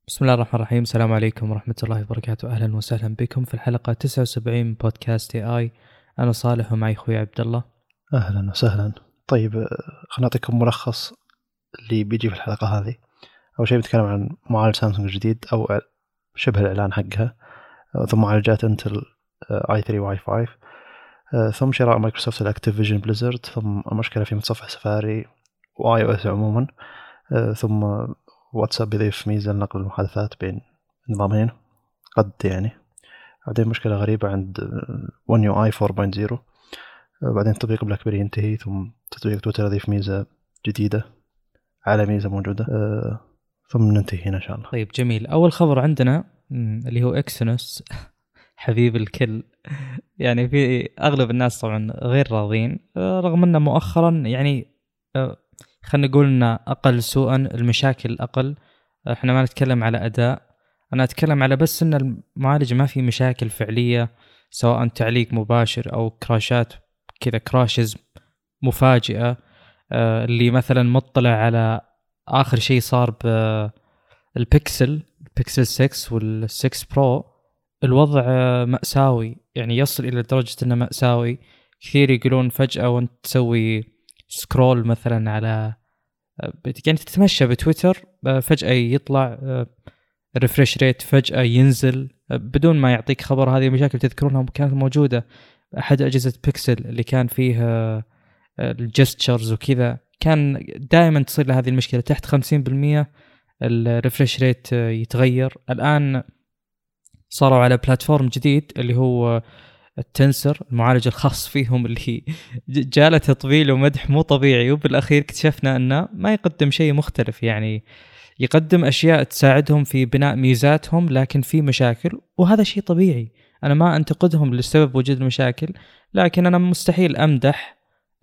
بسم الله الرحمن الرحيم. السلام عليكم ورحمة الله وبركاته. أهلا وسهلا بكم في الحلقة 79 من بودكاست AI. أنا صالح ومعي أخوي عبد الله. أهلا وسهلا. طيب خلنا نعطيكم ملخص اللي بيجي في الحلقة هذه. أول شيء بنتكلم عن معالج سامسونج الجديد أو شبه الإعلان حقها، ثم معالجات انتل i3 و i5، ثم شراء مايكروسوفت الأكتيفيجن بليزرد، ثم مشكلة في متصفح سفاري وiOS عموما، ثم واتساب يضيف ميزة لنقل المحادثات بين نظامين قد بعدين مشكلة غريبة عند One UI 4.0، بعدين تطبيق بلاك بيري ينتهي، ثم تطبيق تويتر يضيف ميزة جديدة على ميزة موجودة، ثم ننتهي هنا إن شاء الله. طيب جميل. أول خبر عندنا اللي هو إكسينوس حبيب الكل. يعني في أغلب الناس طبعا غير راضين، رغم أنه مؤخرا خلنا نقول أنه أقل سوءا، المشاكل أقل. إحنا ما نتكلم على أداء، أنا أتكلم على بس أن المعالج ما في مشاكل فعلية، سواء تعليق مباشر أو كراشات كذا، كراشز مفاجئة. اللي مثلا مطلع على آخر شيء صار بالبيكسل 6 وال6 برو، الوضع مأساوي، يعني يصل إلى درجة أنه مأساوي. كثير يقولون فجأة وانت تسوي سكرول مثلا على يعني تتمشى بتويتر، فجأة يطلع ريفريش ريت، فجأة ينزل بدون ما يعطيك خبر. هذه مشاكل تذكرونها كانت موجودة أحد أجهزة بيكسل اللي كان فيه الجستشرز وكذا، كان دائما تصير له هذه المشكلة. تحت 50% الريفريش ريت يتغير. الآن صاروا على بلاتفورم جديد اللي هو التنسر، المعالج الخاص فيهم، اللي جاله تطبيل ومدح مو طبيعي، وبالأخير اكتشفنا أنه ما يقدم شيء مختلف. يعني يقدم أشياء تساعدهم في بناء ميزاتهم، لكن في مشاكل، وهذا شيء طبيعي. أنا ما أنتقدهم لسبب وجود المشاكل، لكن أنا مستحيل أمدح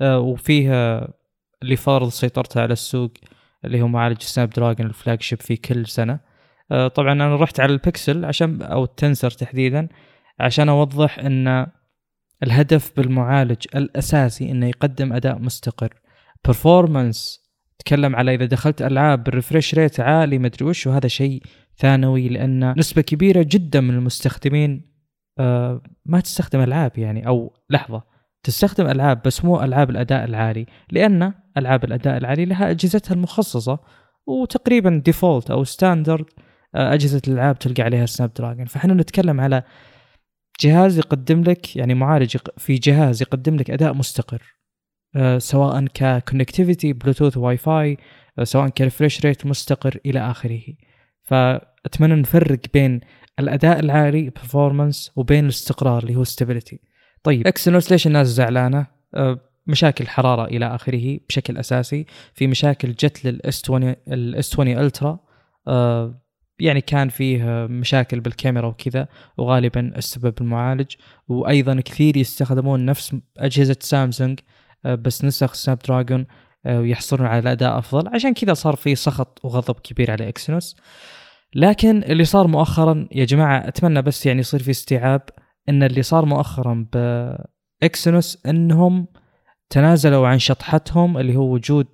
وفيها اللي فارض سيطرته على السوق اللي هو معالج سناب دراجون الفلاج شيب في كل سنة. طبعا أنا رحت على البيكسل عشان أو التنسر تحديدا عشان أوضح أن الهدف بالمعالج الأساسي أنه يقدم أداء مستقر، performance. تكلم على إذا دخلت ألعاب بالريفريش ريت عالي مدري وش، وهذا شيء ثانوي، لأن نسبة كبيرة جدا من المستخدمين ما تستخدم ألعاب، يعني أو لحظة، تستخدم ألعاب بس مو ألعاب الأداء العالي، لأن ألعاب الأداء العالي لها أجهزتها المخصصة، وتقريبا ديفولت أو ستاندرد أجهزة الألعاب تلقى عليها سناب دراجون. فحنا نتكلم على جهاز يقدم لك، يعني معالج في جهاز يقدم لك أداء مستقر، سواء ككونكتيفيتي بلوتوث واي فاي، سواء كريفريش ريت مستقر إلى آخره. فأتمنى نفرق بين الأداء العالي performance وبين الاستقرار اللي هو stability. طيب إكسينوس ليش الناس زعلانة؟ مشاكل حرارة إلى آخره بشكل أساسي. في مشاكل جت للS20 ألترا، يعني كان فيه مشاكل بالكاميرا وكذا، وغالبا السبب المعالج. وأيضا كثير يستخدمون نفس أجهزة سامسونج بس نسخ سناب دراجون ويحصلون على أداء أفضل، عشان كذا صار في سخط وغضب كبير على إكسينوس. لكن اللي صار مؤخرا يا جماعة، أتمنى بس يعني يصير في استيعاب أن اللي صار مؤخرا بإكسينوس أنهم تنازلوا عن شطحتهم اللي هو وجود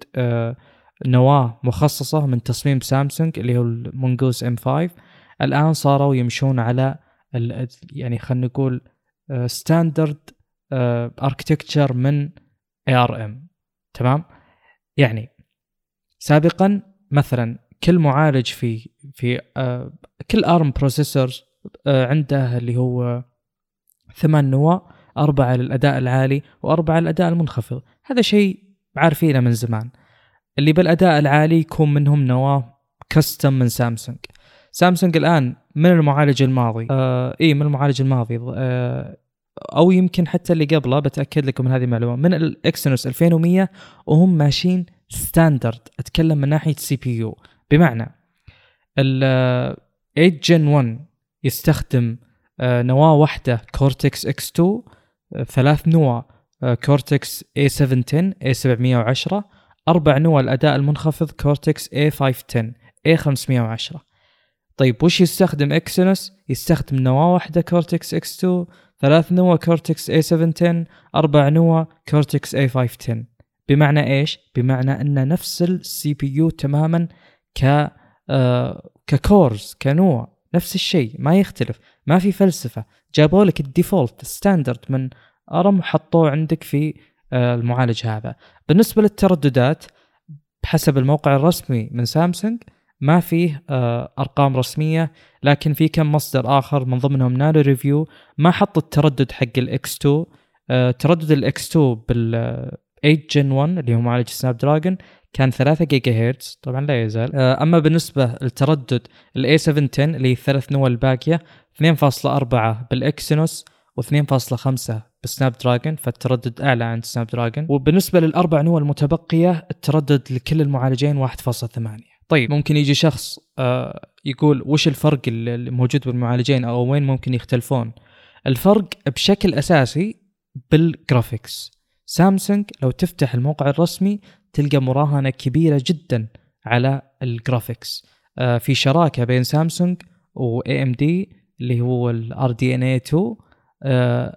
نواة مخصصة من تصميم سامسونج اللي هو المونغوز M5. الآن صاروا يمشون على يعني خلنا نقول ستاندرد اركتكتشر من ARM. تمام؟ يعني سابقا مثلا كل معالج في كل ARM بروسيسورز عنده اللي هو 8 نواة، 4 للأداء العالي و4 للأداء المنخفض. هذا شيء عارفينه من زمان. اللي بالأداء العالي يكون منهم نواة كستم من سامسونج الآن من المعالج الماضي، من المعالج الماضي، أو يمكن حتى اللي قبله، بتأكد لكم من هذه المعلومة، من الإكسينوس 2100 وهم ماشيين ستاندرد. أتكلم من ناحية CPU، بمعنى ال 8 Gen 1 يستخدم نواة واحدة كورتكس X2، 3 نواة كورتكس A710 A710، 4 نواة الأداء المنخفض كورتكس A510 A510. طيب وش يستخدم إكسينوس؟ يستخدم نواة واحدة كورتكس X2، 3 نواة كورتكس A710، 4 نواة كورتكس A510. بمعنى إيش؟ بمعنى أن نفس السي بي يو تماما ككورز كنوع نفس الشيء ما يختلف، ما في فلسفة. جابوا لك الديفولت ستاندرد من ARM وحطوه عندك في المعالج هذا. بالنسبة للترددات بحسب الموقع الرسمي من سامسونج ما فيه أرقام رسمية، لكن في كم مصدر آخر من ضمنهم نانو ريفيو ما حط التردد حق الX2. تردد الX2 بال 8 Gen 1 اللي هو معالج سناب دراجون كان 3 جيجا هرتز، طبعا لا يزال. أما بالنسبة للتردد A710 اللي 3 نواه الباقية 2.4 بالإكسينوس و2.5 بالسناب دراجون، فالتردد أعلى عن سناب دراجون. وبالنسبة للأربع نواه المتبقية التردد لكل المعالجين 1.8. طيب ممكن يجي شخص يقول وش الفرق اللي موجود بالمعالجين أو وين ممكن يختلفون؟ الفرق بشكل أساسي بالجرافيكس. سامسونج لو تفتح الموقع الرسمي تلقى مراهنة كبيرة جدا على الجرافيكس. في شراكة بين سامسونج و AMD اللي هو ال RDNA 2.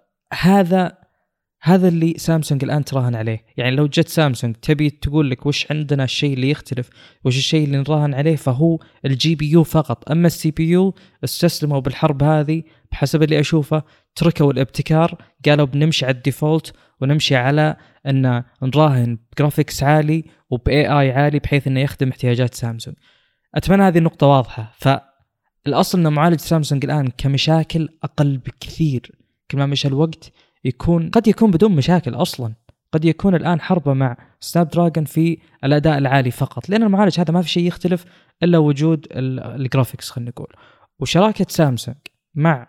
هذا اللي سامسونج الآن تراهن عليه. يعني لو جت سامسونج تبي تقول لك وش عندنا الشيء اللي يختلف وش الشيء اللي نراهن عليه، فهو الجي بي يو فقط. أما السي بي يو استسلموا بالحرب هذه بحسب اللي أشوفه، تركوا الابتكار، قالوا بنمشي على الديفولت ونمشي على أن نراهن بجرافيكس عالي وباي اي عالي بحيث أنه يخدم احتياجات سامسونج. أتمنى هذه النقطة واضحة. فالأصل أن معالج سامسونج الآن كمشاكل أقل بكثير، كل ما مشى الوقت قد يكون بدون مشاكل أصلا. قد يكون الآن حربة مع سناب دراجون في الأداء العالي فقط، لأن المعالج هذا ما في شيء يختلف إلا وجود الجرافيكس خلينا نقول. وشراكة سامسونج مع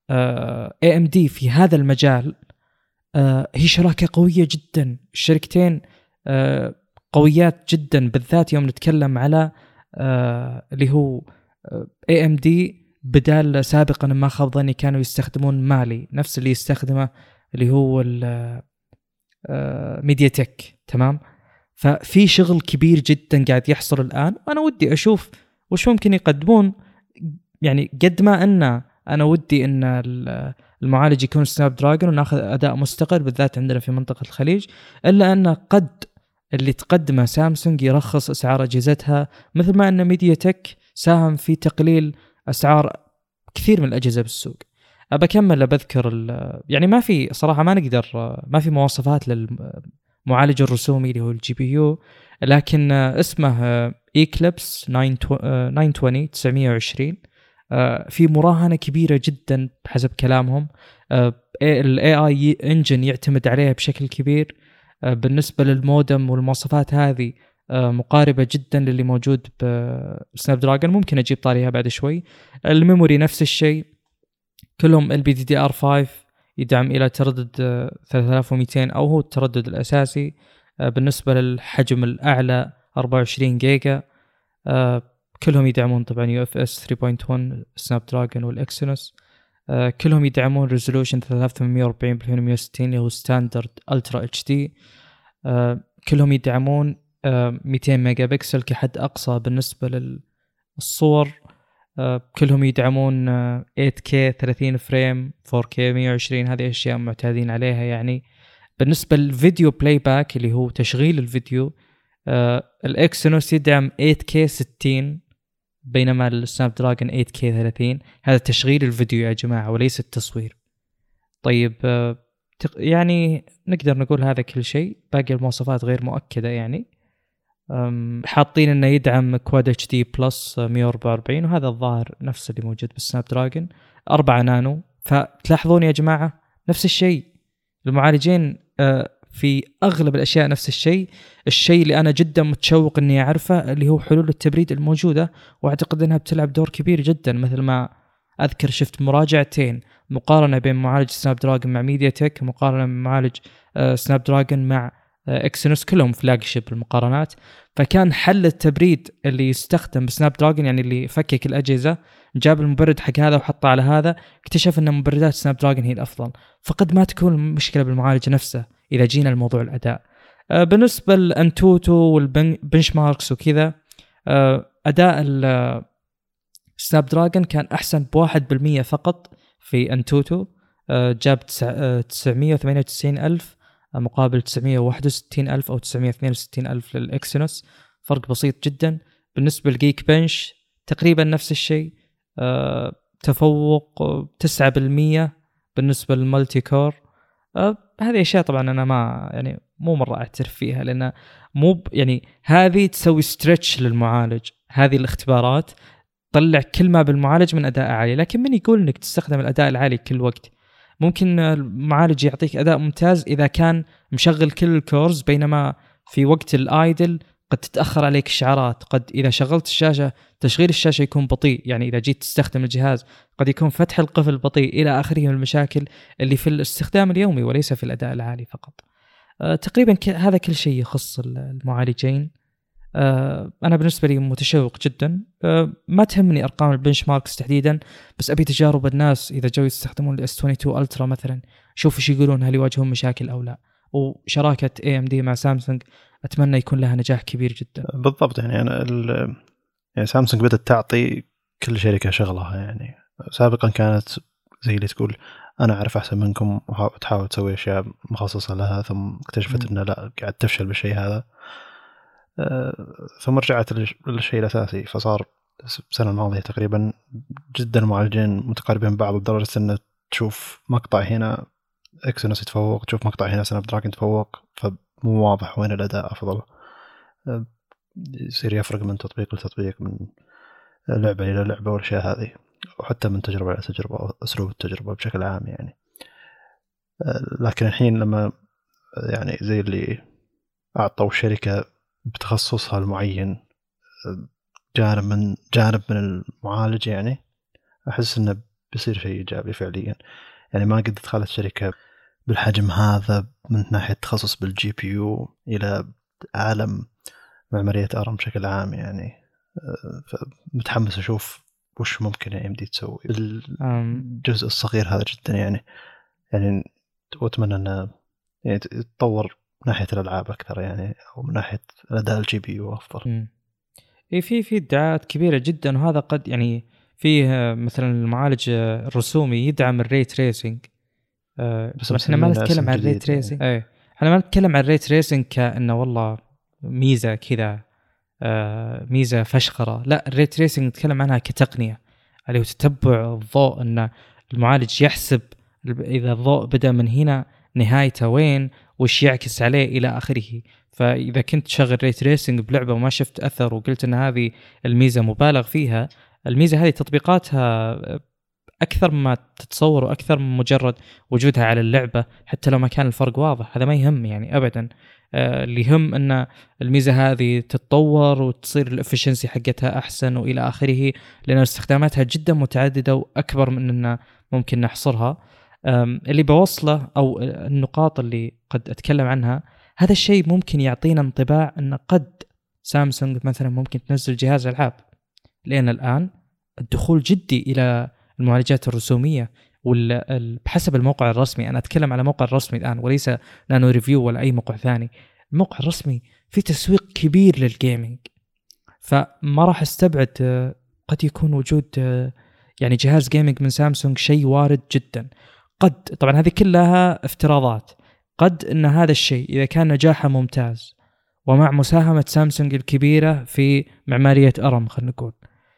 AMD في هذا المجال هي شراكة قوية جدا. الشركتين قويات جدا، بالذات يوم نتكلم على اللي هو AMD بدال سابقا ما خاب ظني كانوا يستخدمون مالي نفس اللي يستخدمه اللي هو ميديا تك، تمام. ففي شغل كبير جدا قاعد يحصل الآن، وأنا ودي أشوف وش ممكن يقدمون. يعني قد ما أنا ودي أن المعالج يكون سناب دراجون وناخذ أداء مستقل بالذات عندنا في منطقة الخليج، إلا أن قد اللي تقدمه سامسونج يرخص أسعار أجهزتها، مثل ما أن ميديا تك ساهم في تقليل أسعار كثير من الأجهزة بالسوق. أبكمل بذكر يعني ما في صراحة ما نقدر ما في مواصفات للمعالج الرسومي اللي هو الجي بي يو، لكن اسمه Eclipse 920 920. في مراهنة كبيرة جدا بحسب كلامهم. ال AI engine يعتمد عليها بشكل كبير. بالنسبة للمودم والمواصفات هذه مقاربة جدا للي موجود بسناب دراجون. ممكن أجيب طاريها بعد شوي. الميموري نفس الشيء، كلهم LPDDR5 يدعم إلى تردد 3200 أو هو التردد الأساسي. بالنسبة للحجم الأعلى 24 جيجا. كلهم يدعمون طبعا UFS 3.1 سناب دراجون والإكسينوس. كلهم يدعمون ريزولوشن 3840x160 اللي هو ستاندرد ألترا HD. كلهم يدعمون 200 ميجا بكسل كحد أقصى بالنسبة للصور. كلهم يدعمون 8K 30 فريم 4K 120. هذه أشياء معتادين عليها. يعني بالنسبة للفيديو بلاي باك اللي هو تشغيل الفيديو، الإكسينوس يدعم 8K 60 بينما السناب دراجون 8K 30. هذا تشغيل الفيديو يا جماعة وليس التصوير. طيب يعني نقدر نقول هذا كل شيء، باقي المواصفات غير مؤكدة. يعني حاطين انه يدعم كواد اتش دي بلس 144 وهذا الظاهر نفس اللي موجود بالسناب دراجون 4 نانو. فتلاحظون يا جماعة نفس الشيء، المعالجين في أغلب الأشياء نفس الشيء. الشيء اللي أنا جدا متشوق أني أعرفه اللي هو حلول التبريد الموجودة، وأعتقد أنها بتلعب دور كبير جدا. مثل ما أذكر شفت مراجعتين مقارنة بين معالج سناب دراجون مع ميديا تك، مقارنة بين معالج سناب دراجون مع إكسينوس، كلهم فلاجشيب المقارنات. فكان حل التبريد اللي يستخدم بسناب دراجون يعني اللي فكك الأجهزة جاب المبرد حق هذا وحطه على هذا، اكتشف أن مبردات سناب دراجون هي الأفضل. فقد ما تكون المشكلة بالمعالج نفسه إذا جينا الموضوع الأداء. بالنسبة للأنتوتو والبنش ماركس وكذا، أداء سناب دراجون كان أحسن ب1% فقط في أنتوتو، جاب 998,000 مقابل 961,000 أو 962,000 للإكسينوس، فرق بسيط جدا. بالنسبة للجيك بنش تقريبا نفس الشيء. تفوق 9% بالنسبة للمالتي كور. هذه أشياء طبعا أنا ما يعني مو مرة أعترف فيها، لأن مو يعني هذه تسوي ستريتش للمعالج. هذه الاختبارات طلع كل ما بالمعالج من أداء عالي، لكن من يقول إنك تستخدم الأداء العالي كل وقت؟ ممكن المعالج يعطيك أداء ممتاز إذا كان مشغل كل الكورز، بينما في وقت الآيدل قد تتأخر عليك الشعارات. قد إذا شغلت الشاشة تشغيل الشاشة يكون بطيء، يعني إذا جيت تستخدم الجهاز قد يكون فتح القفل بطيء إلى آخره من المشاكل اللي في الاستخدام اليومي وليس في الأداء العالي فقط. تقريبا هذا كل شيء يخص المعالجين. أنا بالنسبة لي متشوق جدا. ما تهمني أرقام البنش ماركس تحديدا، بس أبي تجارب الناس إذا جو يستخدمون ال S22 Ultra مثلا، شوف إيش يقولون، هل يواجهون مشاكل أو لا. وشراكة AMD مع سامسونج أتمنى يكون لها نجاح كبير جدا. بالضبط. يعني أنا يعني سامسونج بدأت تعطي كل شركة شغلها. يعني سابقا كانت زي اللي تقول أنا أعرف أحسن منكم وتحاول تسوي أشياء مخصصة لها، ثم اكتشفت إنه لا، قاعد تفشل بالشيء هذا. ثم رجعت للشيء الأساسي. فصار السنة الماضية تقريبا جدا معالجين متقاربين بعض لدرجة إن تشوف مقطع هنا إكسينوس يتفوق، تشوف مقطع هنا سناب دراجون يتفوق، فمو واضح وين الأداء أفضل. يصير يفرق من تطبيق لتطبيق، من لعبة إلى لعبة والأشياء هذه، وحتى من تجربة إلى تجربة، أسلوب التجربة بشكل عام يعني. لكن الحين لما يعني زي اللي أعطوا الشركة بتخصصها المعين جانب من المعالج، يعني أحس إنه بيصير شيء إيجابي فعليا. يعني ما قد دخلت شركة بالحجم هذا من ناحية تخصص بالجي بي يو إلى عالم معمارية ARM بشكل عام يعني. فمتحمس أشوف وش ممكن AMD تسوي بالجزء الصغير هذا جدا يعني وأتمنى أنه يعني تتطور ناحية الألعاب أكثر يعني، أو من ناحية الأداء الجي بي يو أفضل. في ادعاءات كبيرة جدا، وهذا قد يعني فيه مثلا المعالج الرسومي يدعم الري تريسينج. بس احنا ما نتكلم عن الري تريسينج يعني. احنا ما نتكلم عن الري تريسينج كأنه والله ميزة كذا، ميزة فشخرة. لا، الري تريسينج نتكلم عنها كتقنية، اللي هو تتبع الضوء، أن المعالج يحسب إذا الضوء بدأ من هنا نهايته وين، وش يعكس عليه إلى آخره. فإذا كنت شغل ري تريسينج بلعبة وما شفت أثر وقلت أن هذه الميزة مبالغ فيها، الميزة هذه تطبيقاتها أكثر ما تتصور، وأكثر من مجرد وجودها على اللعبة. حتى لو ما كان الفرق واضح هذا ما يهم يعني أبدا. اللي يهم أن الميزة هذه تتطور وتصير الإفشنسي حقتها أحسن وإلى آخره، لأن استخداماتها جدا متعددة وأكبر من أن ممكن نحصرها. اللي بوصله أو النقاط اللي قد أتكلم عنها، هذا الشيء ممكن يعطينا انطباع أن قد سامسونج مثلا ممكن تنزل جهاز ألعاب، لأن الآن الدخول جدي إلى المعالجات الرسومية. بحسب الموقع الرسمي، أنا أتكلم على موقع الرسمي الآن وليس لأنه ريفيو ولا أي موقع ثاني، الموقع الرسمي في تسويق كبير للجيمينج. فما راح استبعد قد يكون وجود يعني جهاز جيمينج من سامسونج شيء وارد جدا. قد طبعا هذه كلها افتراضات، قد أن هذا الشيء إذا كان نجاحه ممتاز ومع مساهمة سامسونج الكبيرة في معمارية ARM خلينا نقول،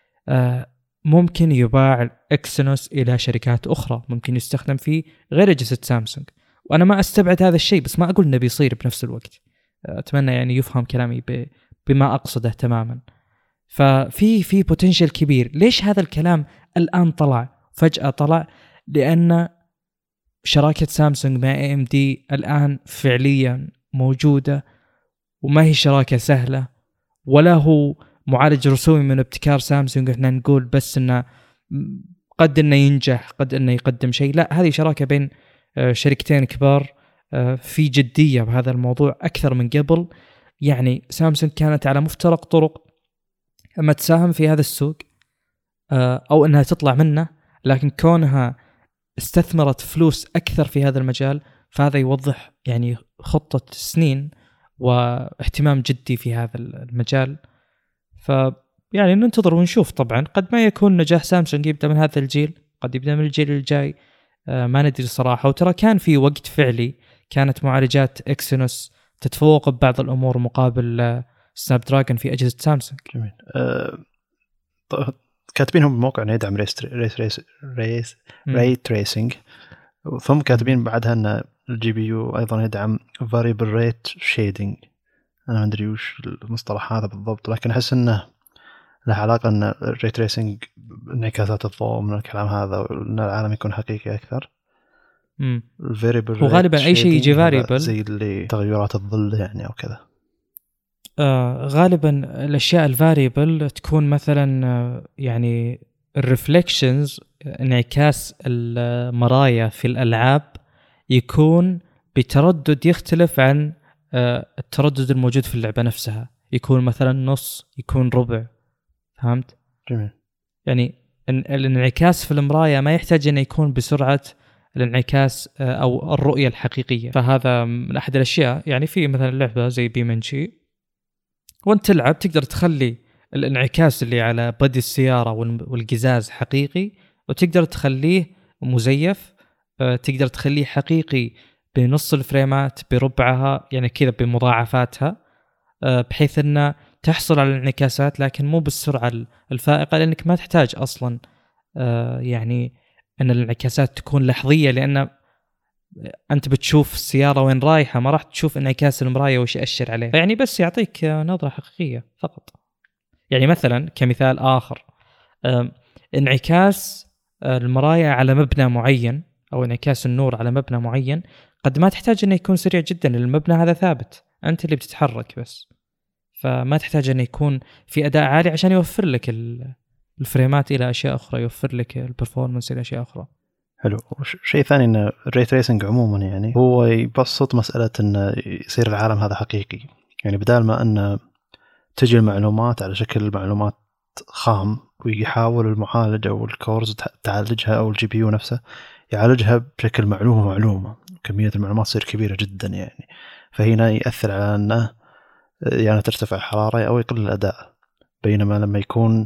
ممكن يباع إكسينوس إلى شركات أخرى، ممكن يستخدم في غير أجهزة سامسونج. وأنا ما أستبعد هذا الشيء، بس ما أقول إنه بيصير بنفس الوقت. أتمنى يعني يفهم كلامي بما أقصده تماما. ففي بوتنشل كبير. ليش هذا الكلام الآن طلع فجأة؟ طلع لأن شراكة سامسونج مع AMD الآن فعليا موجودة، وما هي شراكة سهلة، ولا هو معالج رسومي من ابتكار سامسونج احنا نقول بس انه قد انه ينجح، قد انه يقدم شيء. لا، هذه شراكة بين شركتين كبار في جدية بهذا الموضوع أكثر من قبل. يعني سامسونج كانت على مفترق طرق اما تساهم في هذا السوق او انها تطلع منه، لكن كونها استثمرت فلوس أكثر في هذا المجال، فهذا يوضح يعني خطة سنين واهتمام جدي في هذا المجال. فيعني ننتظر ونشوف. طبعا قد ما يكون نجاح سامسونج يبدأ من هذا الجيل، قد يبدأ من الجيل الجاي، ما ندري صراحة. وترى كان في وقت فعلي كانت معالجات إكسينوس تتفوق ببعض الأمور مقابل سناب دراجون في أجهزة سامسونج. جميل. كاتبينهم بموقع انه يدعم ري تريسنج، ثم كاتبين بعدها ان الجي بي يو ايضا يدعم variable rate shading. انا ما ادري وش المصطلح هذا بالضبط، لكن احس انه له علاقه ان الري تريسنج انعكاسات الضوء من الكلام هذا، وان العالم يكون حقيقي اكثر. الفاريبل وغالبا اي شيء يجي فاريبل زي اللي تغيرات الظل يعني او كذا. غالبا الاشياء الفاريبل تكون مثلا يعني الريفلكشنز، انعكاس المرايا في الالعاب يكون بتردد يختلف عن التردد الموجود في اللعبه نفسها، يكون مثلا نص، يكون ربع. فهمت؟ جميل. يعني الانعكاس في المرايا ما يحتاج انه يكون بسرعه الانعكاس او الرؤيه الحقيقيه. فهذا من احد الاشياء. يعني في مثلا لعبه زي بيمنشي، وانت تلعب تقدر تخلي الانعكاس اللي على بدي السياره والقزاز حقيقي، وتقدر تخليه مزيف، تقدر تخليه حقيقي بنص الفريمات، بربعها، يعني كذا بمضاعفاتها، بحيث أن تحصل على الانعكاسات لكن مو بالسرعة الفائقة، لأنك ما تحتاج أصلا يعني أن الانعكاسات تكون لحظية، لأن أنت بتشوف السيارة وين رايحة، ما راح تشوف انعكاس المراية وش يأشر عليه. يعني بس يعطيك نظرة حقيقية فقط. يعني مثلا كمثال آخر، انعكاس المرايا على مبنى معين أو انعكاس النور على مبنى معين قد ما تحتاج أنه يكون سريع جدا، لأن المبنى هذا ثابت، أنت اللي بتتحرك بس، فما تحتاج أنه يكون في أداء عالي عشان يوفر لك الفريمات إلى أشياء أخرى، يوفر لك البرفورمانس إلى أشياء أخرى. حلو. شيء ثاني إن الري تريسنج عموما يعني هو يبسط مسألة إن يصير العالم هذا حقيقي. يعني بدال ما أن تجي المعلومات على شكل معلومات خام ويحاول المعالج أو الكورز تعالجها أو الجي بي يو نفسه يعالجها بشكل معلومة، كمية المعلومات تصير كبيرة جدا يعني. فهنا يأثر على أنه يعني ترتفع الحرارة أو يقل الأداء. بينما لما يكون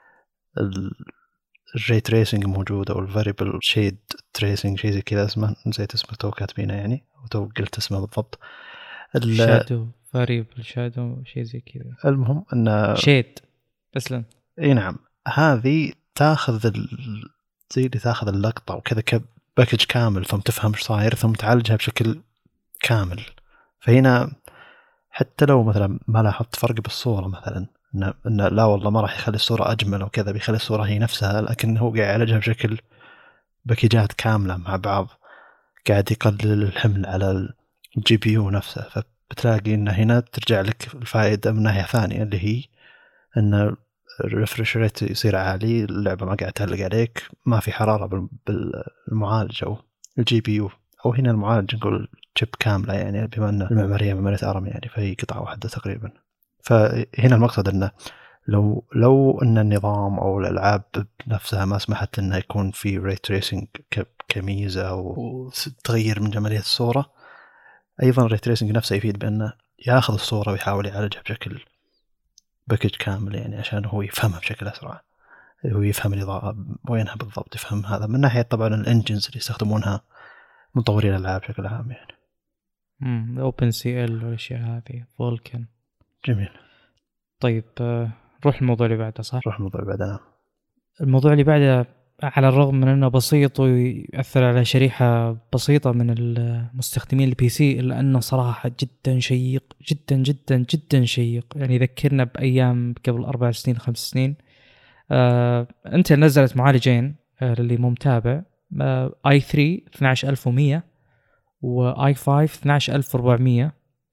الري تريسنج موجود أو الفاريبل شيد تريسنج، شيء زي كذا اسمه، نسيت اسمه تو كاتبينه يعني، وتو قلت اسمه بالضبط، شادو فاريبل شادو شيء زي كذا. المهم أن شيد أصلا اي نعم، هذه تاخذ زي اللي تاخذ اللقطة وكذا كباكج كامل، ثم تفهم ايش صاير ثم تعالجها بشكل كامل. فهنا حتى لو مثلا ما لاحظت فرق بالصورة مثلا، إن لا والله ما راح يخلي الصورة أجمل وكذا، بيخلي الصورة هي نفسها، لكن هو قاعد يعالجها بشكل باكجات كاملة مع بعض، قاعد يقلل الحمل على الجي بي يو نفسه. فبتلاقي إن هنا ترجع لك الفائدة من ناحية ثانية، اللي هي إن الريفرش ريت يصير عالي، اللعبة ما قاعد تعلق عليك، ما في حرارة بالمعالج أو الجي بي يو، أو هنا المعالج نقول شيب كاملة يعني، بما أن المعمارية معمارية أرم يعني، فهي قطعة واحدة تقريبا. فهنا المقصد أنه لو أن النظام أو الألعاب نفسها ما سمحت أنه يكون في ري تريسنج كميزة وتغير من جمالية الصورة، أيضا الري تريسنج نفسه يفيد بأنه يأخذ الصورة ويحاول يعالجها بشكل باكج كامل يعني، عشان هو يفهمها بشكل أسرع، هو يفهم الإضاءة وينها بالضبط، يفهم هذا من ناحية طبعا الانجنز اللي يستخدمونها مطورين الألعاب بشكل عام يعني. اوبن سي ال والاشياء هذه، فولكن. جميل. طيب روح الموضوع اللي بعده. صح، روح الموضوع اللي بعده. الموضوع اللي بعده على الرغم من انه بسيط ويأثر على شريحة بسيطة من المستخدمين البي سي، الا انه صراحة جدا شيق، جدا جدا جدا شيق. يعني يذكرنا بايام قبل 4 سنين 5 سنين. انت نزلت معالجين للي مو متابع، i3 12100 و i5 12400.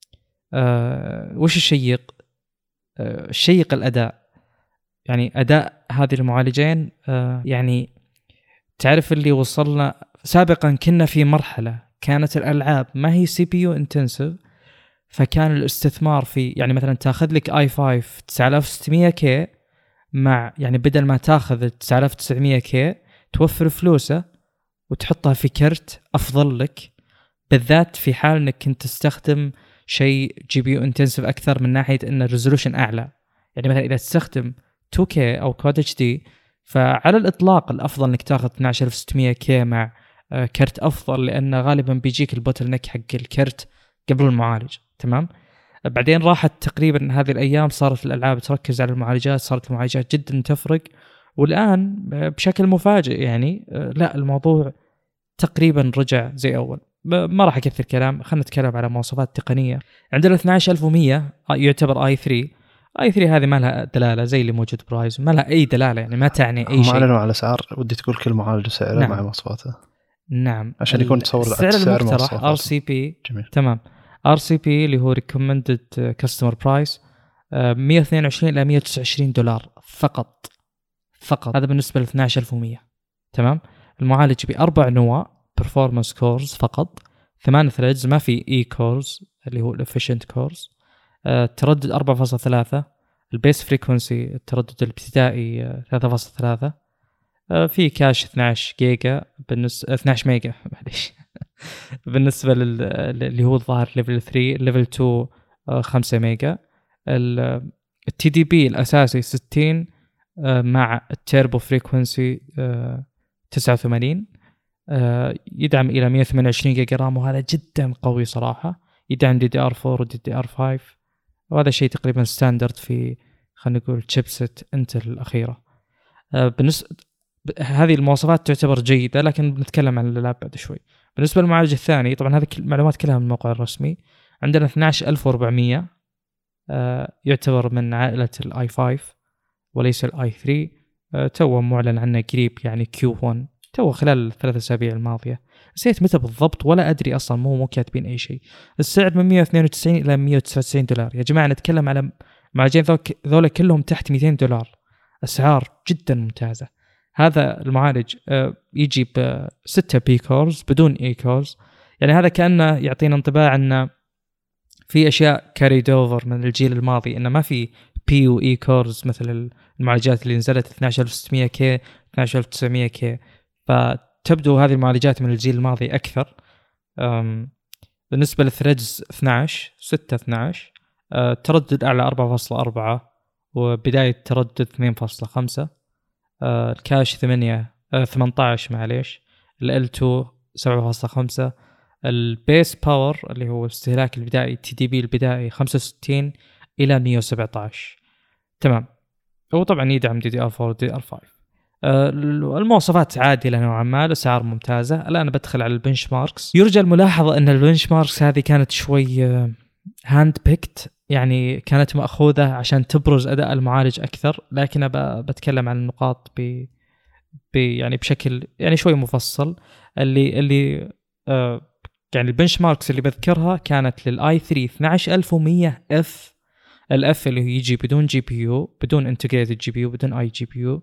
وش الشيق؟ الشيق الأداء. يعني أداء هذه المعالجين يعني تعرف اللي وصلنا سابقا، كنا في مرحلة كانت الألعاب ما هي سي بي يو انتنسيف، فكان الاستثمار في يعني مثلا تاخذ لك i5 9600K مع يعني بدل ما تاخذ 9900K توفر فلوسه وتحطها في كرت أفضل لك، بالذات في حال انك كنت تستخدم شيء جي بي يو انتنسيف اكثر من ناحيه ان الريزولوشن اعلى. يعني مثلا اذا تستخدم 2K او كواد اتش دي، فعلى الاطلاق الافضل انك تاخذ 12600K مع كرت افضل، لان غالبا بيجيك البوتل نك حق الكرت قبل المعالج. تمام. بعدين راحت تقريبا هذه الأيام صارت الألعاب تركز على المعالجات، صارت المعالجات جدا تفرق، والآن بشكل مفاجئ يعني لا الموضوع تقريبا رجع زي أول. ما راح أكثر كلام، خلنا نتكلم على مواصفات تقنية. عندنا 12100 يعتبر i3 هذه ما لها دلالة زي اللي موجود برايزون، ما لها أي دلالة يعني ما تعني أي شيء. هم أعلنوا على سعر، ودي تقول كل معالج سعره نعم. مع مواصفاته. نعم عشان يكون تصور السعر المقترح RCP. جميل. تمام. RCP اللي هو Recommended Customer Price 122 إلى 129 دولار فقط. هذا بالنسبة ل 12100. تمام. المعالج ب4 نواة Performance Cores فقط، 8 ثريدز، ما في E Cores اللي هو Efficient Cores. تردد 4.3، البيس فريكونسي التردد الابتدائي 3.3. في كاش 12 جيجا 12 ميجا معليش بالنسبة اللي هو الظاهر ليفل 3. ليفل 2 5 ميجا. التي دي بي الأساسي 60 مع التيربو فريكونسي 89. يدعم إلى 128 جيجا رام، وهذا جدا قوي صراحة. يدعم DDR4 و DDR5، وهذا شيء تقريبا ستاندرد في خلينا نقول تشيبسيت انتل الأخيرة. هذه المواصفات تعتبر جيدة، لكن بنتكلم عن الألعاب بعد شوي. بالنسبة للمعالج الثاني، طبعا هذه المعلومات كلها من الموقع الرسمي. عندنا 12400 يعتبر من عائلة الاي 5 وليس الاي 3. تو معلن عنه قريب يعني Q1 تو خلال 3 أسابيع الماضية. نسيت متى بالضبط ولا أدري أصلا، مو كاتبين أي شيء. السعر من 192 إلى 199 دولار. يا جماعة نتكلم على معالجين ذولا كلهم تحت 200 دولار. أسعار جدا ممتازة. هذا المعالج يجي ب6 بي كورز بدون اي كورز، يعني هذا كأنه يعطينا انطباع أن في أشياء كاريد اوفر من الجيل الماضي، أنه ما في بي واي كورز مثل المعالجات اللي نزلت 12600K 12900K. فتبدو هذه المعالجات من الجيل الماضي أكثر. بالنسبة للثريدز 12 تردد أعلى 4.4 وبداية تردد 2.5. الكاش 18 معليش. L2 7.5. البيس باور اللي هو استهلاك البدائي TDP البدائي 65 إلى 117. تمام. هو طبعا يدعم DDR4 و DDR5. المواصفات عادلة نوعا ما، الأسعار ممتازة. الآن بدخل على البنش ماركس. يرجى الملاحظة أن البنش ماركس هذه كانت شوي هاند بيكت، يعني كانت مأخوذة عشان تبرز أداء المعالج أكثر، لكن بتكلم عن النقاط يعني بشكل يعني شوي مفصل. اللي يعني البنش ماركس اللي بذكرها كانت للآي 3 12100F. الأف اللي هو يجي بدون جي بي يو، بدون انتجريتد جي بي يو، بدون اي جي بي يو.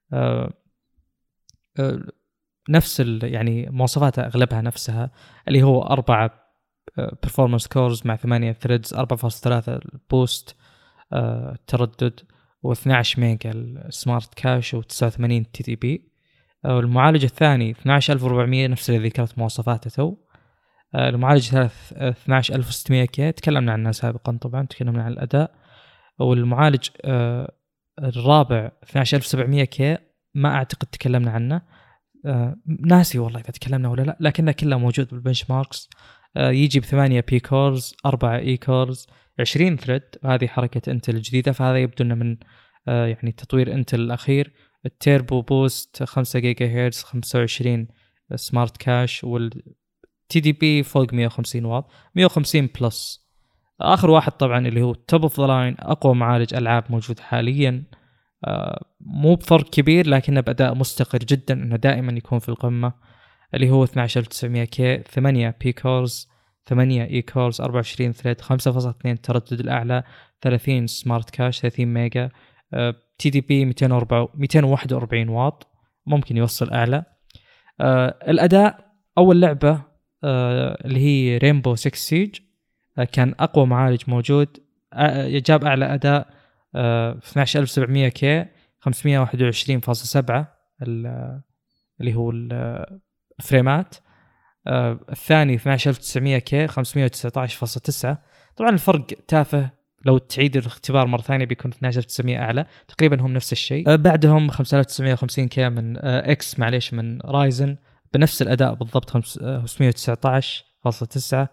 نفس يعني مواصفاتها أغلبها نفسها، اللي هو 4 performance cores مع 8 threads 4.3 البوست تردد و12 ميجا السمارت كاش و89 تي تي بي. المعالج الثاني 12400 نفس اللي ذكرت مواصفاته تو. المعالج الثالث 12600K تكلمنا عنه سابقا، طبعا تكلمنا عن الأداء. والمعالج الرابع 12700K ما أعتقد تكلمنا عنه، ناسي والله إذا تكلمنا ولا لا، لكنه كله موجود بالبنش ماركس. يجي ب8 بي كورز 4 اي كورز 20 ثريد، وهذه حركة انتل الجديدة، فهذا يبدو انه من يعني تطوير انتل الأخير. التيربو بوست 5 جيجا هرتز 25 سمارت كاش، والتي دي بي فوق 150 واط 150 بلس. آخر واحد طبعا اللي هو توب اوف ذا لاين، أقوى معالج ألعاب موجود حاليا، مو بفرق كبير لكنه بأداء مستقر جدا انه دائما يكون في القمة، اللي هو 12900K 8 بي كورز 8 اي كورز 24 ثريد 5.2 تردد الأعلى 30 سمارت كاش 30 ميجا. تي دي بي 241 واط، ممكن يوصل أعلى. الأداء أول لعبة اللي هي ريمبو 6 سيج كان أقوى معالج موجود، جاب أعلى أداء 12700K 521.7 اللي هو الفريمات. الثاني 12900K 519.9. طبعا الفرق تافه، لو تعيد الاختبار مرة ثانية بيكون 12900 أعلى، تقريبا هم نفس الشيء. بعدهم 5950K من X معليش من رايزن بنفس الأداء بالضبط 519.9.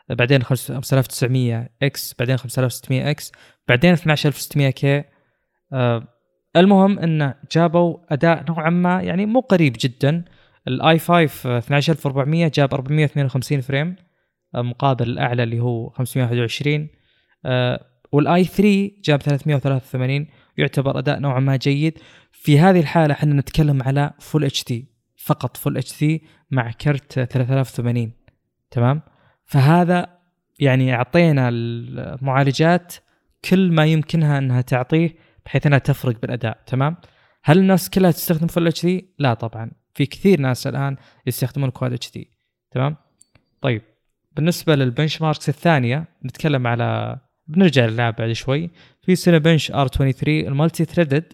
بعدين 5900 اكس، بعدين 5600 اكس، بعدين 12600 كي. المهم انه جابوا اداء نوعا ما يعني مو قريب جدا. الاي 5 12400 جاب 452 فريم مقابل الاعلى اللي هو 521. والاي 3 جاب 383، يعتبر اداء نوعا ما جيد. في هذه الحاله احنا نتكلم على فول اتش دي فقط، فول اتش دي مع كرت 3080. تمام، فهذا يعني اعطينا المعالجات كل ما يمكنها انها تعطيه بحيث انها تفرق بالاداء. تمام، هل الناس كلها تستخدم فول اتش دي؟ لا طبعا، في كثير ناس الان يستخدمون كواد اتش دي. تمام، طيب بالنسبه للبنش ماركس الثانيه نتكلم على، بنرجع للعب بعد شوي. في سينابنش R23 المالتي ثريدد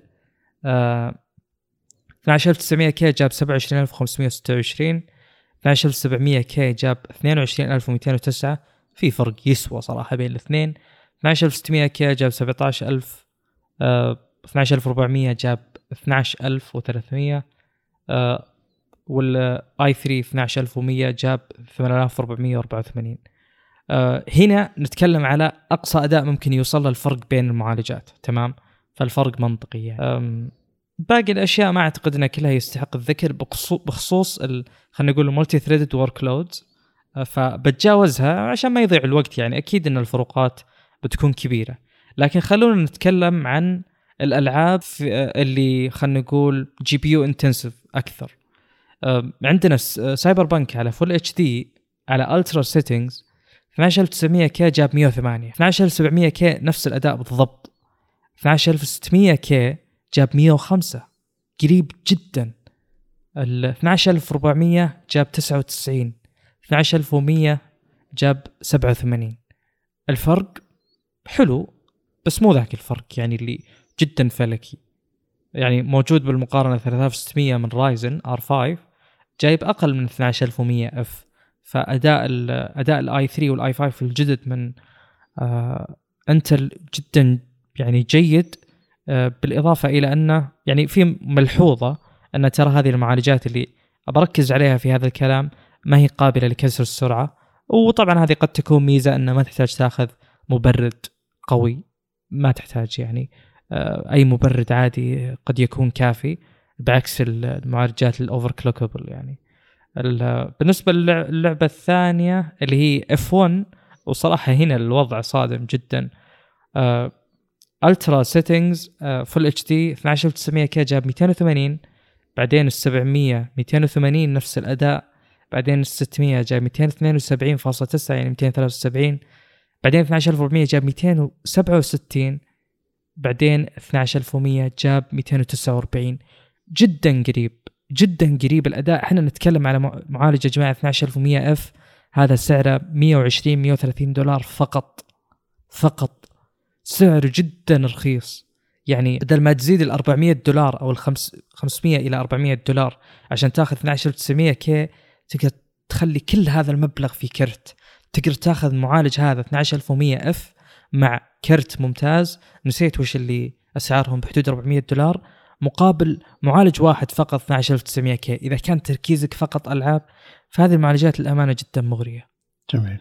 12900 كي جاب 27526، 12700 كي جاب 22209. في فرق يسوى صراحه بين الاثنين. 12600 كي جاب 17000، 12400 جاب 12300، والاي 3 12100 جاب 8484. هنا نتكلم على أقصى أداء ممكن يوصل الفرق بين المعالجات. تمام، فالفرق منطقي يعني. باقي الأشياء ما أعتقد أنها كلها يستحق الذكر بخصوص خلينا نقول مولتي ثريدد ورك لودز، فبتجاوزها عشان ما يضيع الوقت. يعني أكيد أن الفروقات بتكون كبيرة، لكن خلونا نتكلم عن الألعاب اللي خلينا نقول جي بي يو انتنسيف أكثر. عندنا سايبر بانك على فول اتش دي على الترا سيتنجز 12900 كي جاب 108، 12700 كي نفس الأداء بالضبط، 12600 كي جاب 105 قريب جدا، 12400 جاب 99، 12100 جاب 87. الفرق حلو بس مو ذاك الفرق يعني اللي جدا فلكي. يعني موجود بالمقارنة 3600 من رايزن R5 جايب أقل من 12100 اف. فأداء الاي 3 والاي 5 الجدد من انتل جدا يعني جيد. بالإضافة إلى أنه يعني في ملحوظة أن ترى هذه المعالجات اللي أبركز عليها في هذا الكلام ما هي قابلة لكسر السرعة. وطبعا هذه قد تكون ميزة أن ما تحتاج تأخذ مبرد قوي، ما تحتاج يعني أي مبرد عادي قد يكون كافي، بعكس المعالجات الأوفر كلوكبل. يعني بالنسبة للعبة الثانية اللي هي F1، وصراحة هنا الوضع صادم جدا. الترا سيتنجز فول اتش دي 12900 كي جاب 280، بعدين ال 700 280 نفس الأداء، بعدين ال 600 جاب 272.9 يعني 273، بعدين 12400 جاب 267، بعدين 12100 جاب 249. جدا قريب جدا قريب الأداء. احنا نتكلم على معالج يا جماعة 12100 اف، هذا سعره $120-130 فقط، سعر جدا رخيص. يعني بدل ما تزيد $400 أو 500 إلى $400 عشان تاخذ 12900 كي، تقدر تخلي كل هذا المبلغ في كرت. تقدر تاخذ معالج هذا 12100 اف مع كرت ممتاز، نسيت وش اللي أسعارهم بحدود $400، مقابل معالج واحد فقط 12900 كي. إذا كان تركيزك فقط ألعاب، فهذه المعالجات الأمانة جدا مغرية. جميل.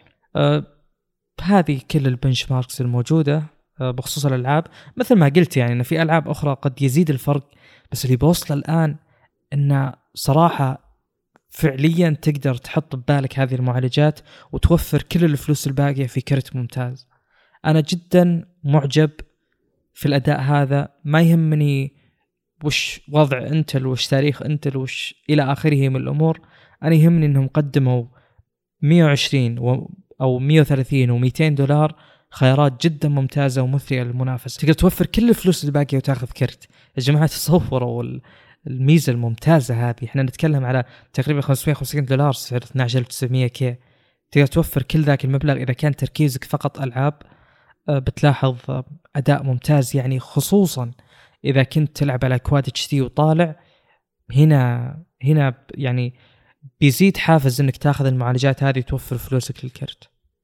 هذه كل البنش ماركس الموجودة بخصوص الألعاب. مثل ما قلت يعني أن في ألعاب أخرى قد يزيد الفرق، بس اللي بوصله الآن أن صراحة فعليا تقدر تحط ببالك هذه المعالجات وتوفر كل الفلوس الباقية في كرت ممتاز. أنا جدا معجب في الأداء هذا، ما يهمني وش وضع انتل وش تاريخ انتل وش إلى آخره من الأمور. أنا يهمني أنهم قدموا 120 أو 130 و$200 خيارات جدا ممتازة ومثرية للمنافسة. تقدر توفر كل الفلوس الباقية وتأخذ كرت. يا جماعة تصوروا الميزة الممتازة هذه. احنا نتكلم على تقريبا $550 سعر 12900 كي. تقدر توفر كل ذاك المبلغ إذا كان تركيزك فقط ألعاب. بتلاحظ أداء ممتاز يعني، خصوصا إذا كنت تلعب على كواد اتش دي وطالع. هنا يعني بيزيد حافز إنك تأخذ المعالجات هذه توفر فلوسك للكرت.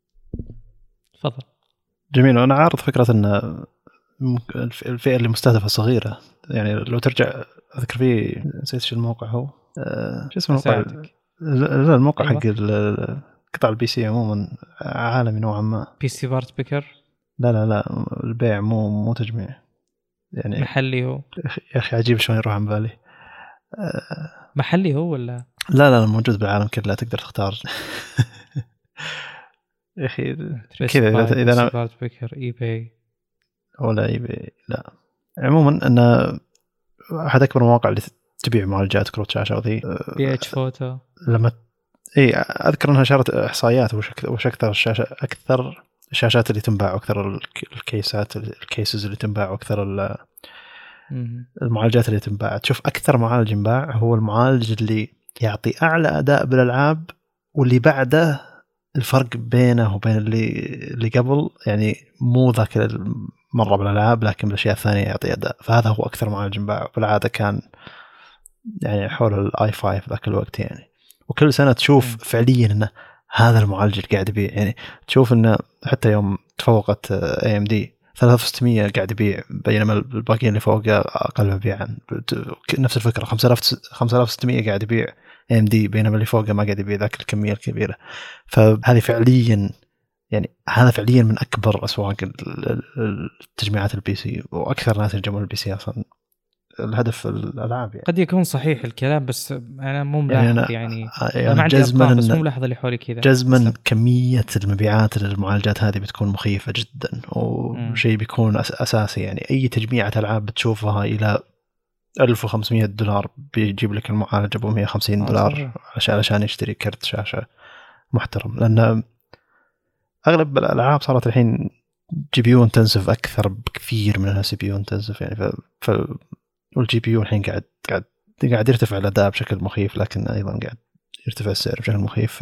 تفضل. جميل. وأنا عارض فكرة أن الفئة اللي مستهدفة صغيرة. يعني لو ترجع أذكر فيه، نسيت شو الموقع هو، شو اسمه الموقع؟ الموقع حق قطع البي سي عموما عالمي نوعا ما. بي سي بارت بيكر؟ لا البيع مو تجميع يعني محلي هو يا اخي عجيب شلون يروح عن بالي. محلي هو ولا لا موجود بالعالم كله تقدر تختار. يا اخي كذا اذا انا بارت بيكر اي باي ولا اي باي لا. عموما ان احد اكبر المواقع اللي تبيع معالجات كروت شاشه وذي بي اتش فوتو لما اذكر انها شارت احصائيات وش اكثر الشاشات اللي تنباع واكثر الكيسز اللي تنباع واكثر المعالجات اللي تنباع. تشوف اكثر معالج ينباع هو المعالج اللي يعطي اعلى اداء بالالعاب، واللي بعده الفرق بينه وبين اللي قبل يعني مو ذاك مرة بالالعاب لكن بالاشياء الثانيه يعطي اداء. فهذا هو اكثر معالج ينباع، بالعاده كان يعني حول الاي 5 ذاك الوقت يعني. وكل سنه تشوف فعليا انه هذا المعالج اللي قاعد يبيع. يعني تشوف انه حتى يوم تفوقت اي ام دي 3600 قاعد يبيع، بينما الباقيين اللي فوقه اقل مبيعا. نفس الفكره 5600 قاعد يبيع اي ام دي، بينما اللي فوقه ما قاعد يبيع ذاك الكميه الكبيره. فهذه فعليا يعني هذا فعليا من اكبر اسواق التجميعات البي سي، واكثر ناس يجمعون البي سي اصلا الهدف الالعاب يعني. قد يكون صحيح الكلام بس انا مو ملاحظ يعني أنا ما عندي ارقام بس مو ملاحظ اللي حولي كذا. جزما كميه المبيعات للمعالجات هذه بتكون مخيفه جدا، وشيء بيكون اساسي يعني. اي تجميعة العاب بتشوفها الى $1500 بيجيب لك المعالج ابو $150 علشان يشتري كرت شاشه محترم. لان اغلب الالعاب صارت الحين جي بي يو انتنسيف اكثر بكثير من السي بي يو انتنسيف يعني. والجي بي يو الحين قاعد يرتفع الاداء بشكل مخيف، لكن ايضا قاعد يرتفع السعر بشكل مخيف.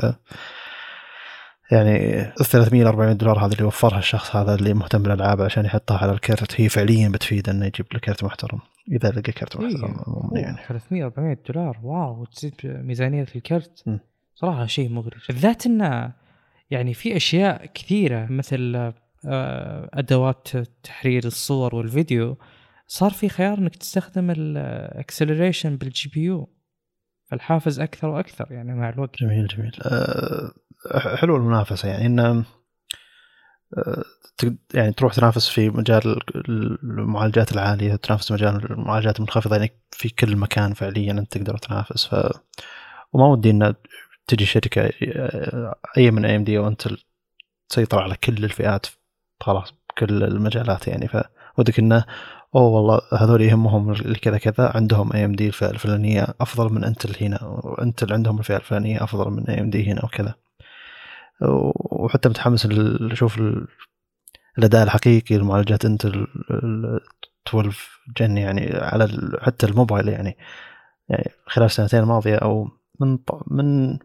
يعني $340 هذا اللي وفرها الشخص هذا اللي مهتم بالالعاب عشان يحطها على الكرت، هي فعليا بتفيد انه يجيب له كرت محترم اذا لقى كرت محترم. يعني $340 واو، تزيد ميزانيه الكرت صراحه شيء مغري. بالذات انه يعني في اشياء كثيره مثل ادوات تحرير الصور والفيديو صار في خيار انك تستخدم الاكسلريشن بالجي بي يو، فالحافز اكثر واكثر يعني مع الوقت. جميل. حلو المنافسه يعني ان يعني تروح تنافس في مجال المعالجات العاليه، تنافس مجال المعالجات المنخفضه، يعني في كل مكان فعليا انت تقدر تنافس. وما ودي ان تجي شركه اي من اي ام دي وانت تسيطر على كل الفئات خلاص كل المجالات يعني. فودك انه والله هذول يهمهم الكذا كذا، عندهم اي ام دي الفئه الفلانيه افضل من انتل هنا، وانتل عندهم الفئه الفلانيه افضل من اي ام دي هنا وكذا. وحتى متحمس اشوف الاداء الحقيقي لمعالجات انتل 12 جن يعني على حتى الموبايل يعني خلال السنتين الماضيه، او من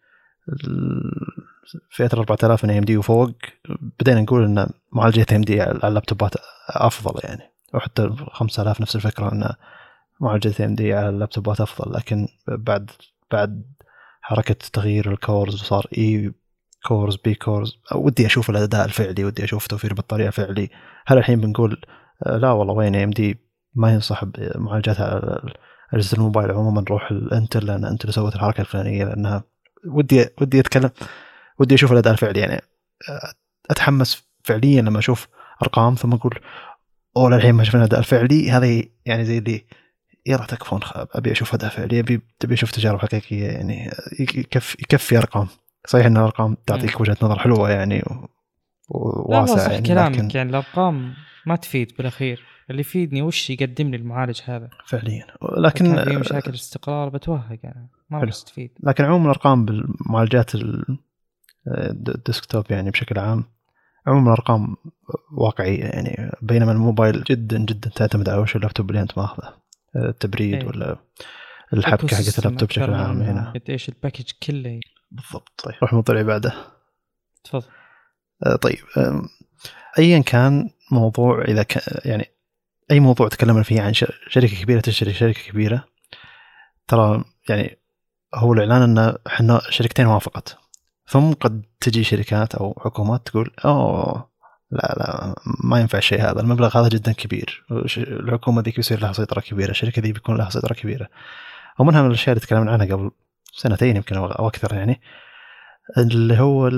فئة 4000 من AMD وفوق بدينا نقول ان معالجات AMD على اللابتوبات افضل يعني. وحتى 5000 نفس الفكرة ان معالجات AMD على اللابتوبات افضل. لكن بعد حركة تغيير الكورز وصار اي كورز بي كورز، ودي اشوف الاداء الفعلي، ودي اشوف توفير بطارية فعلي. هل الحين بنقول لا والله وين AMD ما ينصح بمعالجات على اجهزة الموبايل عموما نروح الانتل لان انتل سوت الحركة الفلانية؟ لانها ودي اتكلم، ودي اشوف الاداء الفعلي يعني. اتحمس فعليا لما اشوف ارقام ثم اقول الحين ما شفنا الاداء الفعلي. هذا يعني زي اللي يلا تكفون ابي اشوف اداء فعلي، ابي اشوف تجارب حقيقيه يعني. يكفي ارقام. صحيح ان الارقام تعطيك وجهه نظر حلوه يعني وواسعه يعني، لكن يعني الارقام ما تفيد بالاخير. اللي يفيدني وش يقدم لي المعالج هذا فعليا. لكن في مشاكل استقرار بتوهق يعني ما بستفيد. لكن عموما الارقام بالمعالجات الديسكتوب يعني بشكل عام عموما الارقام واقعيه يعني. بينما الموبايل جدا جدا تعتمد على وش اللابتوب اللي انت ماخذه، التبريد ولا الحبكه حقت اللابتوب بشكل عام. هنا ايش الباكج كله بالضبط. طيب روح الموضوع اللي بعده. تفضل. طيب ايا كان موضوع، اذا يعني اي موضوع تكلمنا فيه عن شركه كبيره تشتري شركه كبيره، ترى يعني هو الاعلان ان احنا شركتين وافقت، ثم قد تجي شركات او حكومات تقول لا ما ينفع الشيء هذا، المبلغ هذا جدا كبير، الحكومه ذيك بيصير لها سيطره كبيره، الشركه ذي بيكون لها سيطره كبيره. ومنها من الاشياء اللي تكلمنا عنها قبل سنتين يمكن او اكثر يعني اللي هو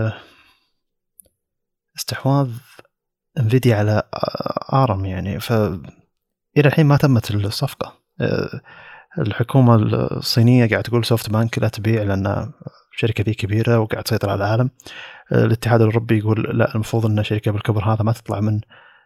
استحواذ انفيديا على آرم يعني. فإلى الحين ما تمت الصفقة. الحكومة الصينية قاعد تقول سوفت بانك لا تبيع لأن شركة ذي كبيرة وقاعد تسيطر على العالم. الاتحاد الأوروبي يقول لا، المفروض أن شركة بالكبر هذا ما تطلع من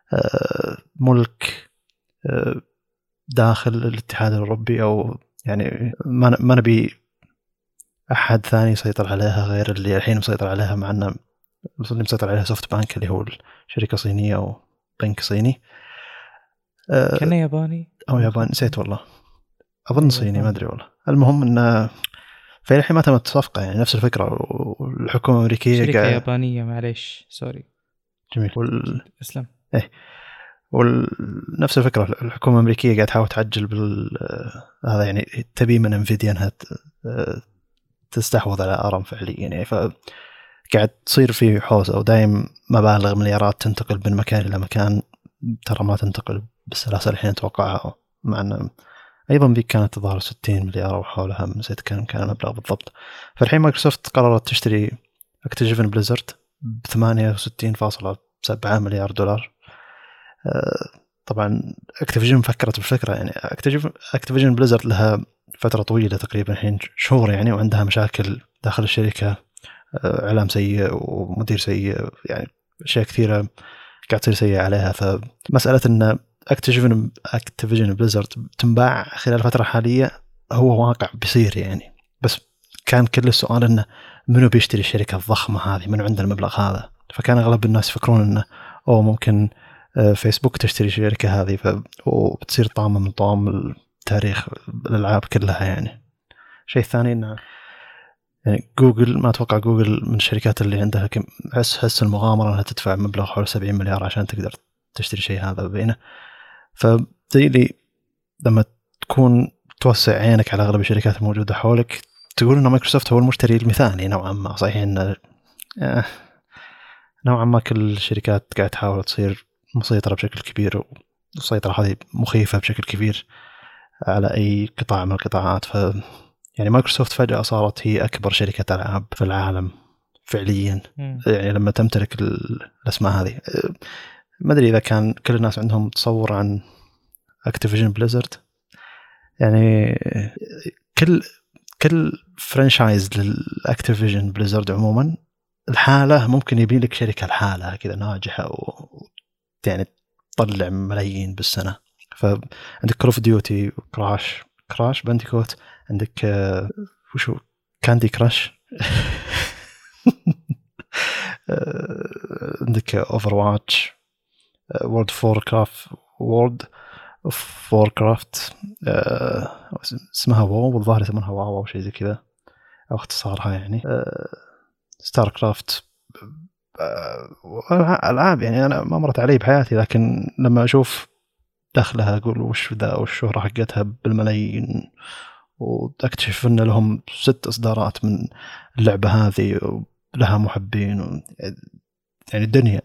ملك داخل الاتحاد الأوروبي، أو يعني ما نبي أحد ثاني يسيطر عليها غير اللي الحين مسيطر عليها، مع أنه اللي مسيطر عليها سوفت بانك اللي هو شركة صينية أو بنك صيني. كان ياباني أو ياباني، نسيت والله، أظن صيني، ما أدري والله. المهم أنه في الحين ما تمت صفقة يعني، نفس الفكرة. والحكومة الأمريكية شركة يابانية، معليش سوري. جميل. اسلم. إيه، ونفس الفكرة الحكومة الأمريكية قاعد تحاول تعجل هذا يعني، تبي من انفيديا أنها تستحوذ على آرم فعليا يعني. فقاعد تصير في حوسة، ودايم مبالغ مليارات تنتقل من مكان إلى مكان، ترى ما تنتقل بالسلاسل الحين نتوقعها. مع أن أيضا ذيك كانت تظهر 60 مليار أو حولها، نسيت كان المبلغ بالضبط. فالحين مايكروسوفت قررت تشتري أكتيفيجن بليزرد ب 68.7 مليار دولار. طبعا أكتيفيجن فكرت بالفكرة يعني. أكتيفيجن بليزرد لها فترة طويلة تقريبا الحين شهور يعني، وعندها مشاكل داخل الشركة، إعلام سيء ومدير سيء، يعني أشياء كثيرة قاعد تصير سيئة عليها. فمسألة أن أكتيفيجن بليزرد تنباع خلال الفترة الحالية هو واقع بيصير يعني. بس كان كل السؤال أنه منو بيشتري الشركة الضخمة هذه، منو عنده المبلغ هذا. فكان أغلب الناس يفكرون أنه ممكن فيسبوك تشتري الشركة هذه وبتصير طامة من طوام التاريخ الألعاب كلها يعني. شيء ثاني أنه يعني جوجل، ما أتوقع جوجل من الشركات اللي عندها حس المغامرة أنها تدفع مبلغ حول 70 مليار عشان تقدر تشتري شيء هذا بينه. فزي لي لما تكون توسع عينك على أغلب الشركات الموجودة حولك، تقول أن مايكروسوفت هو المشتري المثالي نوعا ما. صحيح أن نوعا ما كل الشركات قاعد تحاول تصير مسيطرة بشكل كبير، والسيطرة هذه مخيفة بشكل كبير على أي قطاع من القطاعات. يعني مايكروسوفت فجأة صارت هي أكبر شركة ألعاب في العالم فعليا. يعني لما تمتلك الأسماء هذه، ما أدري إذا كان كل الناس عندهم تصور عن أكتيفيجن بليزرد. يعني كل فرانشايز للأكتيفيجن بليزرد عموما الحالة ممكن يبي لك شركة الحالة كذا ناجحة يعني تطلع ملايين بالسنة. فعندك كول اوف ديوتي، كراش بانديكوت، عندك وشو كاندي كراش عندك اوفر واتش، وورد اوف ووركرافت، اسمها واو، والظاهر يسمونها واو او شيء زي كذا او اختصارها يعني. ستار كرافت، العاب يعني انا ما مرت علي بحياتي، لكن لما اشوف دخلها اقول وش ذا، والشهرة حقتها بالملايين، واكتشف ان لهم 6 اصدارات من اللعبة هذه ولها محبين يعني الدنيا.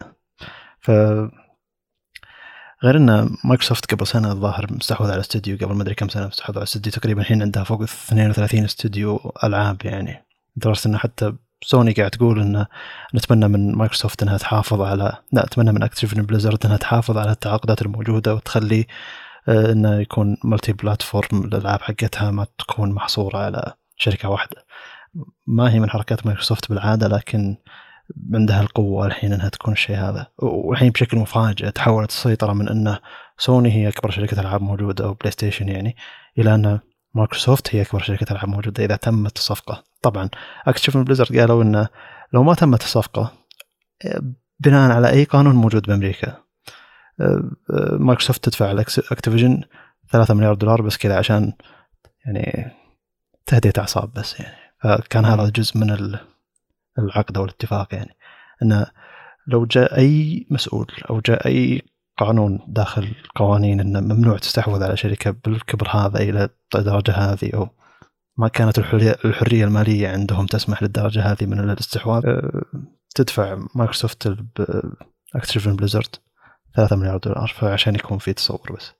غير ان مايكروسوفت قبل سنة الظاهر مستحوذ على استوديو، قبل ما ادري كم سنة مستحوذ على استوديو تقريبا. الحين عندها فوق 32 استوديو العاب يعني، درست انه حتى سوني قاعد تقول انه نتمنى من مايكروسوفت انها تحافظ على، لا اتمنى من اكتيفيجن بليزرد انها تحافظ على التعاقدات الموجودة وتخلي انه يكون ملتي بلاتفورم الالعاب حقتها، ما تكون محصورة على شركة واحدة. ما هي من حركات مايكروسوفت بالعادة، لكن عندها القوة الحين انها تكون الشيء هذا. والحين بشكل مفاجئ تحولت السيطرة من ان سوني هي اكبر شركة العاب موجودة او بلاي ستيشن يعني، الى ان مايكروسوفت هي اكبر شركة العاب موجودة اذا تمت الصفقة. طبعا اكتشف بليزرد قالوا انه لو ما تمت الصفقة بناء على اي قانون موجود بامريكا، مايكروسوفت تدفع اكتيفيجن 3 مليار دولار بس كذا عشان يعني تهدئة اعصاب بس يعني. فكان هذا جزء من العقد او الاتفاق يعني، انه لو جاء اي مسؤول او جاء اي قانون داخل قوانين انه ممنوع تستحوذ على شركة بالكبر هذا الى الدرجة هذه، او ما كانت الحرية المالية عندهم تسمح للدرجة هذه من الاستحواذ، تدفع مايكروسوفت اكتيفيجن بليزرد 3 مليار دولار. فعشان يكون في تصور بس.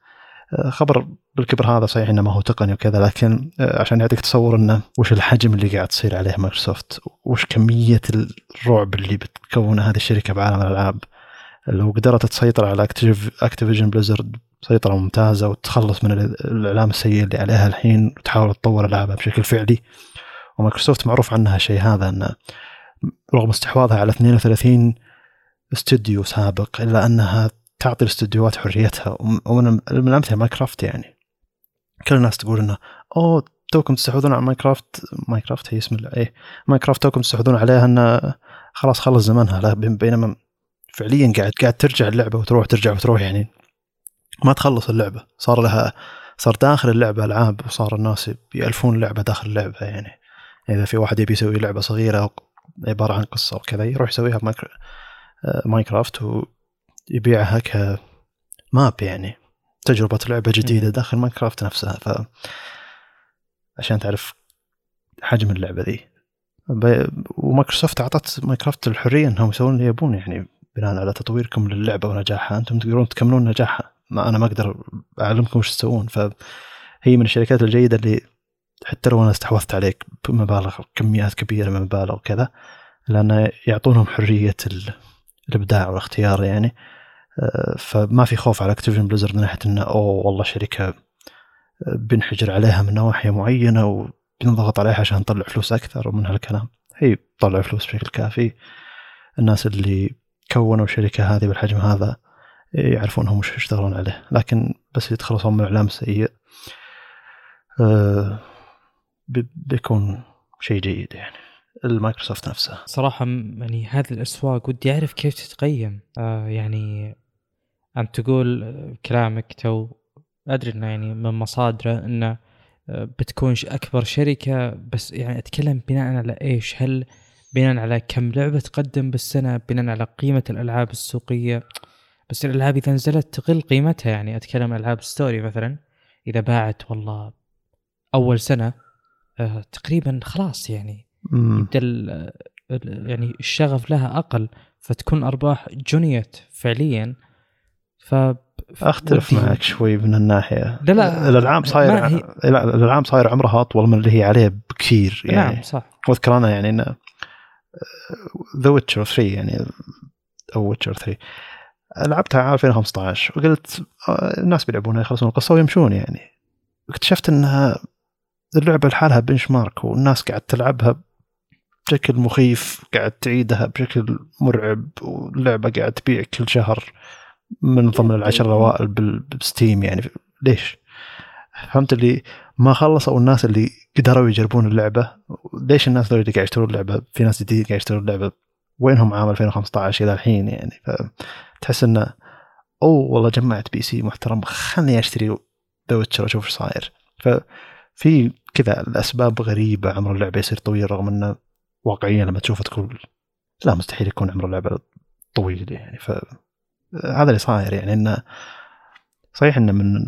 خبر بالكبر هذا صحيح انه ما هو تقني وكذا، لكن عشان يعطيك تصور انه وش الحجم اللي قاعد تصير عليه مايكروسوفت، وش كمية الرعب اللي بتكونها هذه الشركة بعالم الألعاب. لو قدرت تسيطر على اكتيفيجن بليزرد سيطرة ممتازة وتخلص من الإعلام السيء اللي عليها الحين وتحاول تطور ألعابها بشكل فعلي. ومايكروسوفت معروف عنها شيء هذا، أن رغم استحواذها على 32 استوديو سابق إلا أنها تعطي الاستديوهات حريتها. ومن الأمثلة ماينكرافت، يعني كل الناس تقول إنه توكم تستحوذون على ماينكرافت هي اسم ماينكرافت توكم تستحوذون عليها، إنه خلاص زمانها. لا، بينما فعليا قاعد ترجع اللعبة وتروح يعني ما تخلص اللعبة. صار داخل اللعبة ألعاب، وصار الناس يألفون لعبة داخل اللعبة. يعني إذا في واحد يبي يسوي لعبة صغيرة عبارة عن قصة وكذا يروح يسويها ماينكرافت ويبيعها كماب، يعني تجربة لعبة جديدة داخل ماينكرافت نفسها. عشان تعرف حجم اللعبة ذي. ومايكروسوفت أعطت ماينكرافت الحرية أنهم يسوون اللي يبون، يعني بناء على تطويركم للعبة ونجاحها أنتم تقدرون تكملون نجاحها. أنا ما أقدر أعلمكم وش تسوون. فهي من الشركات الجيدة اللي حتى لو أنا استحوذت عليك بمبالغ كميات كبيرة من المبالغ وكذا، لأن يعطونهم حرية الإبداع والاختيار يعني. فما في خوف على أكتيفيجن بليزرد من ناحية إنه والله شركة بنحجر عليها من نواحي معينة وبنضغط عليها عشان نطلع فلوس أكثر ومن هالكلام. هي تطلع فلوس بشكل كافي. الناس اللي كونوا الشركة هذه بالحجم هذا يعرفونهم وش يشتغلون عليه، لكن بس يتخلصون من الإعلام السيء بيكون شيء جيد. يعني المايكروسوفت نفسها صراحة يعني هذه الأسواق ودي أعرف كيف تتقيم. يعني أنت تقول كلامك تو أدري إنه يعني من مصادره إنه بتكون أكبر شركة، بس يعني أتكلم بناء على إيش؟ هل بناء على كم لعبة تقدم بالسنة، بناء على قيمة الألعاب السوقية؟ بس الألعاب إذا نزلت تقل قيمتها. يعني أتكلم ألعاب ستوري مثلا إذا باعت والله أول سنة تقريبا خلاص يعني يبدأ يعني الشغف لها أقل، فتكون أرباح جنيت فعليا. أختلف معك شوي من الناحية. لا الألعاب صاير عمرها أطول من اللي هي عليه بكثير يعني. نعم صح. وأذكر أنا يعني إن The Witcher 3 يعني أو Witcher 3 لعبتها عام 2015 وقلت الناس بيلعبونها يخلصون القصة ويمشون يعني. اكتشفت أنها اللعبة لحالها بنش مارك، والناس قاعد تلعبها بشكل مخيف، قاعد تعيدها بشكل مرعب، واللعبة قاعد تبيع كل شهر من ضمن 10 الأوائل بستيم. يعني ليش؟ فهمت اللي ما خلصوا الناس اللي قدروا يجربون اللعبة. ليش الناس اللي قاعد يشترون اللعبة؟ في ناس جديد قاعد يشترون اللعبة وينهم عام 2015 إلى الحين يعني. فتحس إنه والله جمعت بي سي محترم، خلني أشتري ذا ويتشر أشوف إيش صاير. ففي كذا الأسباب غريبة عمر اللعبة يصير طويل، رغم إنه واقعيا لما تشوفه تقول لا مستحيل يكون عمر اللعبة طويل يعني. هذا اللي صاير يعني. إنه صحيح إنه من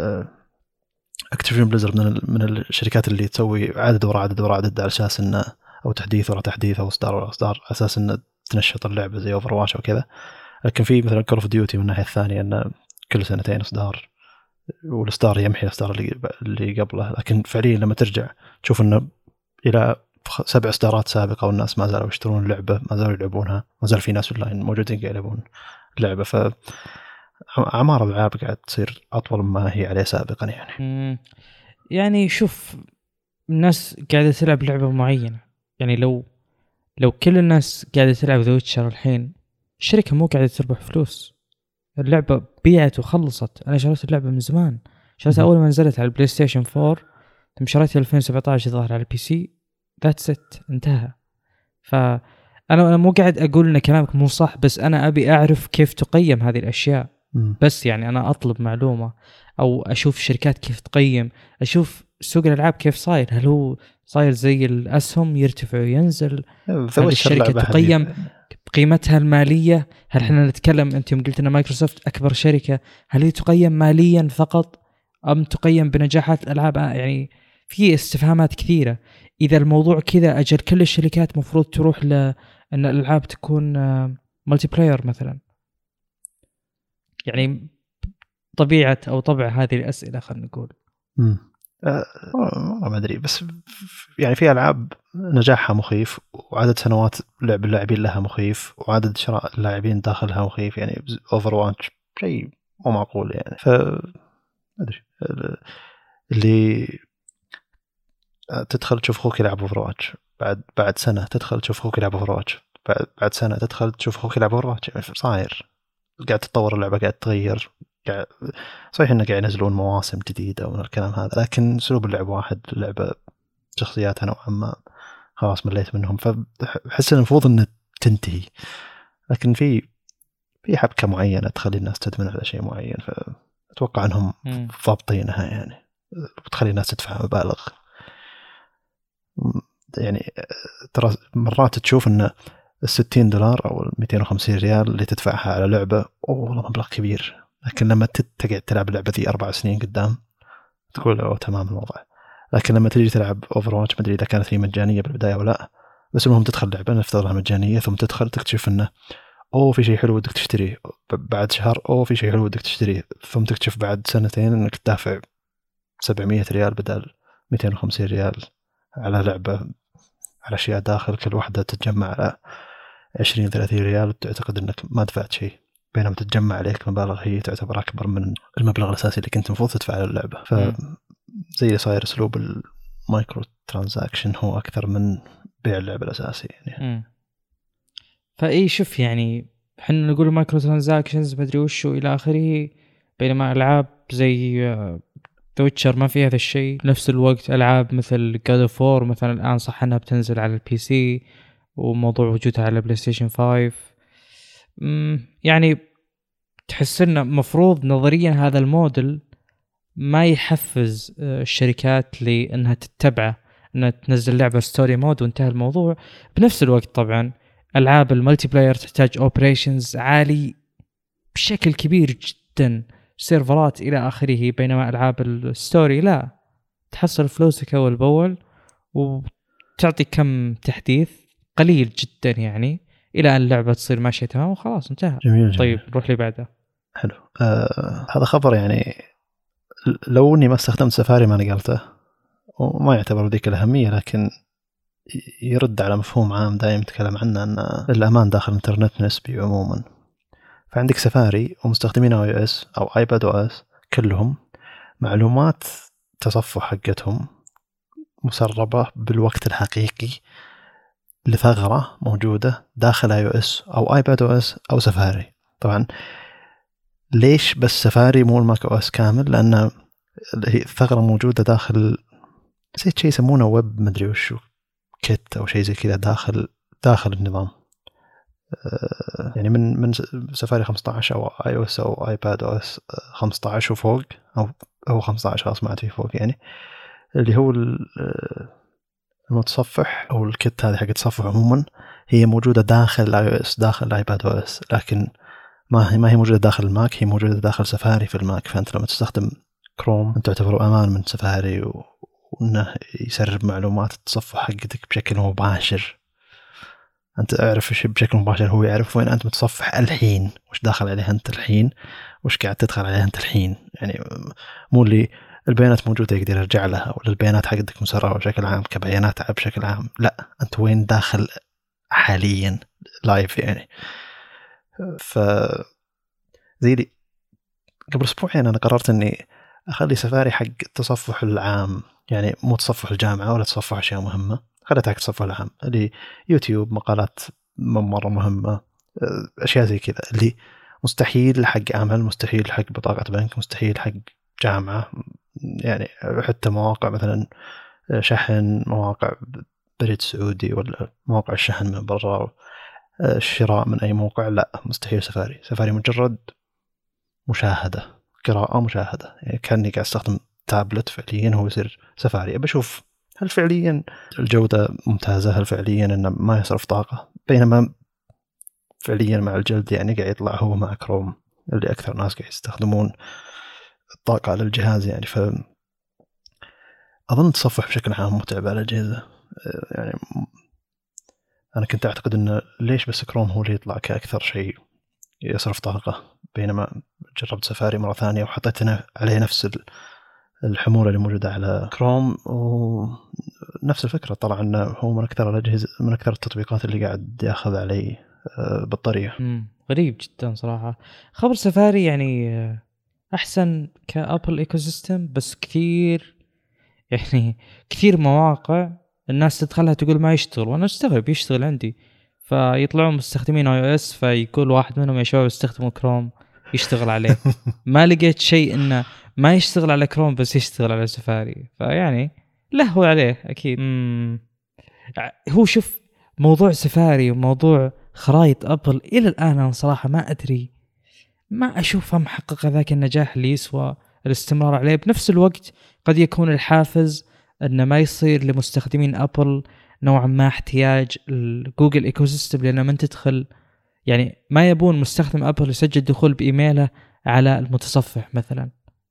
أكتيفيجن بليزرد من الشركات اللي تسوي عدد وراء عدد وراء عدد على أساس إنه أو تحديث وراء تحديث أو إصدار وراء إصدار على أساس إنه تنشط اللعبة زي أوفرواتش وكذا. لكن في مثلا كول اوف ديوتي من الناحية الثانية إنه كل سنتين إصدار، والإصدار يمحي الإصدار اللي قبله. لكن فعليا لما ترجع تشوف إنه إلى 7 إصدارات سابقة والناس ما زالوا يشترون اللعبة، ما زالوا يلعبونها، ما زال في ناس أونلاين موجودين قاعد يلعبون اللعبة. فأعمار الألعاب قاعد تصير أطول مما هي عليه سابقا يعني. يعني شوف الناس قاعدة تلعب لعبة معينة. يعني لو كل الناس قاعدة تلعب ذا ويتشر الحين، الشركة مو قاعدة تربح فلوس. اللعبة بيعت وخلصت. أنا شريت اللعبة من زمان، شريتها أول ما نزلت على البلاي ستيشن 4، ثم شريتها 2017 ظهر على البي سي. That's it، انتهى. فأنا مو قاعد أقول إن كلامك مو صح، بس أنا أبي أعرف كيف تقيم هذه الأشياء. بس يعني أنا أطلب معلومة أو أشوف الشركات كيف تقيم، أشوف سوق الألعاب كيف صاير. هل هو صاير زي الأسهم يرتفع وينزل؟ هل الشركة تقيم بقيمتها المالية؟ هل احنا نتكلم أنت يوم قلت أن مايكروسوفت أكبر شركة، هل هي تقيم ماليا فقط أم تقيم بنجاحات الألعاب؟ يعني في استفهامات كثيرة. إذا الموضوع كذا أجل كل الشركات مفروض تروح لأن الألعاب تكون مالتي بلاير مثلا. يعني طبيعة أو طبع هذه الأسئلة خلينا نقول. ما أدري، بس يعني في ألعاب نجاحها مخيف وعدد سنوات لعب اللاعبين لها مخيف وعدد شراء اللاعبين داخلها مخيف، يعني Overwatch شيء مو معقول يعني. ما أدري اللي تدخل تشوف أخوك يلعب Overwatch بعد سنة تدخل تشوف أخوك يلعب Overwatch بعد سنة تدخل تشوف أخوك يلعب Overwatch، يعني صاير قاعد تتطور اللعبة، قاعد تغير، صحيح إنه قاعد ينزلون مواسم جديدة ومن الكلام هذا، لكن أسلوب اللعب واحد، اللعبة شخصياتها نوعا ما خلاص مليت منهم، فحس المفروض إنه تنتهي، لكن في حبكة معينة تخلي الناس تدمن على شيء معين، فأتوقع إنهم ضابطينها يعني، بتخلي الناس تدفع مبالغ. يعني ترى مرات تشوف إن $60 أو $250 اللي تدفعها على لعبة والله مبلغ كبير، لكن لما تقعد تلعب اللعبة ذي 4 سنين قدام تقول تمام الوضع. لكن لما تيجي تلعب Overwatch ما أدري إذا كانت هي مجانية بالبداية ولا لا، بس المهم تدخل لعبة نفترض لها مجانية ثم تدخل تكتشف إنه في شيء حلو بدك تشتريه، بعد شهر في شيء حلو بدك تشتريه، ثم تكتشف بعد سنتين إنك تدافع $700 بدل $250 على لعبة، على أشياء داخل كل واحدة تتجمع على 20-30 ريال، تعتقد أنك ما دفعت شيء، بينما تتجمع عليك مبالغ هي تعتبر أكبر من المبلغ الأساسي اللي كنت المفروض تدفع على اللعبة. فزي اللي صاير أسلوب المايكرو ترانزاكشن هو أكثر من بيع اللعبة الأساسي يعني. فأي شوف يعني حنا نقول مايكرو ترانزاكشنز بدري وشو إلى آخره، بينما ألعاب زي The Witcher ما في هذا الشيء. نفس الوقت ألعاب مثل God of War مثلا الآن صح أنها بتنزل على البي سي وموضوع وجودها على بلاي ستيشن 5، يعني تحس إنه مفروض نظريا هذا الموديل ما يحفز الشركات لأنها تتبعه، أنها تنزل لعبة ستوري مود وانتهى الموضوع. بنفس الوقت طبعا ألعاب الملتي بلاير تحتاج اوبريشنز عالي بشكل كبير جدا، سيرفرات إلى آخره، بينما ألعاب الستوري لا، تحصل فلوسك أول بأول وتعطي كم تحديث قليل جدا يعني إلى أن اللعبة تصير ماشية تمام وخلاص انتهى. جميل. طيب نروح لي بعده. حلو. هذا خبر يعني لو اني ما استخدمت سفاري ما نقلته وما يعتبر ذيك الأهمية، لكن يرد على مفهوم عام دائما نتكلم عنه، أن الأمان داخل الإنترنت نسبي عموما. فعندك سفاري ومستخدمين iOS أو iPadOS كلهم معلومات تصفح حقتهم مسربة بالوقت الحقيقي لثغرة موجودة داخل iOS أو iPadOS أو سفاري. طبعا ليش بس سفاري مو الماك OS كامل؟ لأن الثغرة موجودة داخل نسيت شيء يسمونه ويب مدري وشو كيت أو شيء زي كذا داخل النظام، يعني من سفاري 15 أو iOS أو iPadOS 15 وفوق أو 15 خلاص ما عاد في فوق، يعني اللي هو المتصفح أو الكيت هذه حق التصفح عموما هي موجودة داخل iOS داخل iPadOS، لكن ما هي موجودة داخل الماك، هي موجودة داخل سفاري في الماك. فأنت لما تستخدم كروم أنت تعتبره أمان من سفاري وأنه يسرب معلومات التصفح حقتك بشكل مباشر. أنت أعرف إيش بشكل مباشر، هو يعرف وين أنت متصفح الحين، وش داخل عليه أنت الحين، وش قاعد تدخل عليه أنت الحين، يعني مو اللي البيانات موجودة يقدر يرجع لها، ولا البيانات حقتك مسربة بشكل عام كبيانات بشكل عام، لا أنت وين داخل حاليا لايف يعني. زي دي قبل أسبوعين أنا قررت إني أخلي سفاري حق التصفح العام، يعني مو تصفح الجامعة ولا تصفح أشياء مهمة، خليتها حق التصفح العام اللي يوتيوب، مقالات مرة مهمة، أشياء زي كذا اللي مستحيل حق عمل، مستحيل حق بطاقة بنك، مستحيل حق جامعة، يعني حتى مواقع مثلا شحن، مواقع بريد سعودي ولا مواقع الشحن من برا، الشراء من أي موقع، لا مستحيل. سفاري مجرد مشاهدة، قراءة مشاهدة، يعني كأني قاعد استخدم تابلت فعليا، هو يصير سفاري بشوف هل فعليا الجودة ممتازة، هل فعليا إنه ما يصرف طاقة، بينما فعليا مع الجلد يعني قاعد يطلع هو مع كروم اللي أكثر ناس قاعد يستخدمون الطاقة على الجهاز يعني. أظن التصفح بشكل عام متعب على الأجهزة، يعني أنا كنت أعتقد إنه ليش بس كروم هو اللي يطلع كأكثر شيء يصرف طاقة، بينما جربت سفاري مرة ثانية وحطيت عليه نفس الحمولة اللي موجودة على كروم، ونفس الفكرة طلع أنه هو من أكثر الأجهزة، من أكثر التطبيقات اللي قاعد يأخذ عليه بطارية. غريب جدا صراحة. خبر سفاري يعني أحسن كأبل إيكو سيستم، بس كثير يعني كثير مواقع الناس تدخلها تقول ما يشتغل، وأنا استغرب يشتغل عندي، فيطلعون مستخدمين iOS فيقول واحد منهم يا شباب استخدموا كروم يشتغل عليه. ما لقيت شيء إنه ما يشتغل على كروم بس يشتغل على سفاري، فيعني لهو عليه أكيد. هو شوف موضوع سفاري وموضوع خرائط أبل إلى الآن أنا صراحة ما أدري، ما أشوفها محققة ذاك النجاح اللي يسوى الاستمرار عليه. بنفس الوقت قد يكون الحافز أن ما يصير لمستخدمين أبل نوعا ما احتياج الجوجل إيكو سيستم، لأنه من تدخل يعني ما يبون مستخدم أبل يسجل دخول بإيميله على المتصفح مثلا.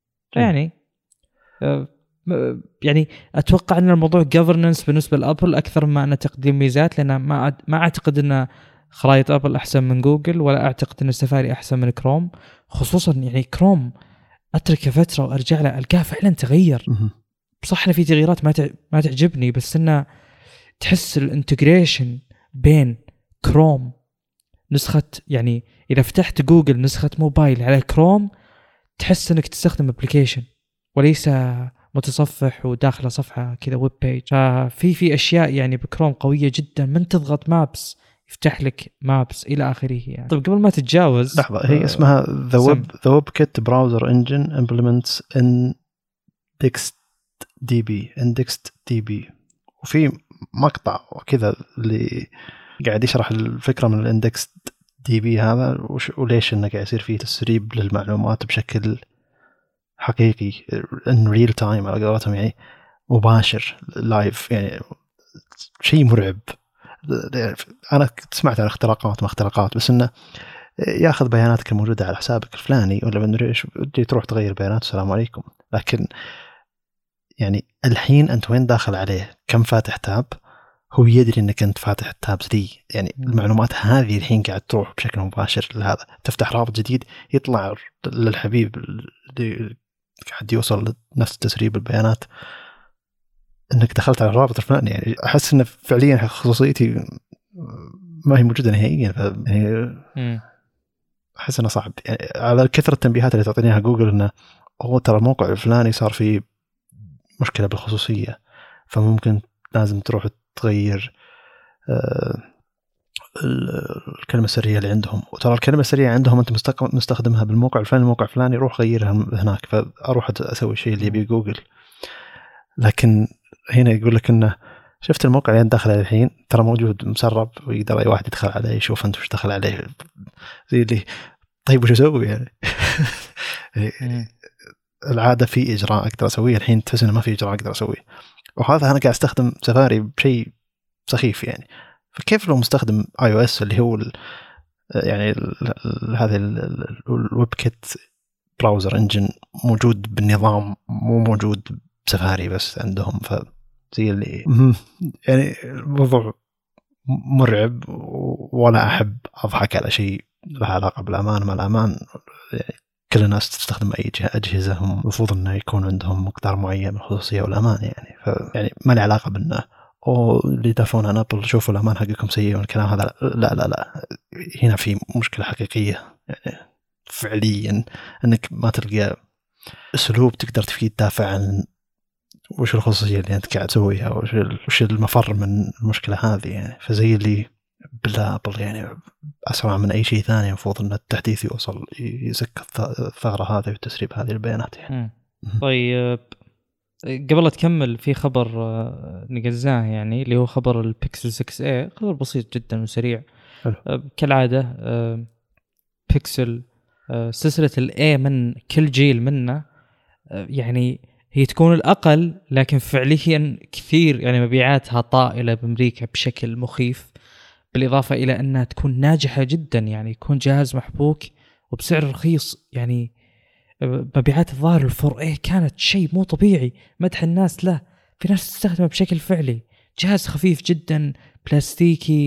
يعني أتوقع أن الموضوع governance بالنسبة لأبل أكثر ما أنه تقديم ميزات، لأن ما أعتقد أن خرائط أبل أحسن من جوجل، ولا أعتقد أن السفاري أحسن من كروم. خصوصا يعني كروم أتركه فترة وأرجع له ألقاه فعلا تغير. بصح في تغييرات ما تعجبني، بس أنه تحس الانتجريشن بين كروم نسخة، يعني إذا فتحت جوجل نسخة موبايل على كروم تحس أنك تستخدم أبليكيشن وليس متصفح وداخل صفحة كذا ويب بيج. في أشياء يعني بكروم قوية جدا، من تضغط مابس يفتح لك مابس إلى آخره يعني. طيب قبل ما تتجاوز لحظة، هي اسمها The WebKit Browser Engine Implements IndexedDB. وفي مقطع وكذا اللي قاعد يشرح الفكرة من الإندكس دي بي هذا وليش إنه قاعد يصير فيه تسريب للمعلومات بشكل حقيقي in real time على قولتهم، يعني مباشر لايف، يعني شيء مرعب. أنا سمعت عن اختراقات بس إنه ياخذ بياناتك الموجودة على حسابك الفلاني ولا مدري إيش، بدي تروح تغير بيانات السلام عليكم. لكن يعني الحين أنت وين داخل عليه، كم فاتح تاب، هو يدري انك انت فاتح التابز دي، يعني المعلومات هذه الحين قاعد تروح بشكل مباشر لهذا. تفتح رابط جديد يطلع للحبيب اللي قاعد يوصل لنفس تسريب البيانات انك دخلت على الرابط الفلاني. يعني احس انه فعليا خصوصيتي ما هي موجوده نهائيا، يعني احس انه صعب يعني على كثره التنبيهات اللي تعطينيها جوجل انه هو ترى الموقع الفلاني صار فيه مشكله بالخصوصيه، فممكن لازم تروح تغير الكلمة السرية اللي عندهم. وترى الكلمة السرية عندهم أنت مستخدمها بالموقع الفلاني، الموقع الفلاني روح غيرها هناك، فأروح أسوي الشيء اللي يبي جوجل. لكن هنا يقول لك إنه شفت الموقع اللي أنت داخل عليه الحين ترى موجود مسرب، ويقدر أي واحد يدخل عليه يشوف أنت وش دخل عليه، زي اللي طيب وش أسوي يعني. العادة في إجراء أقدر أسويه، الحين تحس إنه ما في إجراء أقدر أسويه، وهذا أنا قاعد أستخدم سفاري بشيء سخيف يعني. فكيف لو مستخدم iOS اللي هو يعني هذا الويب كيت براوزر انجن موجود بالنظام، مو موجود بسفاري بس عندهم، فزي اللي يعني الموضوع مرعب، ولا أحب أضحك على شيء له علاقة بالأمان ما الأمان. يعني كل الناس تستخدم أي أجهزة هم المفروض أنه يكون عندهم مقدار معين من الخصوصية والأمان يعني. يعني ما له علاقة بأنه اللي يدافعون عن أبل شوفوا الأمان حقكم سيء والكلام هذا، لا هنا في مشكلة حقيقية يعني فعليا، أنك ما تلقى أسلوب تقدر فيه تدافع عن وش الخصوصية اللي أنت قاعد تسويها، وش المفر من المشكلة هذه يعني. فزي اللي بالله أبل يعني أسرع من أي شيء ثاني المفروض أن التحديث يوصل يسك الثغرة هذه والتسريب هذه البيانات يعني. طيب قبل تكمل في خبر نقزاه يعني اللي هو خبر البيكسل 6a، خبر بسيط جدا وسريع. كالعادة بيكسل سلسلة الA من كل جيل منه يعني هي تكون الأقل، لكن فعليا كثير يعني مبيعاتها طائلة بأمريكا بشكل مخيف، بالإضافة إلى أنها تكون ناجحة جدا، يعني يكون جهاز محبوك وبسعر رخيص. يعني مبيعات الظاهر ال4A كانت شيء مو طبيعي، مدح الناس له، في ناس تستخدمه بشكل فعلي. جهاز خفيف جدا بلاستيكي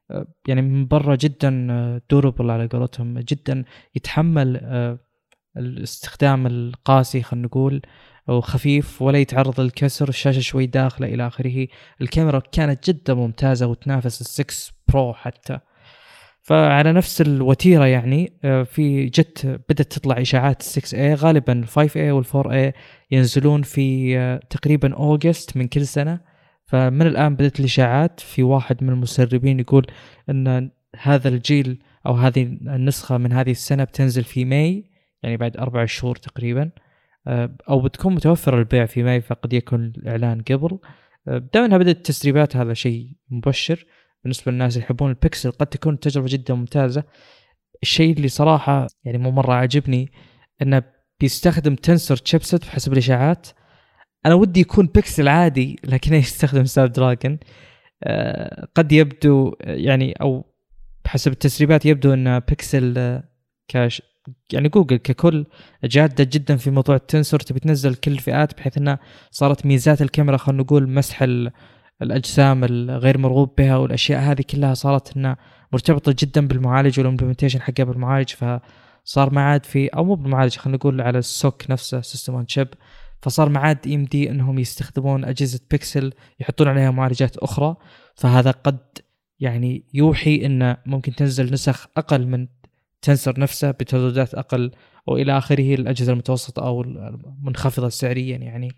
يعني من برا جدا دوربل على قولتهم، جدا يتحمل الاستخدام القاسي خلينا نقول، أو خفيف ولا يتعرض للكسر، الشاشة شوي داخلة إلى آخره. الكاميرا كانت جدا ممتازة وتنافس السكس برو حتى. فعلى نفس الوتيرة يعني في بدأت تطلع إشاعات 6A، غالبا 5A وال 4A ينزلون في تقريبا أوغست من كل سنة. فمن الآن بدأت الإشاعات، في واحد من المسربين يقول أن هذا الجيل أو هذه النسخة من هذه السنة بتنزل في ماي، يعني بعد 4 شهور تقريبا، أو بتكون متوفرة البيع في ماي، فقد يكون الإعلان قبل. دام أنها بدأت التسريبات هذا شيء مبشر بالنسبة للناس اللي يحبون البكسل، قد تكون تجربة جدا ممتازة. الشيء اللي صراحة يعني مو مرة عجبني أنه بيستخدم تنسر تشيبسيت بحسب الإشاعات. أنا ودي يكون بكسل عادي لكنه يستخدم سناب دراجون. قد يبدو يعني، أو بحسب التسريبات يبدو أن بكسل كاش يعني جوجل ككل جادة جدا في موضوع التنسر، تبي تنزل كل الفئات، بحيث أنها صارت ميزات الكاميرا خلينا نقول مسح الأجسام الغير مرغوب بها، والأشياء هذه كلها صارت أنها مرتبطة جدا بالمعالج والإمبلمنتيشن حقها بالمعالج. فصار ما عاد في، أو مو بالمعالج خلينا نقول على السوك نفسه سيستم اون شيب، فصار ما عاد يمدي أنهم يستخدمون أجهزة بيكسل يحطون عليها معالجات أخرى. فهذا قد يعني يوحي أنه ممكن تنزل نسخ أقل من تنسر نفسه بترددات أقل، وإلى آخره، الأجهزة المتوسطة أو المنخفضة سعريا يعني.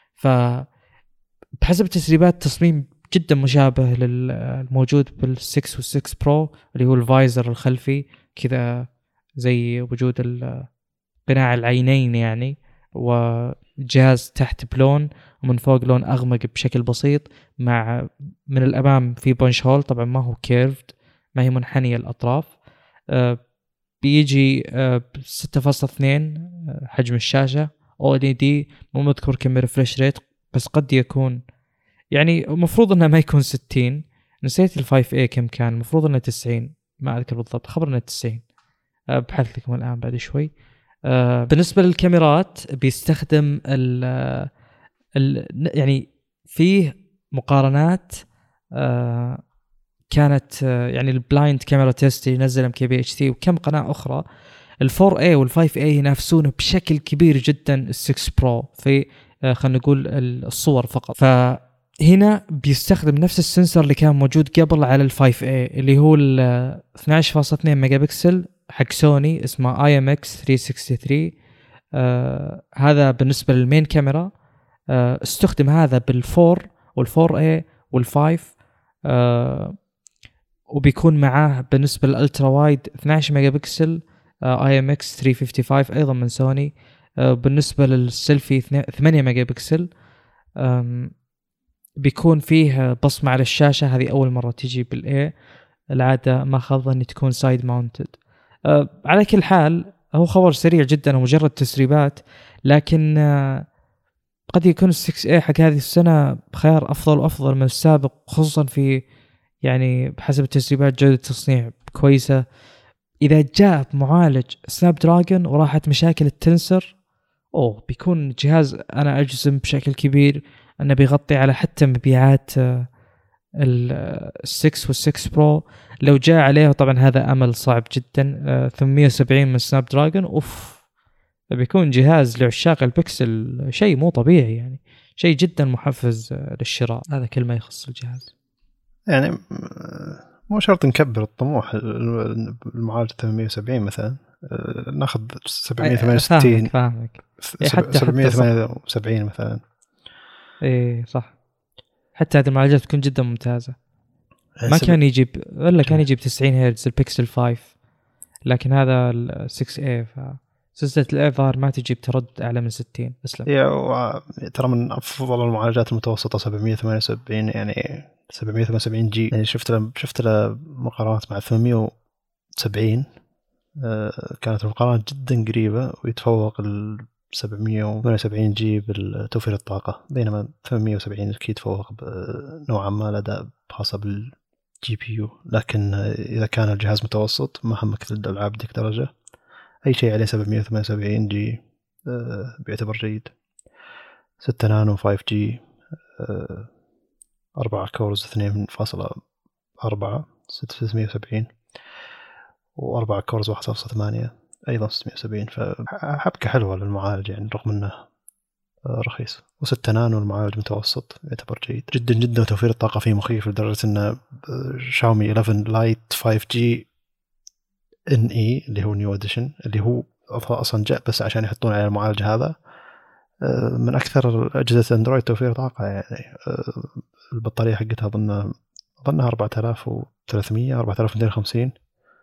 بحسب التسريبات تصميم جدا مشابه للموجود بال6 وال6 برو، اللي هو الفايزر الخلفي كذا زي وجود قناع العينين يعني، وجهاز تحت بلون ومن فوق لون أغمق بشكل بسيط، مع من الأمام في بونش هول، طبعا ما هو كيرفد، ما هي منحنية الأطراف. بيجي 6.2 حجم الشاشة OLED، مو مذكور كم ريفرش ريت، بس قد يكون يعني مفروض انه ما يكون 60. نسيت ال5A كم كان، مفروض انه 90، ما اذكر بالضبط، خبرنا 90. بحث لكم الان بعد شوي. بالنسبة للكاميرات بيستخدم يعني فيه مقارنات كانت يعني البلايند كاميرا تيست اللي نزل MKBHD وكم قناة أخرى. ال4A وال5A ينافسون بشكل كبير جدا ال6 برو في خلينا نقول الصور فقط. فهنا بيستخدم نفس السنسور اللي كان موجود قبل على ال5A، اللي هو ال 12.2 ميجا بكسل حق سوني، اسمه IMX363. هذا بالنسبة للمين كاميرا. استخدم هذا بال4 وال4A وال5. وبيكون معاه بالنسبة للألترا وايد 12 ميجا بكسل IMX355 أيضا من سوني. بالنسبة للسيلفي 8 ميجا بكسل. بيكون فيه بصمة على الشاشة، هذه أول مرة تيجي بالA، العادة ما خض أن تكون سايد ماونتد. على كل حال هو خبر سريع جدا ومجرد تسريبات، لكن قد يكون ال6A حق هذه السنة خيار أفضل وأفضل من السابق، خصوصا في يعني بحسب التسريبات جودة تصنيع كويسة. إذا جاء بمعالج سناب دراجون وراحت مشاكل التنسر، بيكون جهاز أنا أجزم بشكل كبير أنه بيغطي على حتى مبيعات ال6 وال6 برو لو جاء عليه. طبعا هذا أمل صعب جدا. 870 من سناب دراجون، بيكون جهاز لعشاق البكسل شيء مو طبيعي، يعني شيء جدا محفز للشراء. هذا كل ما يخص الجهاز. يعني مو شرط نكبر الطموح. المعالج 870 مثلا، ناخذ 768. فاهمك. حتى 778 مثلا. ايه صح، حتى هذه المعالجات تكون جدا ممتازة. ما كان يجيب ولا كان يجيب 90 هرتز البيكسل 5، لكن هذا ال 6A سلسلة الA ظهر ما تجيب ترد أعلى من 60. أسلم. ترى من أفضل المعالجات المتوسطة 778، يعني 778 جي. يعني شفت له مقارنات مع 870. كانت المقارنات جدا قريبة، ويتفوق ال 778 جي بالتوفير الطاقة، بينما 870 أكيد يتفوق نوعا ما الأداء خاصة بالجي بي يو. لكن إذا كان الجهاز متوسط ما همك الألعاب ديك درجة، أي شيء عليه 778 جي بيعتبر جيد. 6 نانو 5G، 4 كورز 2.4، 670 و4 كورز 1.8 أيضا 670. فحبكة حلوة للمعالج يعني رغم أنه رخيص. و6 نانو المعالج متوسط يعتبر جيد جدا جدا. وتوفير الطاقة فيه مخيف لدرجة أن شاومي 11 لايت 5G NE اللي هو نيو اديشن اللي هو أصلا جاء بس عشان يحطون على المعالج هذا من أكثر أجهزة أندرويد توفير طاقة يعني. البطارية حقتها أظنها 4300 4250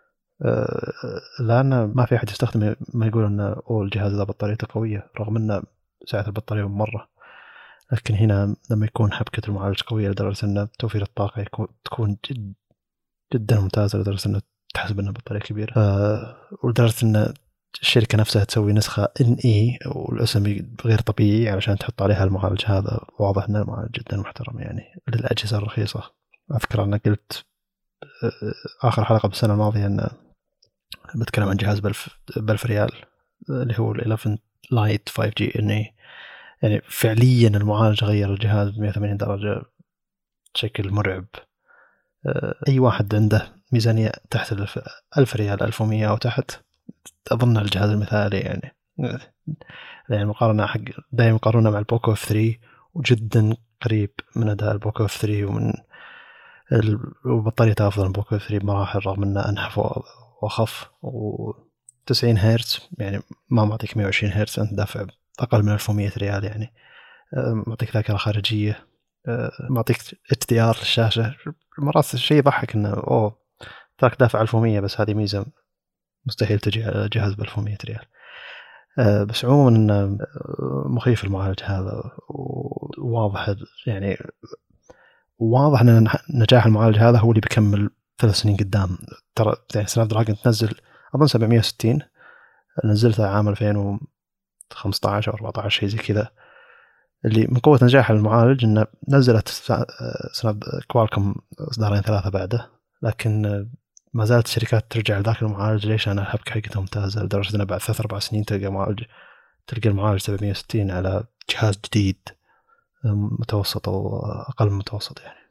لأن ما في أحد يستخدم ما يقول أن الجهاز ذا بطاريته قوية رغم أن سعة البطارية مرة. لكن هنا لما يكون حبكة المعالج قوية لدرجة أن توفير الطاقة تكون جدا ممتازة لدرجة أن تحسب أنها بطارية كبيرة. ولدرجة أن الشركة نفسها تسوي نسخة NE والاسم غير طبيعي علشان تحط عليها المعالج هذا. واضح أن المعالج جدا محترم يعني للأجهزة الرخيصة. أذكر أن قلت آخر حلقة بالسنة الماضية أن بتكلم عن جهاز ب1000 ريال اللي هو 11 لايت 5G NE. يعني فعليا المعالج غير الجهاز 180 درجة بشكل مرعب. أي واحد عنده ميزانية تحت 1000 ريال 1100 أو تحت أظن الجهاز المثالي يعني المقارنة حق دائما مقارنة مع البوكو F3 وجدا قريب من أداء البوكو F3 ومن وبطاريته أفضل من البوكو F3 بمراحل رغم أنه أنحف وأخف و90 هرتز يعني ما معطيك 120 هرتز. أنت دافع أقل من 1100 ريال يعني. معطيك ذاكرة خارجية معطيك HDR للشاشة. مرات الشيء يضحك إنه تراك دافع 1100 بس هذه ميزة مستحيل تجي على جهاز ب1100 ريال. بس عموما مخيف المعالج هذا. وواضح يعني واضح أن نجاح المعالج هذا هو اللي بيكمل 3 سنين قدام. ترى يعني سناب دراجون تنزل أظن 760 نزلتها عام 2015 أو 14 شيء زي كذا. اللي من قوة نجاح المعالج إنه نزلت سناب كوالكوم إصدارين 3 بعده. لكن ما زالت الشركات ترجع لذاك المعالج. ليش؟ أنا الحبكة حقتها ممتازة لدرجة أنه بعد 3-4 سنين تلقى المعالج 760 على جهاز جديد متوسط أو أقل من متوسط يعني.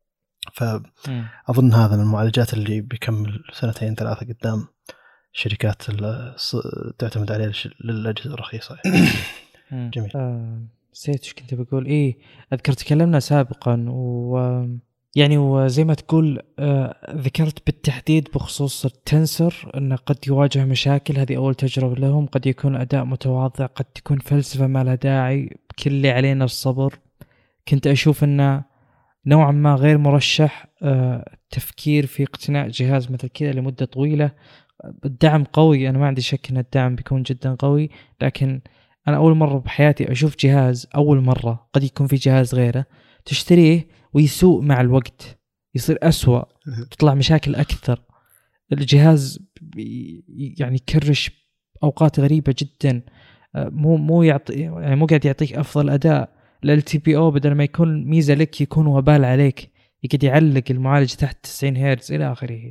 فأظن هذا من المعالجات اللي بيكمل 2-3 قدام الشركات تعتمد عليه للأجهزة الرخيصة يعني. جميل. نسيت ايش كنت بقول. أذكر تكلمنا سابقا يعني وزي ما تقول ذكرت بالتحديد بخصوص التنسر أنه قد يواجه مشاكل. هذه أول تجربة لهم. قد يكون أداء متواضع قد تكون فلسفة ما لها داعي. كل اللي علينا الصبر. كنت أشوف أنه نوعا ما غير مرشح التفكير في اقتناء جهاز مثل كذا لمدة طويلة. الدعم قوي. أنا ما عندي شك أن الدعم بيكون جدا قوي. لكن أنا أول مرة بحياتي أشوف جهاز أول مرة. قد يكون في جهاز غيره تشتريه ويسوء مع الوقت يصير أسوأ تطلع مشاكل أكثر. الجهاز يعني يكرش أوقات غريبة جدا. مو يعطي يعني مو قاعد يعطيك أفضل أداء. الLTPO بدل ما يكون ميزة لك يكون وبال عليك. يقعد يعلق المعالج تحت 90 هرتز إلى آخره.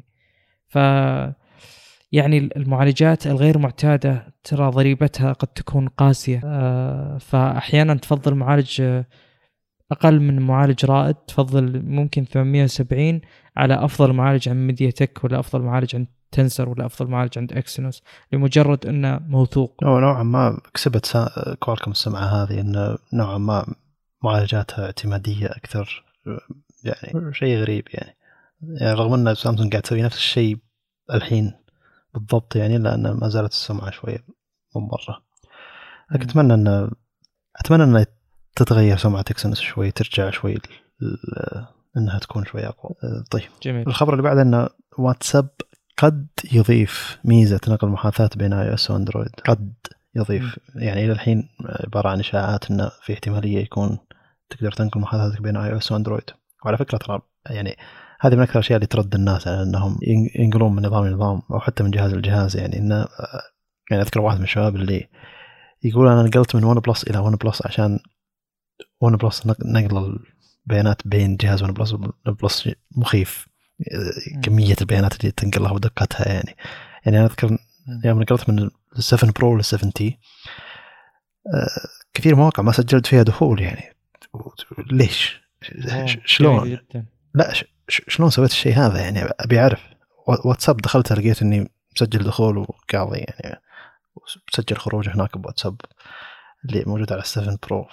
يعني المعالجات الغير معتادة ترى ضريبتها قد تكون قاسية. فأحيانا تفضل معالج أقل من معالج رائد. تفضل ممكن 870 على أفضل معالج عند ميدياتك ولا أفضل معالج عند تنسر ولا أفضل معالج عند إكسينوس لمجرد أنه موثوق. نوعا ما كسبت كوالكوم السمعة هذه أنه نوعا ما معالجاتها اعتمادية أكثر. يعني شيء غريب يعني رغم أن سامسونج قاعد تسوي نفس الشيء الحين بالضبط يعني لأن ما زالت السمعة شوية من مرة. لكن أتمنى أن تتغير سمعة إكسينوس شوي ترجع شوي أنها تكون شوي أقوى. طيب جميل. الخبر اللي بعده أن واتساب قد يضيف ميزة نقل محادثات بين iOS وأندرويد. قد يضيف يعني إلى الحين عبارة عن إشاعات أنه في احتمالية يكون تقدر تنقل محادثاتك بين iOS وأندرويد. وعلى فكرة ترى يعني هذه من أكثر الأشياء اللي ترد الناس على أنهم ينقلون من نظام لنظام أو حتى من جهاز لجهاز. يعني إنه يعني أذكر واحد من الشباب اللي يقول أنا نقلت من ون بلس إلى ون بلس عشان ون بلس نقل البيانات بين جهاز ون بلس مخيف. كمية البيانات اللي تنقلها ودقتها يعني أنا أذكر يوم نقلت من 7 برو ل 7T كثير مواقع ما سجلت فيها دخول يعني ليش شلون؟ لا شلون سويت الشيء هذا يعني ابي اعرف. واتساب دخلت لقيت اني مسجل دخول وقاضي يعني مسجل خروج هناك بواتساب اللي موجود على 7 برو.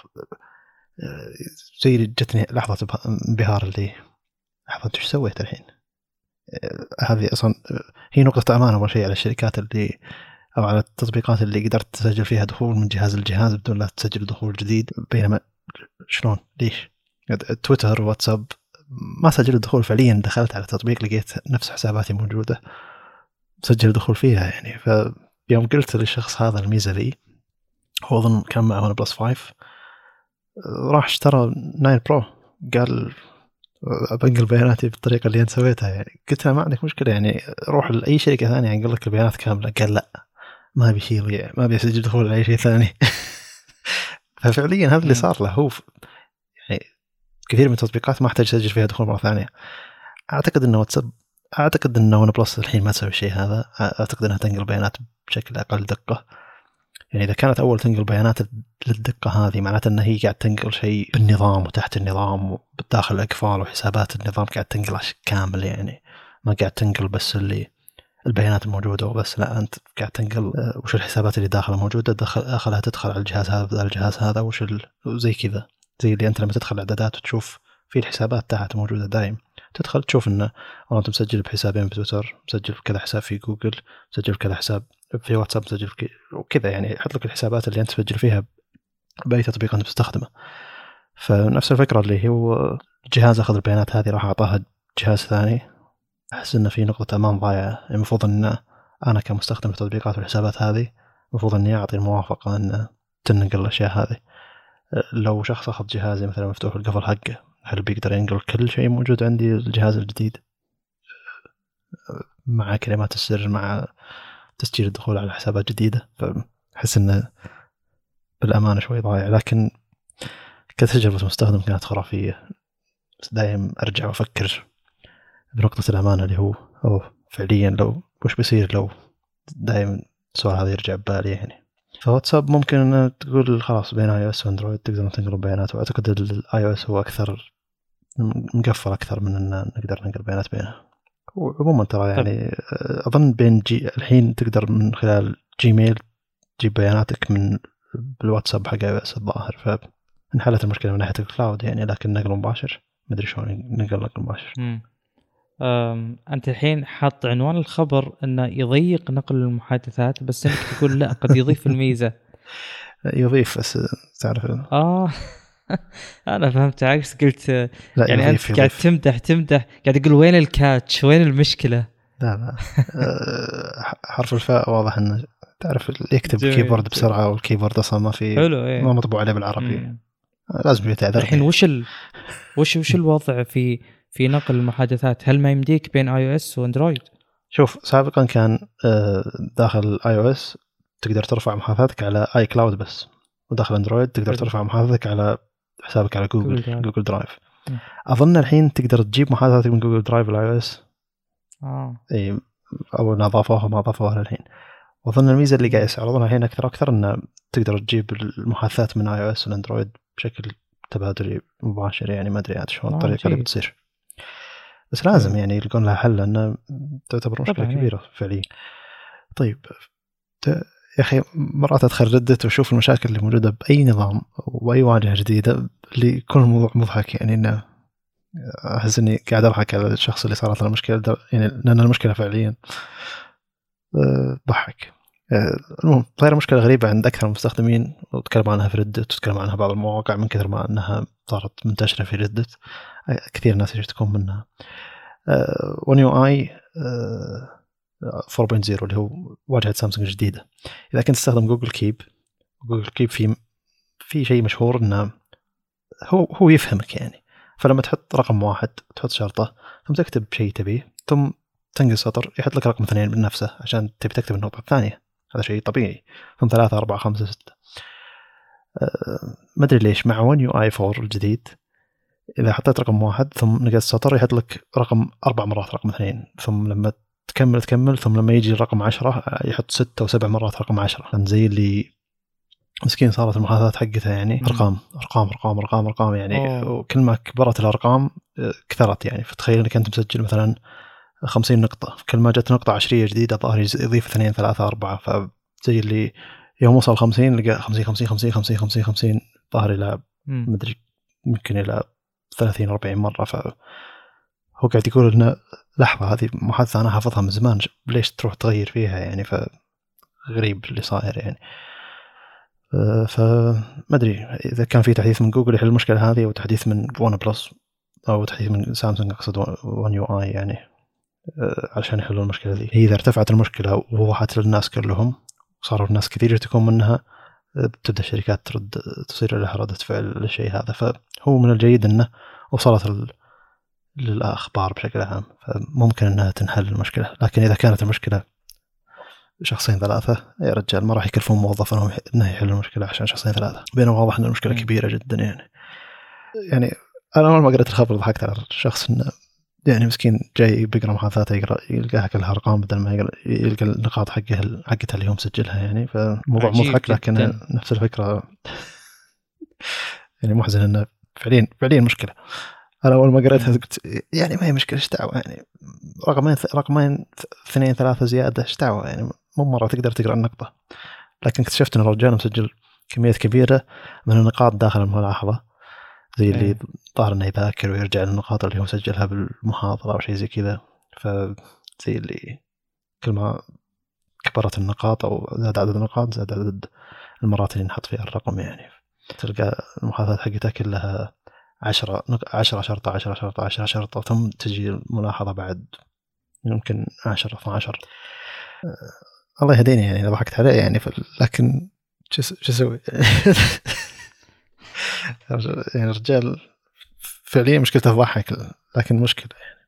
زي جتني لحظة انبهار اللي لحظة ايش سويت الحين. هذه اصلا هي نقطة امان اول شيء على الشركات اللي او على التطبيقات اللي قدرت تسجل فيها دخول من جهاز لجهاز بدون لا تسجل دخول جديد. بينما شلون ليش تويتر واتساب ما سجل الدخول فعليا، دخلت على التطبيق لقيت نفس حساباتي موجودة سجل دخول فيها يعني. فيوم قلت للشخص هذا الميزة لي هو أظن كان معه ون بلس 5 راح اشترى 9 برو قال بنقل بياناتي بالطريقة اللي أنت سويتها يعني. قلت له ما عندك مشكلة يعني روح لأي شركة ثانية يعني ينقل لك البيانات كاملة. قال لا ما أبي شيء يضيع ما أبي أسجل دخول على أي شيء ثاني. ففعليا هذا اللي صار له هو يعني كثير من التطبيقات ما احتاج تسجل فيها دخول مرة ثانية. أعتقد أنه واتساب أعتقد أنه ون بلس الحين ما تسوي الشيء هذا. أعتقد أنها تنقل بيانات بشكل أقل دقة يعني. إذا كانت أول تنقل بيانات للدقة هذه معناته أنها هي قاعد تنقل شيء بالنظام وتحت النظام وبداخل الأقفال وحسابات النظام قاعد تنقل كامل يعني. ما قاعد تنقل بس اللي البيانات الموجودة وبس، لا أنت قاعد تنقل وش الحسابات اللي داخلها موجودة داخلها تدخل على الجهاز هذا بدل الجهاز هذا وش زي كذا. زي اللي أنت لما تدخل الإعدادات وتشوف في الحسابات تحت موجودة دايم تدخل تشوف إنه أنت مسجل بحسابين بتويتر مسجل بكذا حساب في جوجل مسجل بكذا حساب في واتساب مسجل وكذا يعني يحط لك الحسابات اللي أنت تسجل فيها بأي تطبيق أنت بتستخدمه. فنفس الفكرة اللي هو الجهاز أخذ البيانات هذه راح أعطاها جهاز ثاني. أحس إنه في نقطة أمان ضايعة. المفروض إن أنا كمستخدم التطبيقات والحسابات هذه المفروض إني أعطي الموافقة إن تنقل الأشياء هذه. لو شخص أخذ جهازي مثلا مفتوح القفل حقه هل بيقدر ينقل كل شيء موجود عندي الجهاز الجديد مع كلمات السر مع تسجيل الدخول على حسابات جديدة؟ فأحس إنه بالأمانة شوي ضايع. لكن كتجربة مستخدم كانت خرافية. دائما أرجع وأفكر بنقطة الأمانة اللي هو فعليا لو وش بيصير لو دائما السؤال هذا يرجع ببالي يعني. فواتساب ممكن أن تقول خلاص بين iOS وأندرويد تقدر تنقل بيانات. وأعتقد iOS هو أكثر مقفل أكثر من أن نقدر ننقل بيانات بينه. وعموما ترى يعني أظن بين الحين تقدر من خلال جيميل تجيب بياناتك من بالواتساب حق iOS الظاهر. فانحلت المشكلة من ناحية الكلاود يعني. لكن نقل مباشر مدري شلون نقل مباشر. أنت الحين حاط عنوان الخبر أنه يضيق نقل المحادثات بس أنك تقول لا قد يضيف الميزة. يضيف بس تعرف أنا فهمت عكس قلت يعني يضيف أنت قاعد تمدح قاعد تقول وين الكاتش وين المشكلة. لا حرف الفاء واضح أنه تعرف اللي يكتب كيبورد بسرعة والكيبورد أصلا ما في ما مطبوع عليه بالعربي لازم يتعذر. الحين وش الوضع في نقل المحادثات؟ هل ما يمديك بين iOS واندرويد؟ شوف سابقا كان داخل iOS تقدر ترفع محادثاتك على اي كلاود بس، وداخل اندرويد تقدر ترفع محادثاتك على حسابك على جوجل درايف. اظن الحين تقدر تجيب محادثاتك من جوجل درايف الاي او اس. اي او اضافوها ما اضافوها الحين. واظن الميزه اللي قاعد يعرضونها الحين اكثر انه تقدر تجيب المحادثات من اي او اس والاندرويد بشكل تبادلي مباشر يعني. ما ادري عاد شلون الطريقه اللي بتصير بس لازم يعني يلقون لها حل لأنه تعتبر مشكلة كبيرة فعليا. طيب يا أخي مرات أدخل ردت وأشوف المشاكل اللي موجودة بأي نظام وأي واجهة جديدة اللي يكون الموضوع مضحك يعني. إنه أحس إني قاعد أضحك على الشخص اللي صارت له المشكلة يعني لأن المشكلة فعليا ضحك. المهم صايرة مشكلة غريبة عند أكثر المستخدمين وتكلم عنها في ردت وتتكلم عنها بعض المواقع من كثر ما أنها صارت منتشرة في ردت كثير ناس يشتكون منها. One UI 4.0 اللي هو واجهة سامسونج الجديدة. إذا كنت تستخدم جوجل كيب في شيء مشهور إنه هو يفهمك يعني. فلما تحط رقم 1 تحط شرطة ثم تكتب شيء تبيه ثم تنقل سطر يحط لك رقم 2 من نفسه عشان تبي تكتب النقطة الثانية. هذا شيء طبيعي. ثم 3 4 5 6 ما أدري ليش مع One UI 4 الجديد إذا حطيت رقم 1 ثم نقلت سطر يحط لك رقم 4 مرات رقم 2 ثم لما تكمل ثم لما يجي الرقم 10 يحط 6 و7 مرات رقم 10. زي اللي مسكين صارت المحادثات حقتها يعني أرقام يعني. وكل ما كبرت الأرقام كثرت يعني. فتخيل انك انت مسجل مثلا 50 نقطة، كل ما جت نقطة عشرية جديدة ظهر يضيف 2 3 4، فزي اللي يوم وصل 50 لقى 50 50 50 50 50 50 ظهر إلى مدري يمكن إلى 30 40 مرة. فهو قاعد يقول إنه لحظة، هذه محادثة أنا حافظها من زمان، ليش تروح تغير فيها يعني؟ فغريب اللي صاير يعني. فما أدري إذا كان في تحديث من جوجل يحل المشكلة هذه، أو تحديث من ون بلس، أو تحديث من سامسونج أقصد ون يو آي يعني، علشان يحلوا المشكلة ذي. هي إذا ارتفعت المشكلة ووضحت للناس كلهم، صاروا الناس كثير يشتكون منها، تبدأ الشركات تصير لها ردة فعل للشيء هذا. فهو من الجيد أنه وصلت للأخبار بشكل عام، فممكن أنها تنحل المشكلة. لكن إذا كانت المشكلة شخصين ثلاثة، يا رجال ما راح يكلفون موظف أنه يحل المشكلة عشان شخصين ثلاثة، بينما واضح أن المشكلة كبيرة جدا يعني أنا أول ما قرأت الخبر ضحكت على الشخص، إنه يعني مسكين جاي بيقرأ محادثاته يلقاها كلها أرقام بدل ما يلقى النقاط حقتها اللي هو مسجلها يعني. فالموضوع مضحك، لكن نفس الفكرة يعني محزن إنه فعليا مشكلة. أنا أول ما قرأتها قلت يعني ما هي مشكلة، إيش دعوة يعني، رقمين 2 3 زيادة إيش دعوة يعني، مو مرة تقدر تقرأ النقطة. لكن اكتشفت إن الرجال مسجل كمية كبيرة من النقاط داخل الملاحظة، زي اللي ظهر إنه يذاكر ويرجع للنقاط اللي هو سجلها بالمحاضرة أو شيء زي كذا. فزي اللي كل ما كبرت النقاط أو زاد عدد النقاط زاد عدد المرات اللي نحط فيها الرقم يعني. تلقى المحادثات حقتها كلها 10 شرطة 10 شرطة 10 شرطة، ثم تجي الملاحظة بعد يمكن 10 12. الله يهديني يعني، أنا ضحكت عليه يعني. لكن شو أسوي يعني الرجال فعليا مشكلته تضحك، لكن مشكلة يعني.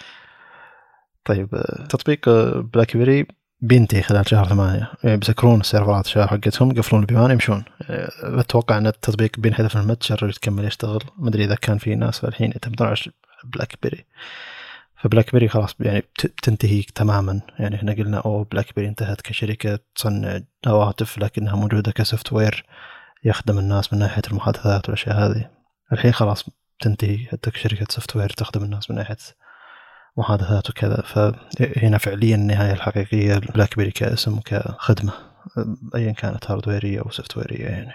طيب تطبيق بلاك بيري بينتهي خلال شهر 8 يعني، بيسكرون السيرفرات الشهر حقتهم، يقفلون البيبان يمشون. لا أتوقع أن التطبيق بينحذف من المتجر يتكمل يشتغل. ما أدري إذا كان في ناس الحين يتبدون على بلاك بيري. فبلاك بيري خلاص يعني تنتهي تماما يعني. احنا قلنا بلاك بيري انتهت كشركة تصنع هواتف، لكنها موجودة كسوفت وير يخدم الناس من ناحية المحادثات والأشياء هذه. الحين خلاص تنتهي حتى كشركة سوفت وير تخدم الناس من ناحية محادثات وكذا. فهنا فعليا النهاية الحقيقية بلاك بيري كاسم وكخدمة، أيا كانت هاردويرية أو سوفت ويرية يعني.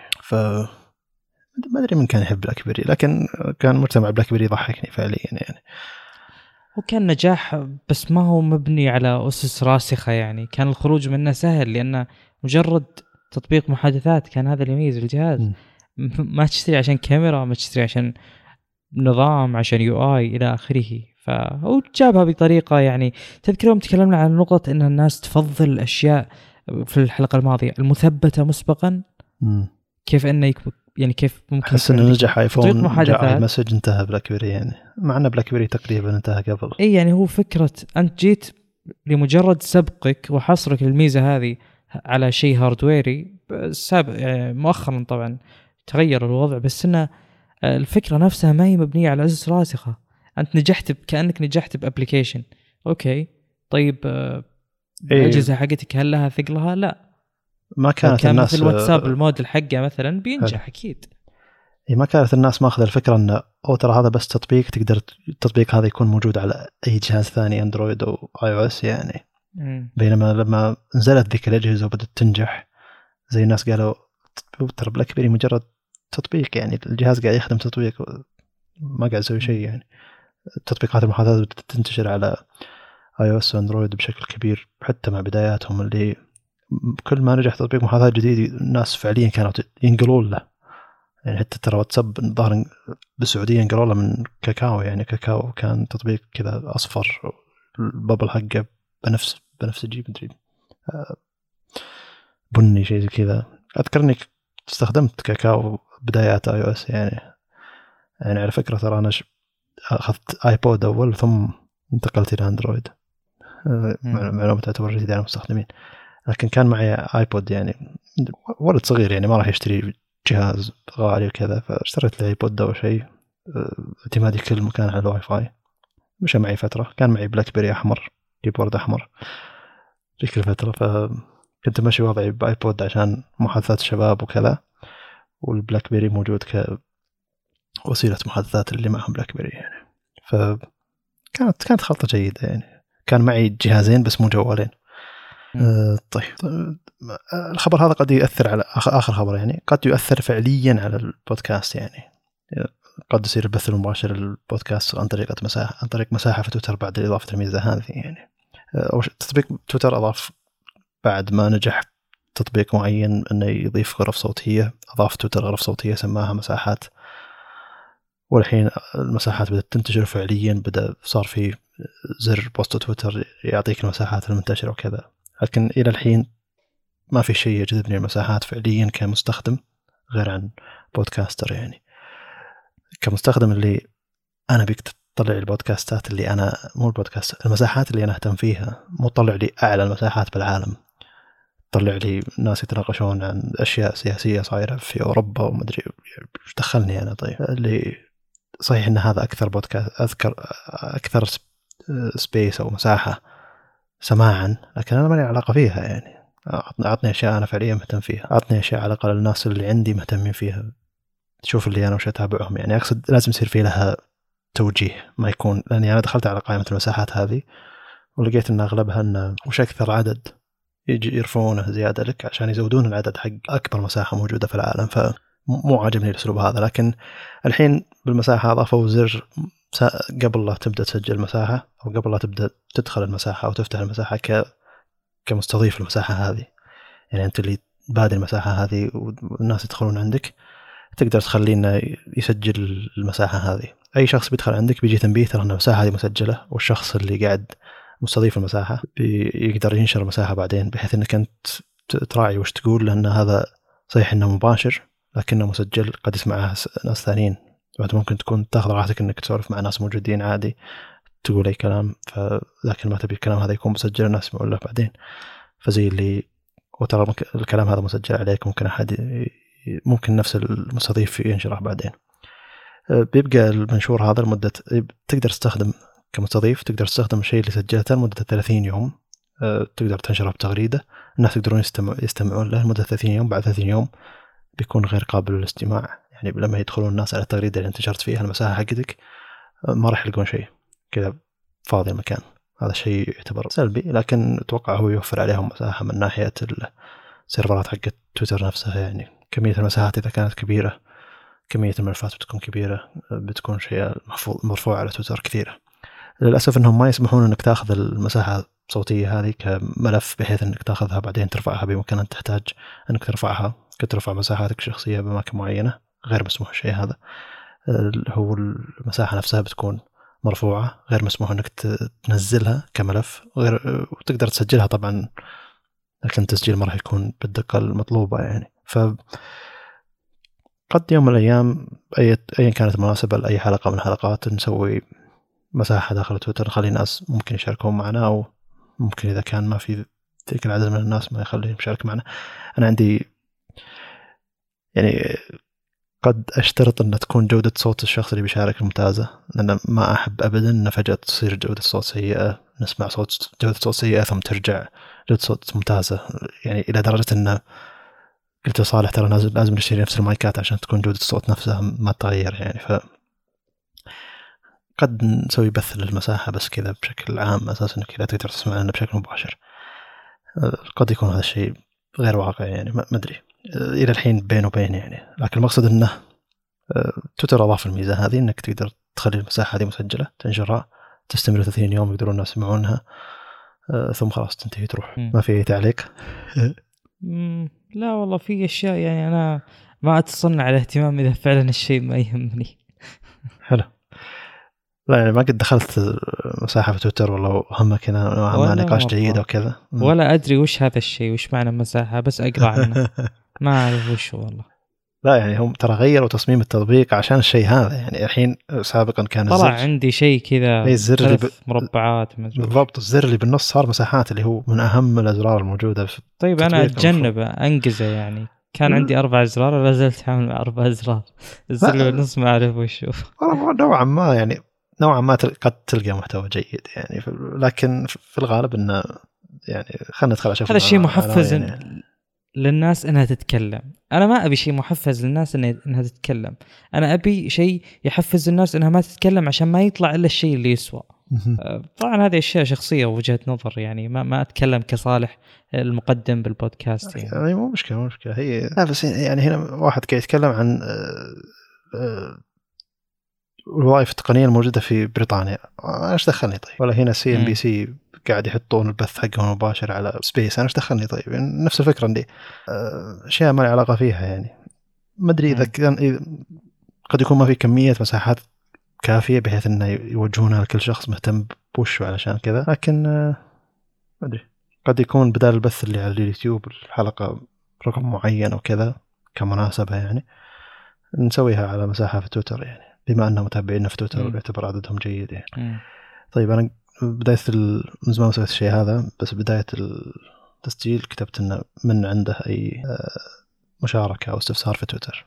ما أدري من كان يحب بلاك بيري، لكن كان مجتمع بلاك بيري ضحكني فعليا يعني. وكان نجاح بس ما هو مبني على أسس راسخة يعني. كان الخروج منه سهل لأنه مجرد تطبيق محادثات، كان هذا اللي يميز الجهاز. ما تشتري عشان كاميرا، ما تشتري عشان نظام، عشان يو آي إلى آخره. فهو جابها بطريقة يعني. تذكر يوم تكلمنا عن نقطة أن الناس تفضل الأشياء في الحلقة الماضية المثبتة مسبقا. كيف أنه يعني كيف ممكن أحس أنه نجح آيفون جاء مسج انتهى بلاك بيري يعني، مع أن بلاك بيري تقريبا انتهى قبل. إيه يعني هو فكرة أنت جيت لمجرد سبقك وحصرك الميزة هذه على شيء هاردويري سابق يعني. مؤخرا طبعا تغير الوضع، بس إنه الفكرة نفسها ما هي مبنية على أساس راسخة. أنت نجحت كأنك نجحت بأبليكيشن، أوكي طيب الأجهزة حقتك هل لها ثقلها؟ لا، ما كانت الناس مثل واتساب الموديل حقه مثلا بينجح أكيد. ما كانت الناس ماخذ الفكرة أنه ترى هذا بس تطبيق، تقدر التطبيق هذا يكون موجود على أي جهاز ثاني أندرويد أو iOS يعني. بينما لما نزلت ذيك الأجهزة وبدأت تنجح، زي الناس قالوا ترى بلاك بيري مجرد تطبيق يعني، الجهاز قاعد يخدم تطبيق ما قاعد يسوي شيء يعني. تطبيقات المحادثات بدأت تنتشر على iOS وأندرويد بشكل كبير، حتى مع بداياتهم اللي كل ما نجح تطبيق محادثات جديد الناس فعليا كانوا ينقلون له يعني. حتى ترى واتساب ظهر بالسعودية ينقلوا له من كاكاو يعني. كاكاو كان تطبيق كذا أصفر، البابل حقه بنفسجي مدري بني شيء زي كذا. أذكر إني استخدمت كاكاو بدايات iOS يعني على فكرة ترى أنا أخذت آيبود أول ثم انتقلت إلى أندرويد. معلومة تعتبر جديدة على المستخدمين، لكن كان معي آيبود يعني ولد صغير يعني ما راح يشتري جهاز غالي وكذا، فاشتريت لي آيبود أو شيء اعتمادي كل مكان على الواي فاي. مشى معي فترة، كان معي بلاك بيري أحمر كيبورد أحمر ذيك الفترة، فكنت ماشي وضعي بآيبود عشان محادثات الشباب وكذا، والبلاك بيري موجود كوسيلة محادثات اللي معهم بلاك بيري يعني. فكانت خلطة جيدة يعني. كان معي جهازين بس مو جوالين. طيب الخبر هذا قد يؤثر على آخر خبر يعني، قد يؤثر فعليا على البودكاست يعني. قد يصير البث المباشر للبودكاست عن طريق مساحة في تويتر بعد إضافة الميزة هذه يعني. تطبيق تويتر أضاف بعد ما نجح تطبيق معين أنه يضيف غرف صوتية، أضاف تويتر غرف صوتية سماها مساحات، والحين المساحات بدأت تنتشر فعليا. بدأ صار في زر بوست تويتر يعطيك المساحات المنتشرة وكذا، لكن إلى الحين ما في شيء يجذبني المساحات فعليا كمستخدم غير عن بودكاستر يعني. كمستخدم اللي أنا بيك تطلع البودكاستات اللي أنا مو البودكاست، المساحات اللي أنا أهتم فيها، مو تطلع لي أعلى المساحات بالعالم، طلع لي ناس يتناقشون عن أشياء سياسية صايرة في أوروبا ومدري إيش دخلني أنا. طيب اللي صحيح إن هذا أكثر بودكاست أكثر سبيس أو مساحة سماعا، لكن أنا ما لي علاقة فيها يعني. أعطني أشياء أنا فعليا مهتم فيها، أعطني أشياء على الأقل الناس اللي عندي مهتمين فيها، تشوف اللي أنا وش أتابعهم يعني. أقصد لازم يصير في لها توجيه، ما يكون لأني أنا دخلت على قائمة المساحات هذه ولقيت أن أغلبها أن وش أكثر عدد يجي يرفعونه زيادة لك عشان يزودون العدد حق أكبر مساحة موجودة في العالم. فمو عاجبني الأسلوب هذا. لكن الحين بالمساحة أضافوا زر قبل لا تبدأ تسجل مساحة أو قبل لا تبدأ تدخل المساحة أو تفتح المساحة كمستضيف المساحة هذه يعني. أنت اللي بادي المساحة هذه والناس يدخلون عندك، تقدر تخلينا يسجل المساحة هذه. أي شخص بيدخل عندك بيجي تنبيه ترى أن المساحة هذه مسجلة، والشخص اللي قاعد مستضيف المساحة يقدر ينشر المساحة بعدين، بحيث أنك أنت تراعي وش تقول، لأن هذا صحيح أنه مباشر لكنه مسجل، قد يسمعها ناس ثانيين بعد. ممكن تكون تاخذ راحتك أنك تسولف مع ناس موجودين عادي، تقول أي كلام، لكن ما تبي الكلام هذا يكون مسجل الناس يسمعون له بعدين. فزي اللي وترى الكلام هذا مسجل عليك، ممكن نفس المستضيف ينشره بعدين. بيبقى المنشور هذا لمدة، تقدر تستخدم كمستضيف، تقدر تستخدم الشيء اللي سجلته لمدة 30 يوم. تقدر تنشره بتغريدة، الناس يقدرون يستمعون له لمدة 30 يوم. بعد 30 يوم بيكون غير قابل للاستماع يعني. لما يدخلون الناس على التغريدة اللي انتشرت فيها المساحة حقتك ما راح يلقون شيء، كذا فاضي المكان. هذا الشيء يعتبر سلبي، لكن أتوقع هو يوفر عليهم مساحة من ناحية السيرفرات حقت تويتر نفسها يعني. كمية المساحات إذا كانت كبيرة، كمية الملفات بتكون كبيرة، بتكون شيء مرفوع على تويتر كثيرة. للأسف أنهم ما يسمحون أنك تأخذ المساحة الصوتية هذه كملف بحيث أنك تأخذها بعدين ترفعها بمكان تحتاج أنك ترفعها، كترفع مساحاتك الشخصية بأماكن معينة. غير مسموح الشيء هذا. هو المساحة نفسها بتكون مرفوعة، غير مسموح أنك تنزلها كملف، وتقدر تسجلها طبعا، لكن التسجيل ما راح يكون بالدقة المطلوبة يعني. قد يوم من الأيام أي كانت مناسبة لأي حلقة من الحلقات نسوي مساحة داخل تويتر، نخلي ناس ممكن يشاركون معنا، أو ممكن إذا كان ما في ذيك العدد من الناس ما يخليهم يشارك معنا. أنا عندي يعني قد أشترط أن تكون جودة صوت الشخص اللي بيشارك ممتازة، لأن ما أحب أبدا أن فجأة تصير جودة صوت سيئة، نسمع جودة صوت سيئة ثم ترجع جودة صوت ممتازة يعني، إلى درجة أن قلت صالح ترى لازم نشتري نفس المايكات عشان تكون جودة الصوت نفسها ما تتغير يعني. قد نسوي بث للمساحة بس كذا بشكل عام، أساس أنك إذا تقدر تسمع لنا بشكل مباشر. قد يكون هذا الشيء غير واقعي يعني، ما أدري إلى الحين بين وبين يعني. لكن المقصد أنه تويتر أضاف الميزة هذه أنك تقدر تخلي المساحة هذه مسجلة، تنشرها، تستمر 30 يوم يقدرون الناس يسمعونها، ثم خلاص تنتهي تروح. ما في تعليق؟ لا والله في أشياء يعني أنا ما أتصنع على اهتمام إذا فعلا الشيء ما يهمني. حلو. لا يعني ما قد دخلت مساحة في تويتر والله همك هنا مع نقاش جيد وكذا، ولا أدري وش هذا الشيء، وش معنى مساحة، بس أقرأ عنه ما أعرف وش والله. لا يعني هم ترى غيروا تصميم التطبيق عشان الشيء هذا يعني. الحين سابقا كان طلع عندي شيء كذا 3 مربعات بالضبط، الزر اللي بالنص صار مساحات، اللي هو من أهم الأزرار الموجودة في طيب أنا أتجنبه أنجزه يعني. كان عندي 4 أزرار ولا زلت عامل 4 أزرار، الزر اللي بالنص ما أعرف وش هو. نوعا ما يعني نوعا ما قد تلقى محتوى جيد يعني، لكن في الغالب إنه يعني خلنا ندخل أشوف هذا الشيء محفز يعني. للناس انها تتكلم. انا ما ابي شيء محفز للناس انها تتكلم، انا ابي شيء يحفز الناس انها ما تتكلم عشان ما يطلع الا الشيء اللي يسوى. طبعا هذه اشياء شخصيه ووجهه نظر، يعني ما اتكلم كصالح المقدم بالبودكاست يعني مو مشكله هي. لا بس يعني هنا واحد قاعد يتكلم عن الوظائف التقنيه الموجوده في بريطانيا، ايش دخلني طيب؟ ولا هنا CNBC قاعد يحطون البث حقهم مباشر على سبيس، انا ايش دخلني طيب؟ يعني نفس الفكره عندي، اشياء ما لي علاقه فيها. يعني ما ادري اذا كان قد يكون ما في كميه مساحات كافيه بحيث انه يوجهونها لكل شخص مهتم بوشه علشان كذا، لكن ما ادري قد يكون بدال البث اللي على اليوتيوب الحلقه رقم معين او كذا كمناسبه، يعني نسويها على مساحه في تويتر، يعني بما أنهم متابعين في تويتر ويعتبر عددهم جيد يعني. طيب أنا بداية من زمان سويت الشيء هذا، بس بداية التسجيل كتبت إنه من عنده أي مشاركة أو استفسار في تويتر.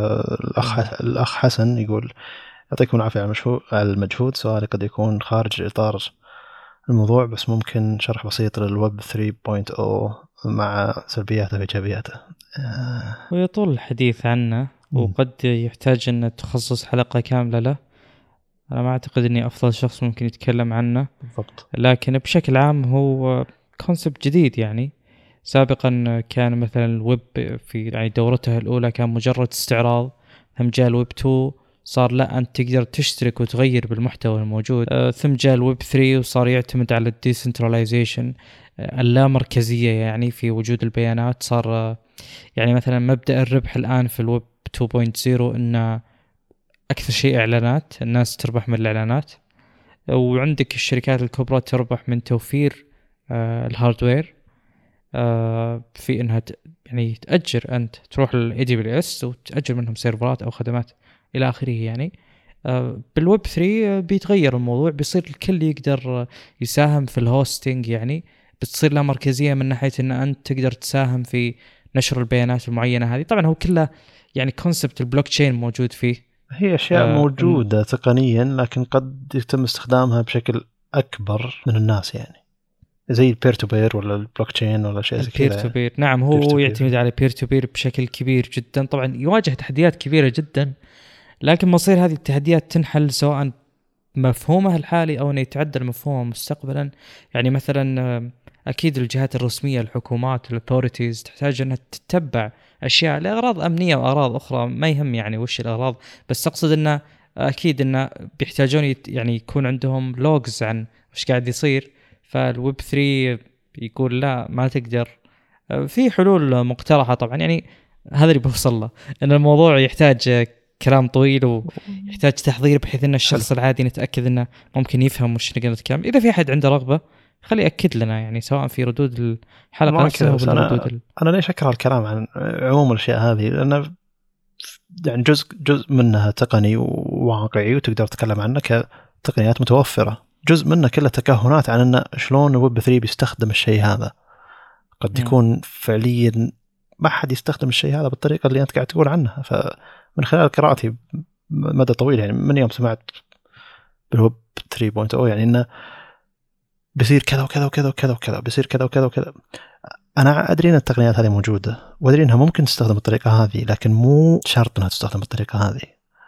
فالأخ حسن يقول يعطيكم العافية على المجهود، سؤالي قد يكون خارج إطار الموضوع، بس ممكن شرح بسيط للويب 3.0 مع سلبياته وإيجابياته. ويطول الحديث عنه وقد يحتاج أن تخصص حلقة كاملة له. أنا ما أعتقد أني أفضل شخص ممكن يتكلم عنه بالضبط، لكن بشكل عام هو كونسبت جديد. يعني سابقا كان مثلا الويب في يعني دورته الأولى كان مجرد استعراض، ثم جاء الويب 2 صار لا أنت تقدر تشترك وتغير بالمحتوى الموجود، ثم جاء الويب 3 وصار يعتمد على الديسنتراليزيشن، اللامركزية يعني في وجود البيانات. صار يعني مثلا مبدأ الربح الآن في الويب 2.0 إن أكثر شيء إعلانات، الناس تربح من الإعلانات، وعندك الشركات الكبرى تربح من توفير الهاردوير، في إنها يعني تأجر، أنت تروح للAWS وتأجر منهم سيرفرات أو خدمات إلى آخره. يعني بالويب 3 بيتغير الموضوع، بيصير الكل يقدر يساهم في الهوستينج، يعني بتصير لا مركزية من ناحية إن أنت تقدر تساهم في نشر البيانات المعينة هذه. طبعا هو كله يعني كونسبت البلوك تشين موجود فيه، هي أشياء موجودة تقنيا، لكن قد يتم استخدامها بشكل أكبر من الناس، يعني زي البير تو بير ولا البلوك تشين ولا شيء زي كذا. البير تو بير نعم، هو يعتمد على بير تو بير بشكل كبير جدا. طبعا يواجه تحديات كبيرة جدا، لكن مصير هذه التحديات تنحل سواء مفهومها الحالي أو أن يتعدل مفهومه مستقبلا. يعني مثلا أكيد الجهات الرسمية، الحكومات، الأوثوريتيز تحتاج أنها تتبع أشياء لأغراض أمنية وأغراض أخرى، ما يهم يعني وش الأغراض، بس أقصد أنه أكيد أنه بيحتاجون يعني يكون عندهم لوجز عن وش قاعد يصير. فالويب 3 يقول لا ما تقدر. في حلول مقترحة طبعا، يعني هذا اللي بوصل له، أن الموضوع يحتاج كلام طويل ويحتاج تحضير بحيث أن الشخص العادي نتأكد أنه ممكن يفهم وش نقدر نتكلم. إذا في أحد عنده رغبة خلي يأكد لنا، يعني سواء في ردود الحلقة نفسها ولا ردود أنا ليش أكره الكلام عن عموم الأشياء هذه؟ لأن يعني جزء منها تقني وواقعي وتقدر تتكلم عنه كتقنيات متوفرة، جزء منه كله تكهنات عن أنه شلون الويب 3 بيستخدم الشيء هذا. قد يكون فعليا ما حد يستخدم الشيء هذا بالطريقة اللي أنت قاعد تقول عنها. فمن خلال قراءتي مدى طويل، يعني من يوم سمعت بالويب 3.0 يعني إنه بيصير كذا وكذا وكذا وكذا وكذا، بيصير كذا وكذا وكذا. أنا أدري أن التقنيات هذه موجودة وأدري أنها ممكن تستخدم بالطريقة هذه، لكن مو شرط أنها تستخدم بالطريقة هذه.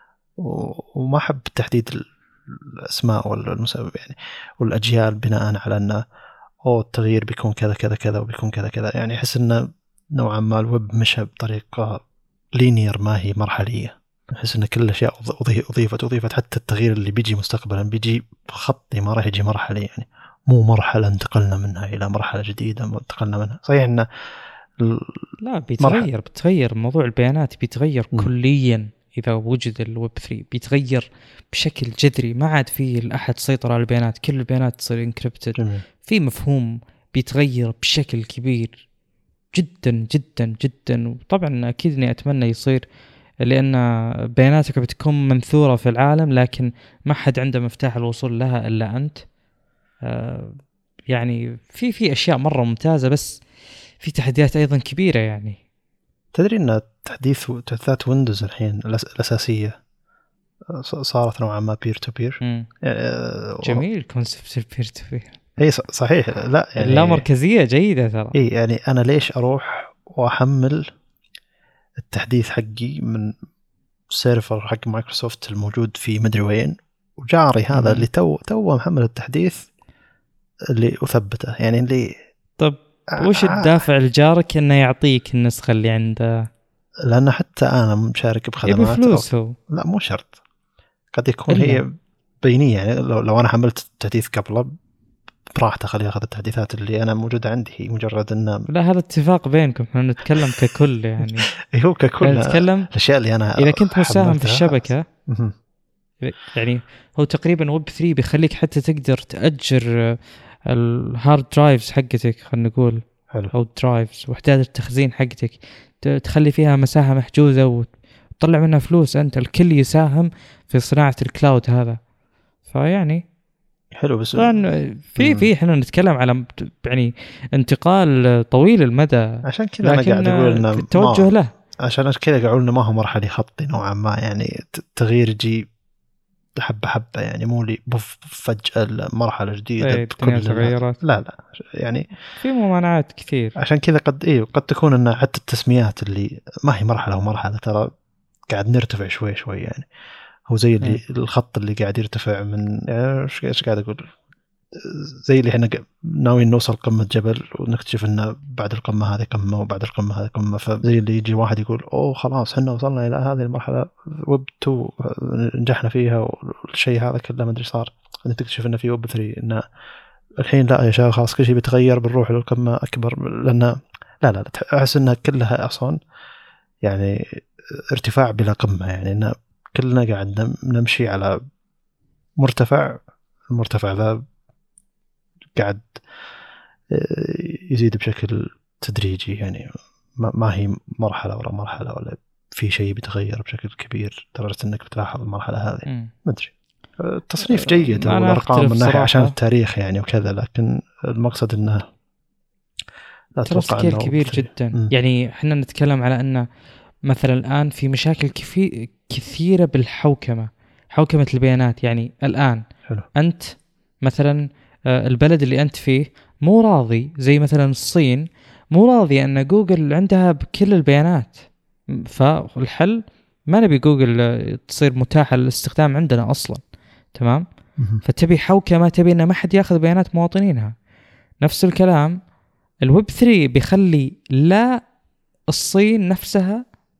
وما أحب تحديد الأسماء والمسبب يعني والأجيال بناء على أنه التغيير بيكون كذا كذا كذا وبيكون كذا كذا. يعني أحس أنه نوعا ما الويب مشى بطريقة لينير، ما هي مرحلية. أحس أن كل الأشياء أضيفت، حتى التغيير اللي بيجي مستقبلا بيجي خطي، ما راح يجي مرحلي، يعني مو مرحلة انتقلنا منها إلى مرحلة جديدة انتقلنا منها. صحيح أنه لا بتغير موضوع البيانات، بيتغير كليا إذا وجد الويب 3، بيتغير بشكل جذري. ما عاد فيه الأحد سيطر على البيانات، كل البيانات تصير انكريبتد. في مفهوم بيتغير بشكل كبير جدا جدا جدا. وطبعا أكيد أني أتمنى يصير، لأن بياناتك بتكون منثورة في العالم، لكن ما حد عنده مفتاح الوصول لها إلا أنت. يعني في أشياء مرة ممتازة، بس في تحديات أيضا كبيرة. يعني تدري أن تحديثات ويندوز الحين الأساسية صارت نوعا ما بير تو بير. جميل كونسبت البير تو بير. اي صحيح. لا يعني لا مركزية جيدة ترى. اي يعني انا ليش اروح وأحمل التحديث حقي من سيرفر حق مايكروسوفت الموجود في مدري وين، وجاري هذا اللي تو محمل التحديث اللي أثبته يعني اللي. طب وش الدافع لجارك إنه يعطيك النسخة اللي عنده؟ لأن حتى أنا مشارك بخدمات بفلوسه. لا مو شرط، قد يكون هي بينية يعني. لو أنا حملت التحديث قبله براحته خليه ياخذ التحديثات اللي أنا موجودة عندي، هي مجرد إنه لا هذا اتفاق بينكم، احنا نتكلم ككل يعني. هو ككل نتكلم الأشياء اللي أنا إذا كنت مساهم في الشبكة يعني. هو تقريبا ويب 3 بيخليك حتى تقدر تأجر الهارد درايفز حقتك، خلينا نقول حلو. أو درايفز، وحدات التخزين حقتك تخلي فيها مساحة محجوزة وتطلع منها فلوس. أنت الكل يساهم في صناعة الكلاود هذا، فيعني حلو. بس طبعا في احنا نتكلم على يعني انتقال طويل المدى، عشان كذا أنا قاعد أقول إنه التوجه له، عشان كذا قاعد أقول إنه ما هو مرحلة خطي نوعا ما يعني، تغيير يجي حبة حبة يعني، مو لي فجأة مرحلة جديدة بكل تغيرات. لا يعني في ممانعات كثير. عشان كذا قد تكون إن حتى التسميات اللي ما هي مرحلة ومرحلة، ترى قاعد نرتفع شوي يعني. هو زي اللي الخط اللي قاعد يرتفع من ايش قاعد اقول، زي اللي احنا ناويين نوصل قمة جبل ونكتشف انه بعد القمة هذه قمة وبعد القمة هذه قمة، فزي اللي يجي واحد يقول اوه خلاص احنا وصلنا الى هذه المرحلة ويب 2 نجحنا فيها والشيء هذا كله ما ادري صار. انت تكتشف انه في ويب 3 انه الحين لا يا شباب خلاص كل شيء بيتغير، بنروح للقمة اكبر، لان لا احس انها كلها اصلا يعني ارتفاع بلا قمة يعني، انه كلنا قاعد نمشي على مرتفع، المرتفع ذا قاعد يزيد بشكل تدريجي يعني، ما هي مرحلة ولا مرحلة ولا في شيء بيتغير بشكل كبير لدرجة انك بتلاحظ المرحلة هذه. ما ادري، التصنيف جيد والارقام من ناحية عشان التاريخ يعني وكذا، لكن المقصد انه لا اتوقع انه كبير جدا. يعني احنا نتكلم على انه مثلا الان في مشاكل كثيرة بالحوكمة، حوكمة البيانات. يعني الان حلو. انت مثلا البلد اللي أنت فيه مو راضي، زي مثلا الصين مو راضي أن جوجل عندها بكل البيانات، فالحل ما نبي جوجل تصير متاحة للاستخدام عندنا أصلا، تمام؟ فتبي حوكمة، تبي أن ما حد يأخذ بيانات مواطنينها. نفس الكلام الويب 3 بيخلي لا الصين نفسها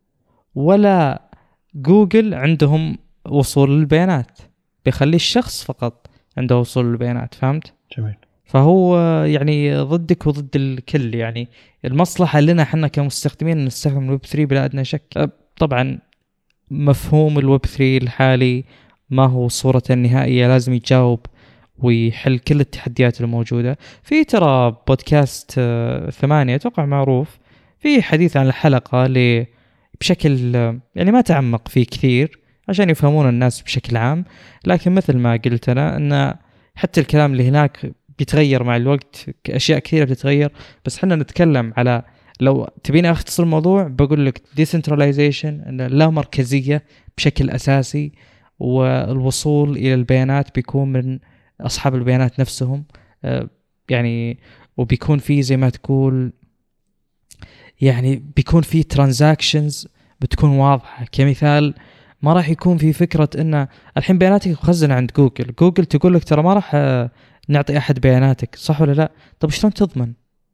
ولا جوجل عندهم وصول للبيانات، بيخلي الشخص فقط عنده وصول للبيانات. فهمت؟ جميل. فهو يعني ضدك وضد الكل. يعني المصلحة لنا حنا كمستخدمين نستخدم الويب 3 بلا أدنى شك. طبعا مفهوم الويب 3 الحالي ما هو صورة النهائية، لازم يجاوب ويحل كل التحديات الموجودة. في ترى بودكاست 8 أتوقع معروف، في حديث عن الحلقة بشكل يعني ما تعمق فيه كثير عشان يفهمون الناس بشكل عام، لكن مثل ما قلت أنا أن حتى الكلام اللي هناك بيتغير مع الوقت، أشياء كثيرة بتتغير. بس حنا نتكلم على، لو تبيني أختصر الموضوع بقول لك decentralization، أن لا مركزية بشكل أساسي، والوصول إلى البيانات بيكون من أصحاب البيانات نفسهم يعني. وبيكون في زي ما تقول يعني بيكون في transactions بتكون واضحة. كمثال ما راح يكون في فكرة إن الحين بياناتك مخزنة عند جوجل تقول لك ترى ما راح نعطي أحد بياناتك، صح ولا لا؟ طب شلون تضمن؟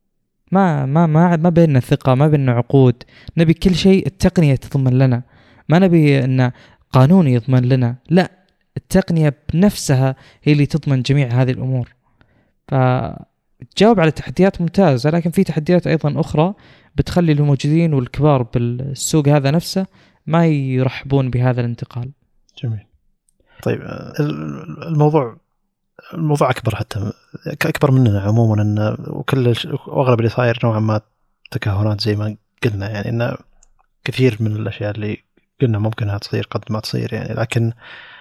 ما بيننا ثقة، ما بيننا عقود. نبي كل شيء التقنية تضمن لنا، ما نبي إن قانون يضمن لنا، لا التقنية بنفسها هي اللي تضمن جميع هذه الأمور. فتجاوب على تحديات ممتازة، لكن في تحديات أيضا أخرى بتخلي الموجودين والكبار بالسوق هذا نفسه ما يرحبون بهذا الانتقال. جميل. طيب الموضوع أكبر، حتى أكبر مننا عموما، إن وكل أغلب اللي صاير نوعا ما تكهنات زي ما قلنا يعني، إن كثير من الأشياء اللي قلنا ممكنها تصير قد ما تصير يعني، لكن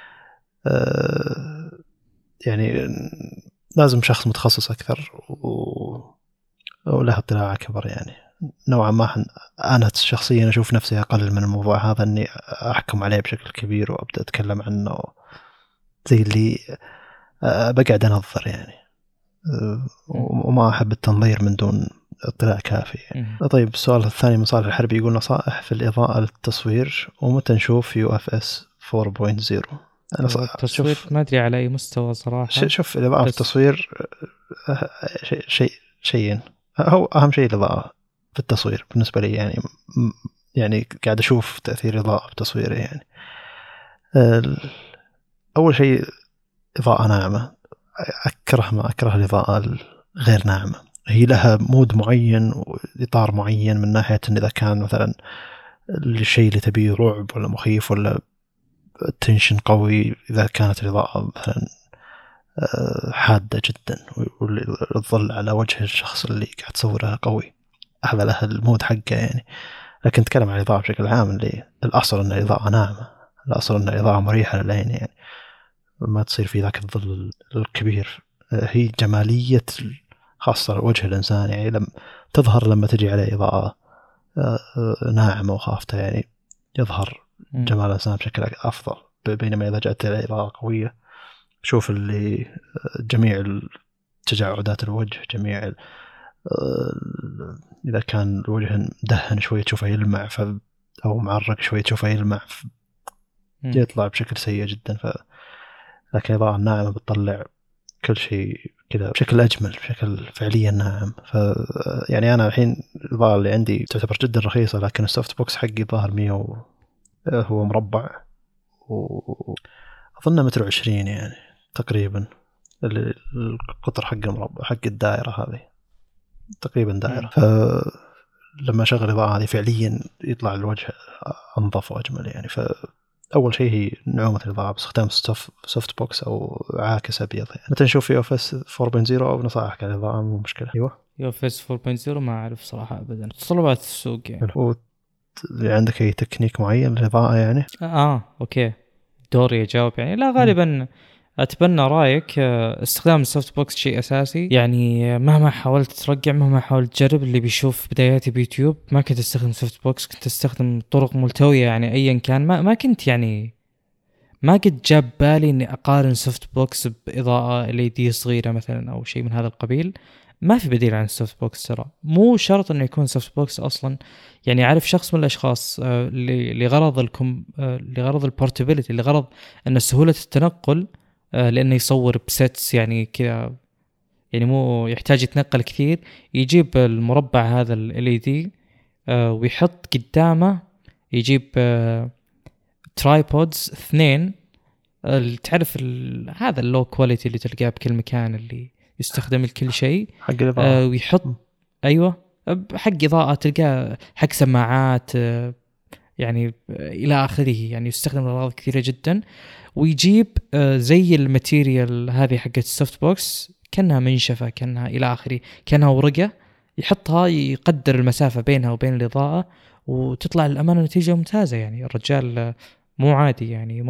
يعني لازم شخص متخصص أكثر وله اطلاع أكبر يعني. نوعا ما أنا شخصيا أشوف نفسي أقلل من الموضوع هذا، إني أحكم عليه بشكل كبير وأبدأ أتكلم عنه زي اللي بقعد أنظر يعني، وما أحب التنظير من دون اطلاع كافي يعني. طيب السؤال الثاني من صالح الحربي يقول نصائح في الإضاءة للتصوير ومتى نشوف UFS 4.0. التصوير ما أدري على أي مستوى صراحة. شوف الإضاءة في التصوير شيئين. هو أهم شيء الإضاءة في التصوير بالنسبة لي يعني قاعد أشوف تأثير الإضاءة في تصويري يعني. أول شيء إضاءة ناعمة. ما أكره الإضاءة غير ناعمة. هي لها مود معين وإطار معين من ناحية إن إذا كان مثلا الشيء اللي تبيه رعب ولا مخيف ولا تنشن قوي، إذا كانت الإضاءة مثلا حادة جدا والظل على وجه الشخص اللي قاعد تصوره قوي، هذا له المود حقه يعني. لكن نتكلم عن الإضاءة بشكل عام اللي الأصل أن الإضاءة ناعمة، الأصل أن الإضاءة مريحة للعين يعني، ما تصير في ذاك الظل الكبير. هي جمالية خاصة وجه الإنسان يعني لما تظهر لما تجي عليه إضاءة ناعمة وخافتة يعني يظهر جمال الإنسان بشكل أفضل. بينما إذا جاءت عليه إضاءة قوية شوف اللي جميع تجاعدات الوجه، جميع إذا كان الوجه دهن شوي تشوفه يلمع أو معرق شوي تشوفه يلمع يطلع بشكل سيء جدا. لكن الإضاءة الناعمة بتطلع كل شيء كذا بشكل أجمل، بشكل فعليا ناعم. يعني أنا الحين الإضاءة اللي عندي تعتبر جدا رخيصة، لكن السوفت بوكس حقي ظاهر 100 هو مربع وأظن 1.20 متر يعني تقريبا. القطر حق مربع حق الدائرة هذه تقريبا دائرة. فلما أشغل الإضاءة هذه فعليا يطلع الوجه أنظف وأجمل يعني. أول شيء هي نعومة الإضاءة باستخدام سوفت بوكس أو عاكس أبيض يعني. متى نشوف UFS 4.0 أو نصائحك على الإضاءة مو مشكلة. أيوة UFS 4.0 ما أعرف صراحة أبدا طلبات السوق يعني. عندك أي تكنيك معين للإضاءة يعني؟ أوكي دوري أجاوب يعني. لا غالبا أتبنى رأيك. استخدام السوفت بوكس شيء أساسي يعني. مهما حاولت ترجع، مهما حاولت تجرب، اللي بيشوف بداياتي بيوتيوب ما كنت أستخدم سوفت بوكس، كنت أستخدم طرق ملتوية يعني أيا كان. ما كنت يعني ما قد جاب بالي إني أقارن سوفت بوكس بإضاءة LED صغيرة مثلا أو شيء من هذا القبيل. ما في بديل عن السوفت بوكس ترى. مو شرط إنه يكون سوفت بوكس أصلا يعني. عارف شخص من الأشخاص لغرض البورتابيلتي، لغرض أن سهولة التنقل، لأنه يصور بسيتس يعني كذا يعني مو يحتاج يتنقل كثير، يجيب المربع هذا LED ويحط قدامه، يجيب ترايبودز 2 تعرف هذا اللو كواليتي اللي تلقاه بكل مكان اللي يستخدم لكل شيء حق الإضاءة ويحط أيوة حق إضاءة، تلقاه حق سماعات يعني إلى آخره يعني يستخدم لأغراض كثيرة جدا. ويجيب زي الماتيريال هذه حقت السوفت بوكس كأنها منشفة، كأنها إلى آخره، كأنها ورقة، يحطها يقدر المسافة بينها وبين الإضاءة وتطلع الأمانة نتيجة ممتازة يعني. الرجال مو عادي يعني،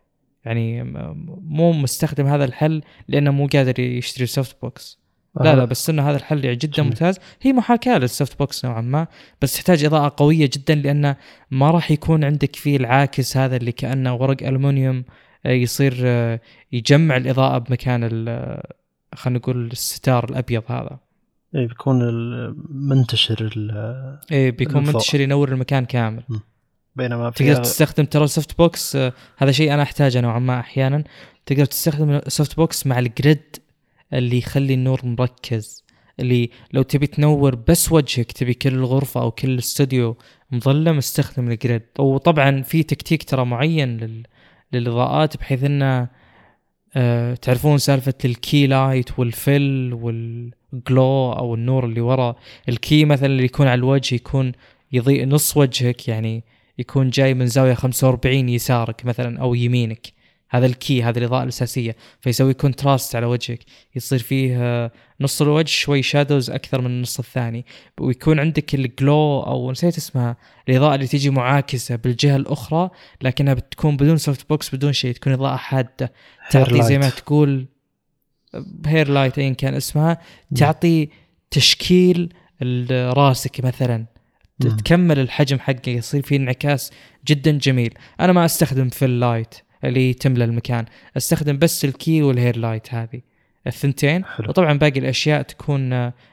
مو مستخدم هذا الحل لأنه مو قادر يشتري السوفت بوكس. لا بس إنه هذا الحل جدا ممتاز. هي محاكاة للسوفت بوكس نوعا ما، بس تحتاج إضاءة قوية جدا لأنه ما راح يكون عندك فيه العاكس هذا اللي كأنه ورق ألمنيوم يصير يجمع الإضاءة بمكان خلينا نقول الستار الأبيض هذا. بيكون منتشر بيكون منتشر ينور المكان كامل. بينما تقدر تستخدم ترى السوفت بوكس هذا شيء أنا أحتاجه نوعا ما أحيانا. تقدر تستخدم السوفت بوكس مع الجريد اللي يخلي النور مركز، اللي لو تبي تنور بس وجهك، تبي كل الغرفة أو كل الاستوديو مظلم، استخدم الجريد. وطبعا في تكتيك ترى معين للإضاءات بحيث أنه تعرفون سالفة الكي لايت والفل والجلو أو النور اللي وراء الكي مثلا اللي يكون على الوجه يكون يضيء نص وجهك يعني، يكون جاي من زاوية 45 يسارك مثلا أو يمينك. هذا الكي، هذه الإضاءة الأساسية، فيسوي كونتراست على وجهك، يصير فيه نص الوجه شوي شادوز أكثر من النص الثاني، ويكون عندك الجلو أو نسيت اسمها، الإضاءة اللي تيجي معاكسة بالجهة الأخرى لكنها بتكون بدون سوفت بوكس بدون شيء، تكون إضاءة حادة تعطي زي ما تقول هير لايت أين كان اسمها، تعطي تشكيل راسك مثلا، تكمل الحجم حقه، يصير فيه انعكاس جدا جميل. أنا ما أستخدم فيل لايت اللي تملى المكان، استخدم بس الكي والهير لايت، هذه الثنتين. وطبعا باقي الاشياء تكون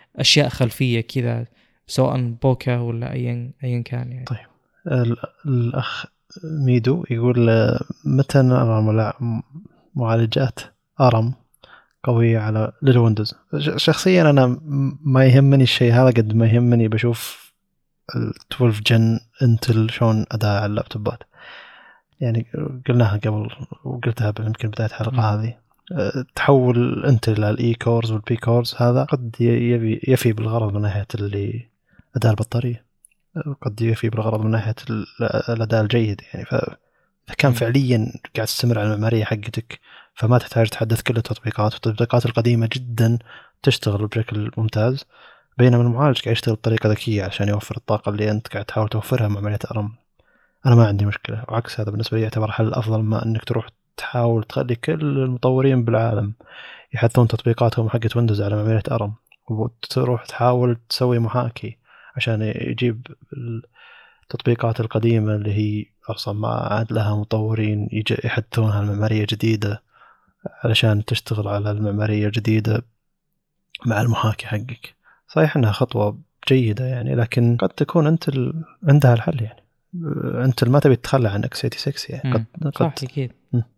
أشياء خلفية كذا سواء بوكا ولا أيا كان يعني. طيب الأخ ميدو يقول متى نرى معالجات ARM قوية على للويندوز؟ شخصيا أنا ما يهمني الشيء هذا قد ما يهمني بشوف 12 جن انتل شون أداء على اللابتوبات. يعني قلناها قبل وقلتها يمكن بداية الحلقة هذه، تحول انتل إلى الإي كورز والبي كورز هذا قد يفي بالغرض من ناحية اللي أداء البطارية، قد يفي بالغرض من ناحية الأداء الجيد يعني. فإذا كان فعليا قاعد تستمر على المعمارية حقتك فما تحتاج تحدث كل التطبيقات، والتطبيقات القديمة جدا تشتغل بشكل ممتاز، بينما المعالج قاعد يشتغل بطريقة ذكية عشان يوفر الطاقة اللي أنت قاعد تحاول توفرها مع عملية ARM. أنا ما عندي مشكلة، وعكس هذا بالنسبة لي يعتبر حل أفضل ما أنك تروح تحاول تخلي كل المطورين بالعالم يحطون تطبيقاتهم حقت ويندوز على عملية ARM، وتروح تحاول تسوي محاكي عشان يجيب التطبيقات القديمة اللي هي أصلا ما عاد لها مطورين يحدثونها المعمارية جديدة علشان تشتغل على المعمارية الجديدة مع المحاكي حقك. صحيح أنها خطوة جيدة يعني، لكن قد تكون أنت عندها الحل يعني. أنت ما تبي تتخلى عن x86 يعني. صح أكيد.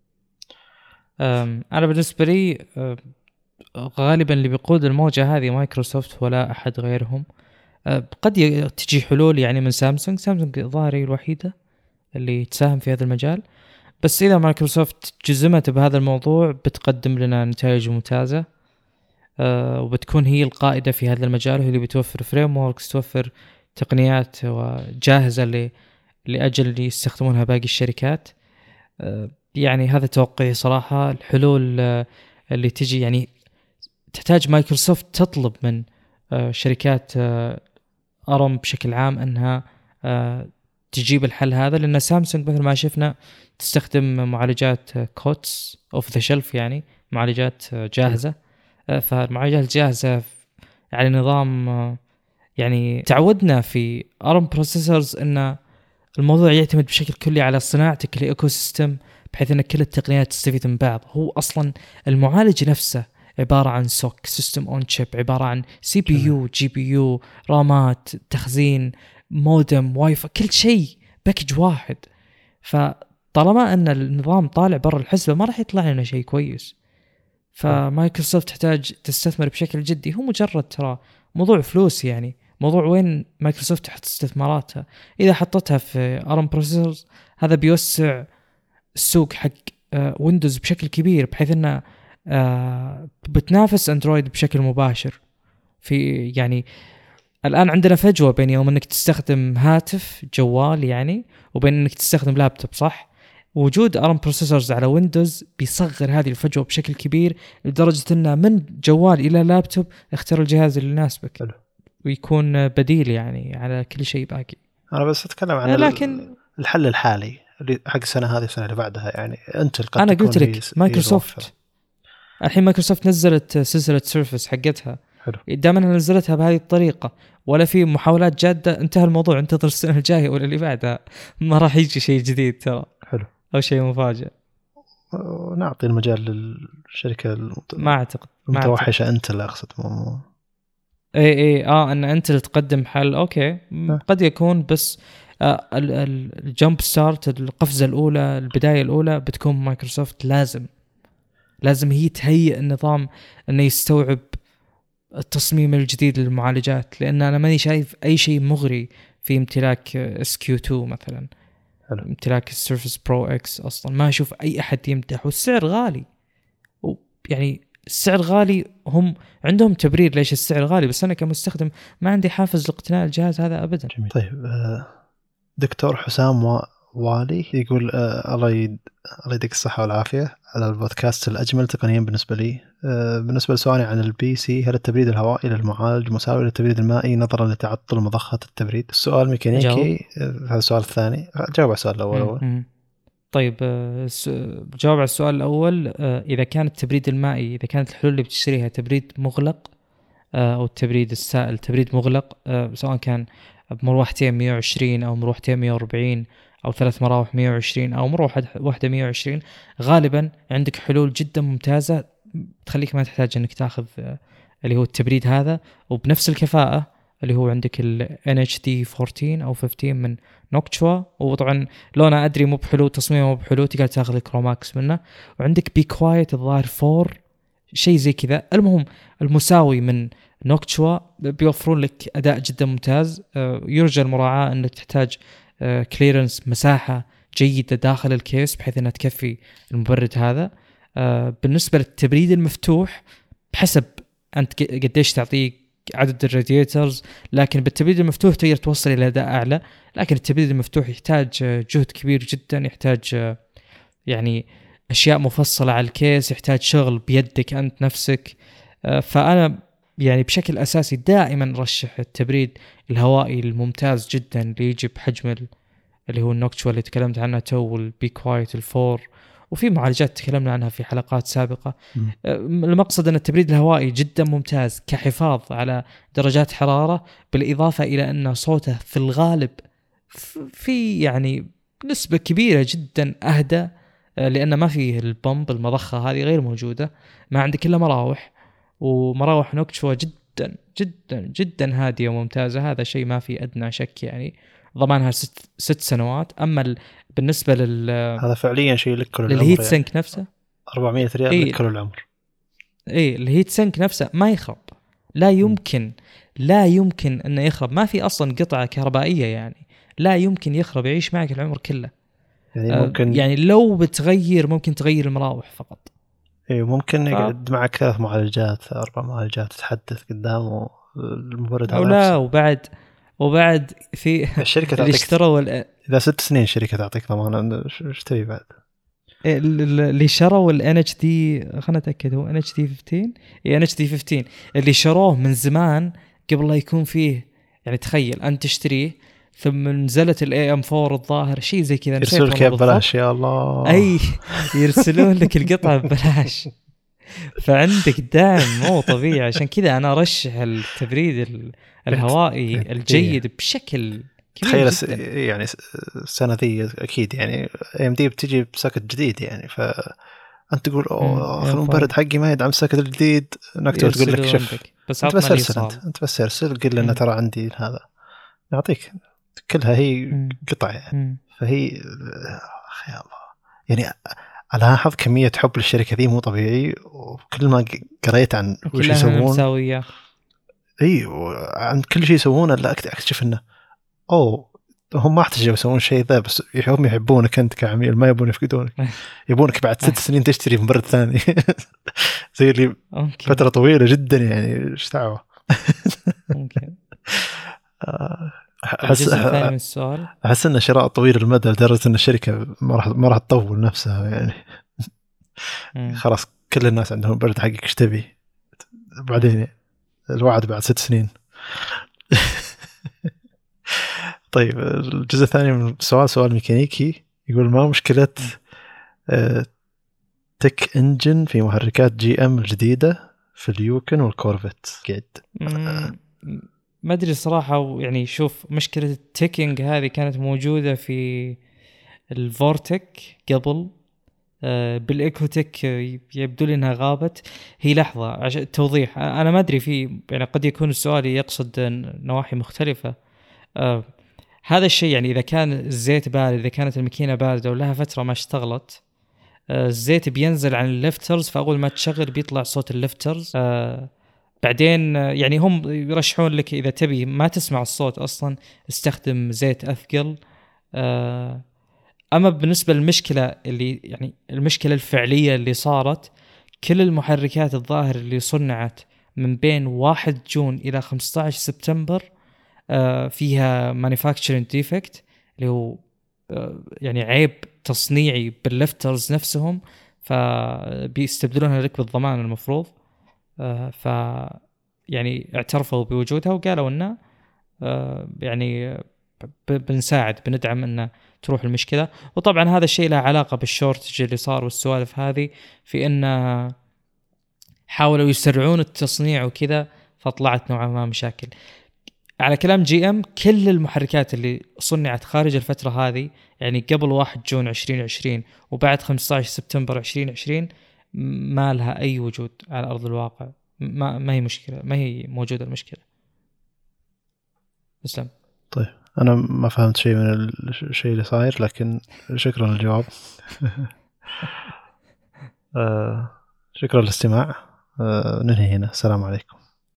أنا بالنسبة لي غالبا اللي بيقود الموجة هذه مايكروسوفت ولا أحد غيرهم. قد تجي حلول يعني من سامسونج ظاهرة الوحيدة اللي تساهم في هذا المجال، بس إذا مايكروسوفت جزمت بهذا الموضوع بتقدم لنا نتائج ممتازة، وبتكون هي القائدة في هذا المجال، وهي اللي بتوفر فريم ووركس، توفر تقنيات وجاهزة لأجل يستخدمونها باقي الشركات. يعني هذا توقعي صراحة. الحلول اللي تجي يعني تحتاج مايكروسوفت تطلب من شركات ARM بشكل عام أنها تجيب الحل هذا، لأن سامسونج مثل ما شفنا تستخدم معالجات كوتس أوف ذا شلف، يعني معالجات جاهزة. فالمعالجات الجاهزة يعني نظام يعني تعودنا في ARM بروسيسورز أن الموضوع يعتمد بشكل كلي على صناعتك لإيكو سيستم، بحيث أن كل التقنيات تستفيد من بعض. هو أصلا المعالج نفسه عبارة عن سوك سيستم اون شيب، عبارة عن سي بي يو، جي بي يو، رامات، تخزين، مودم، واي فاي، كل شيء باكج واحد. فطالما أن النظام طالع برا الحسبة ما راح يطلع لنا شيء كويس. فمايكروسوفت تحتاج تستثمر بشكل جدي. هو مجرد ترى موضوع فلوس يعني، موضوع وين مايكروسوفت تحط استثماراتها. إذا حطتها في ARM بروسيسورز هذا بيوسع السوق حق ويندوز بشكل كبير، بحيث أنه بتنافس أندرويد بشكل مباشر. في يعني الآن عندنا فجوة بين يوم أنك تستخدم هاتف جوال يعني وبين أنك تستخدم لابتوب، صح؟ وجود ARM بروسيسورز على ويندوز بيصغر هذه الفجوة بشكل كبير، لدرجة أنه من جوال إلى لابتوب اختار الجهاز اللي يناسبك ويكون بديل يعني على كل شيء باقي. أنا بس أتكلم عن لكن الحل الحالي اللي حق السنة هذه السنة اللي بعدها يعني. أنت أنا قلت لك مايكروسوفت الحين مايكروسوفت نزلت سلسلة سيرفس حقتها، دائما نزلتها بهذه الطريقة ولا في محاولات جادة. انتهى الموضوع، انتظر السنة الجاية ولا اللي بعدها، ما راح يجي شيء جديد ترى. حلو. أو شيء مفاجئ. نعطي المجال للشركة ما أعتقد متوحشة. أنت اللي أقصد أن أنت اللي تقدم حل. أوكي قد يكون، بس الجمب ستارت، القفزة الأولى، البداية الأولى بتكون مايكروسوفت. لازم هي تهيئ النظام أنه يستوعب التصميم الجديد للمعالجات، لأن أنا ماني شايف أي شيء مغري في امتلاك SQ2 مثلا. حلو. امتلاك السيرفس برو اكس أصلا ما أشوف أي أحد يمدح، والسعر غالي. يعني السعر غالي، هم عندهم تبرير ليش السعر غالي، بس أنا كمستخدم ما عندي حافز لاقتناء الجهاز هذا أبدا. جميل. طيب دكتور حسام والي يقول الله يديك الصحة والعافية على البودكاست الأجمل تقنيا بالنسبة لي. بالنسبة لسؤالي عن البي سي، هل التبريد الهوائي للمعالج مساوي للتبريد المائي نظرا لتعطل مضخة التبريد؟ السؤال ميكانيكي. هذا السؤال الثاني. جاوب على السؤال الأول. طيب جاوب على السؤال الأول. إذا كان التبريد المائي، إذا كانت الحلول اللي بتشتريها تبريد مغلق أو التبريد السائل تبريد مغلق، سواء كان بمروحتين 120 أو مروحتين 140 أو 3 مراوح 120 أو مروحة واحدة 120، غالبا عندك حلول جدا ممتازة تخليك ما تحتاج أنك تأخذ اللي هو التبريد هذا، وبنفس الكفاءة اللي هو عندك ال NHD 14 أو 15 من نوكتشوا، وطبعا لونه أدري مو بحلو، تصميمه مو بحلو، تقدر تاخذ الكروماكس منه. وعندك بي كوايت الظاهر 4 شيء زي كذا. المهم المساوي من نوكتشوا بيوفرون لك أداء جدا ممتاز. يرجى المراعاة أنك تحتاج كليرنس، مساحة جيدة داخل الكيس بحيث أنها تكفي المبرد هذا. بالنسبة للتبريد المفتوح بحسب أنت قديش تعطيه عدد الرادياترز، لكن بالتبريد المفتوح تقدر توصل إلى أداء أعلى. لكن التبريد المفتوح يحتاج جهد كبير جدا، يحتاج يعني أشياء مفصلة على الكيس، يحتاج شغل بيدك أنت نفسك. فأنا يعني بشكل أساسي دائما رشح التبريد الهوائي الممتاز جدا اللي يجي بحجم اللي هو النوكتشوا اللي تكلمت عنها تو، والبي كوايت الفور، وفي معالجات تكلمنا عنها في حلقات سابقة. المقصد أن التبريد الهوائي جدا ممتاز كحفاظ على درجات حرارة، بالإضافة إلى أن صوته في الغالب في يعني نسبة كبيرة جدا أهدى، لأن ما فيه البمب، المضخة هذه غير موجودة، ما عندك إلا مراوح، ومراوح نوكتشوا جدا جدا جدا هادية وممتازة. هذا شيء ما في أدنى شك، يعني ضمانها 6 سنوات. أما بالنسبة هذا فعليا شيء لك كل العمر، للهيت يعني سينك نفسه 400 ريال لك كل العمر. الهيت سينك نفسه ما يخرب، لا يمكن أنه يخرب. ما في أصلا قطعة كهربائية، يعني لا يمكن يخرب، يعيش معك العمر كله. يعني ممكن يعني لو بتغير ممكن تغير المراوح فقط. ممكن يقعد معك 3 معالجات 4 معالجات تحدث قدامه المبرد أو لا، وبعد في الشركة اللي اشتروا إذا 6 سنين الشركة تعطيك ضمان، ايش تبي بعد؟ اللي شروا ال NHD، خلنا نتأكد هو NHD 15 NHD 15 اللي شروه من زمان قبل لا يكون فيه، يعني تخيل أنت تشتريه ثم نزلت ال AM4 الظاهر شيء زي كذا، يرسلون لك ببلاش يا الله. أي يرسلون لك القطعة ببلاش. فعندك دعم مو طبيعي. عشان كذا أنا أرشح التبريد الهوائي الجيد بشكل كبير جدا. يعني السنة ذي أكيد يعني AMD بتجي بساكت جديد، يعني فأنت تقول آخر المبرد حقي ما يدعم الساكت الجديد، نكتب تقول لك شوف بس أنت بس أرسل، أنت بس أرسل قل لنا ترى عندي هذا، نعطيك كلها هي قطع يعني. فهي يا الله، يعني أنا أحظ كمية حب للشركة ذي مو طبيعي، وكل ما قريت عن وش يسوون عن كل شيء يسوونه لا أكتشف إنه هم ما احتاجوا يسوون شيء ذا، بس هم يحبونك أنت كعميل، ما يبون يفقدونك. يبونك بعد 6 سنين تشتري مبرد ثاني زي اللي فترة طويلة جدا، يعني إيش دعوة. ممكن أحس إن شراء طويل المدى لدرجة إن الشركة ما راح تطول نفسها، يعني خلاص كل الناس عندهم برد حقك إيش تبي بعدين، الوعد بعد 6 سنين. طيب الجزء الثاني من سؤال ميكانيكي، يقول ما مشكلة تك انجن في محركات GM الجديدة في اليوكن والكورفت قد؟ ما أدري صراحة. يعني شوف، مشكلة التيكينج هذه كانت موجودة في الفورتك قبل، بالإيكوتك يبدو لي أنها غابت. هي لحظة عشان التوضيح، أنا ما أدري في يعني قد يكون السؤال يقصد نواحي مختلفة. هذا الشيء يعني إذا كان الزيت بارد، إذا كانت الماكينة باردة ولها فترة ما اشتغلت، الزيت بينزل عن الليفترز، فأول ما تشغل بيطلع صوت الليفترز. بعدين يعني هم يرشحون لك إذا تبي ما تسمع الصوت أصلا استخدم زيت أثقل. أما بالنسبة للمشكلة اللي يعني المشكلة الفعلية اللي صارت، كل المحركات الظاهر اللي صنعت من بين 1 جون إلى 15 سبتمبر فيها manufacturing defect، اللي هو يعني عيب تصنيعي بالليفترز نفسهم، فبيستبدلونها لك بالضمان المفروض. ف يعني اعترفوا بوجودها وقالوا إنه يعني بنساعد بندعم إنه تروح المشكلة. وطبعا هذا الشيء له علاقة بالشورتج اللي صار والسوالف هذه، في إنه حاولوا يسرعون التصنيع وكذا، فطلعت نوعا ما مشاكل. على كلام GM كل المحركات اللي صنعت خارج الفترة هذه، يعني قبل 1 جون 2020 وبعد 15 سبتمبر 2020 ما لها أي وجود على أرض الواقع، ما هي مشكلة، ما هي موجودة المشكلة. تسلم. طيب أنا ما فهمت شيء من الشيء اللي صاير، لكن شكرا للجواب. شكرا للاستماع. ننهي هنا. السلام عليكم.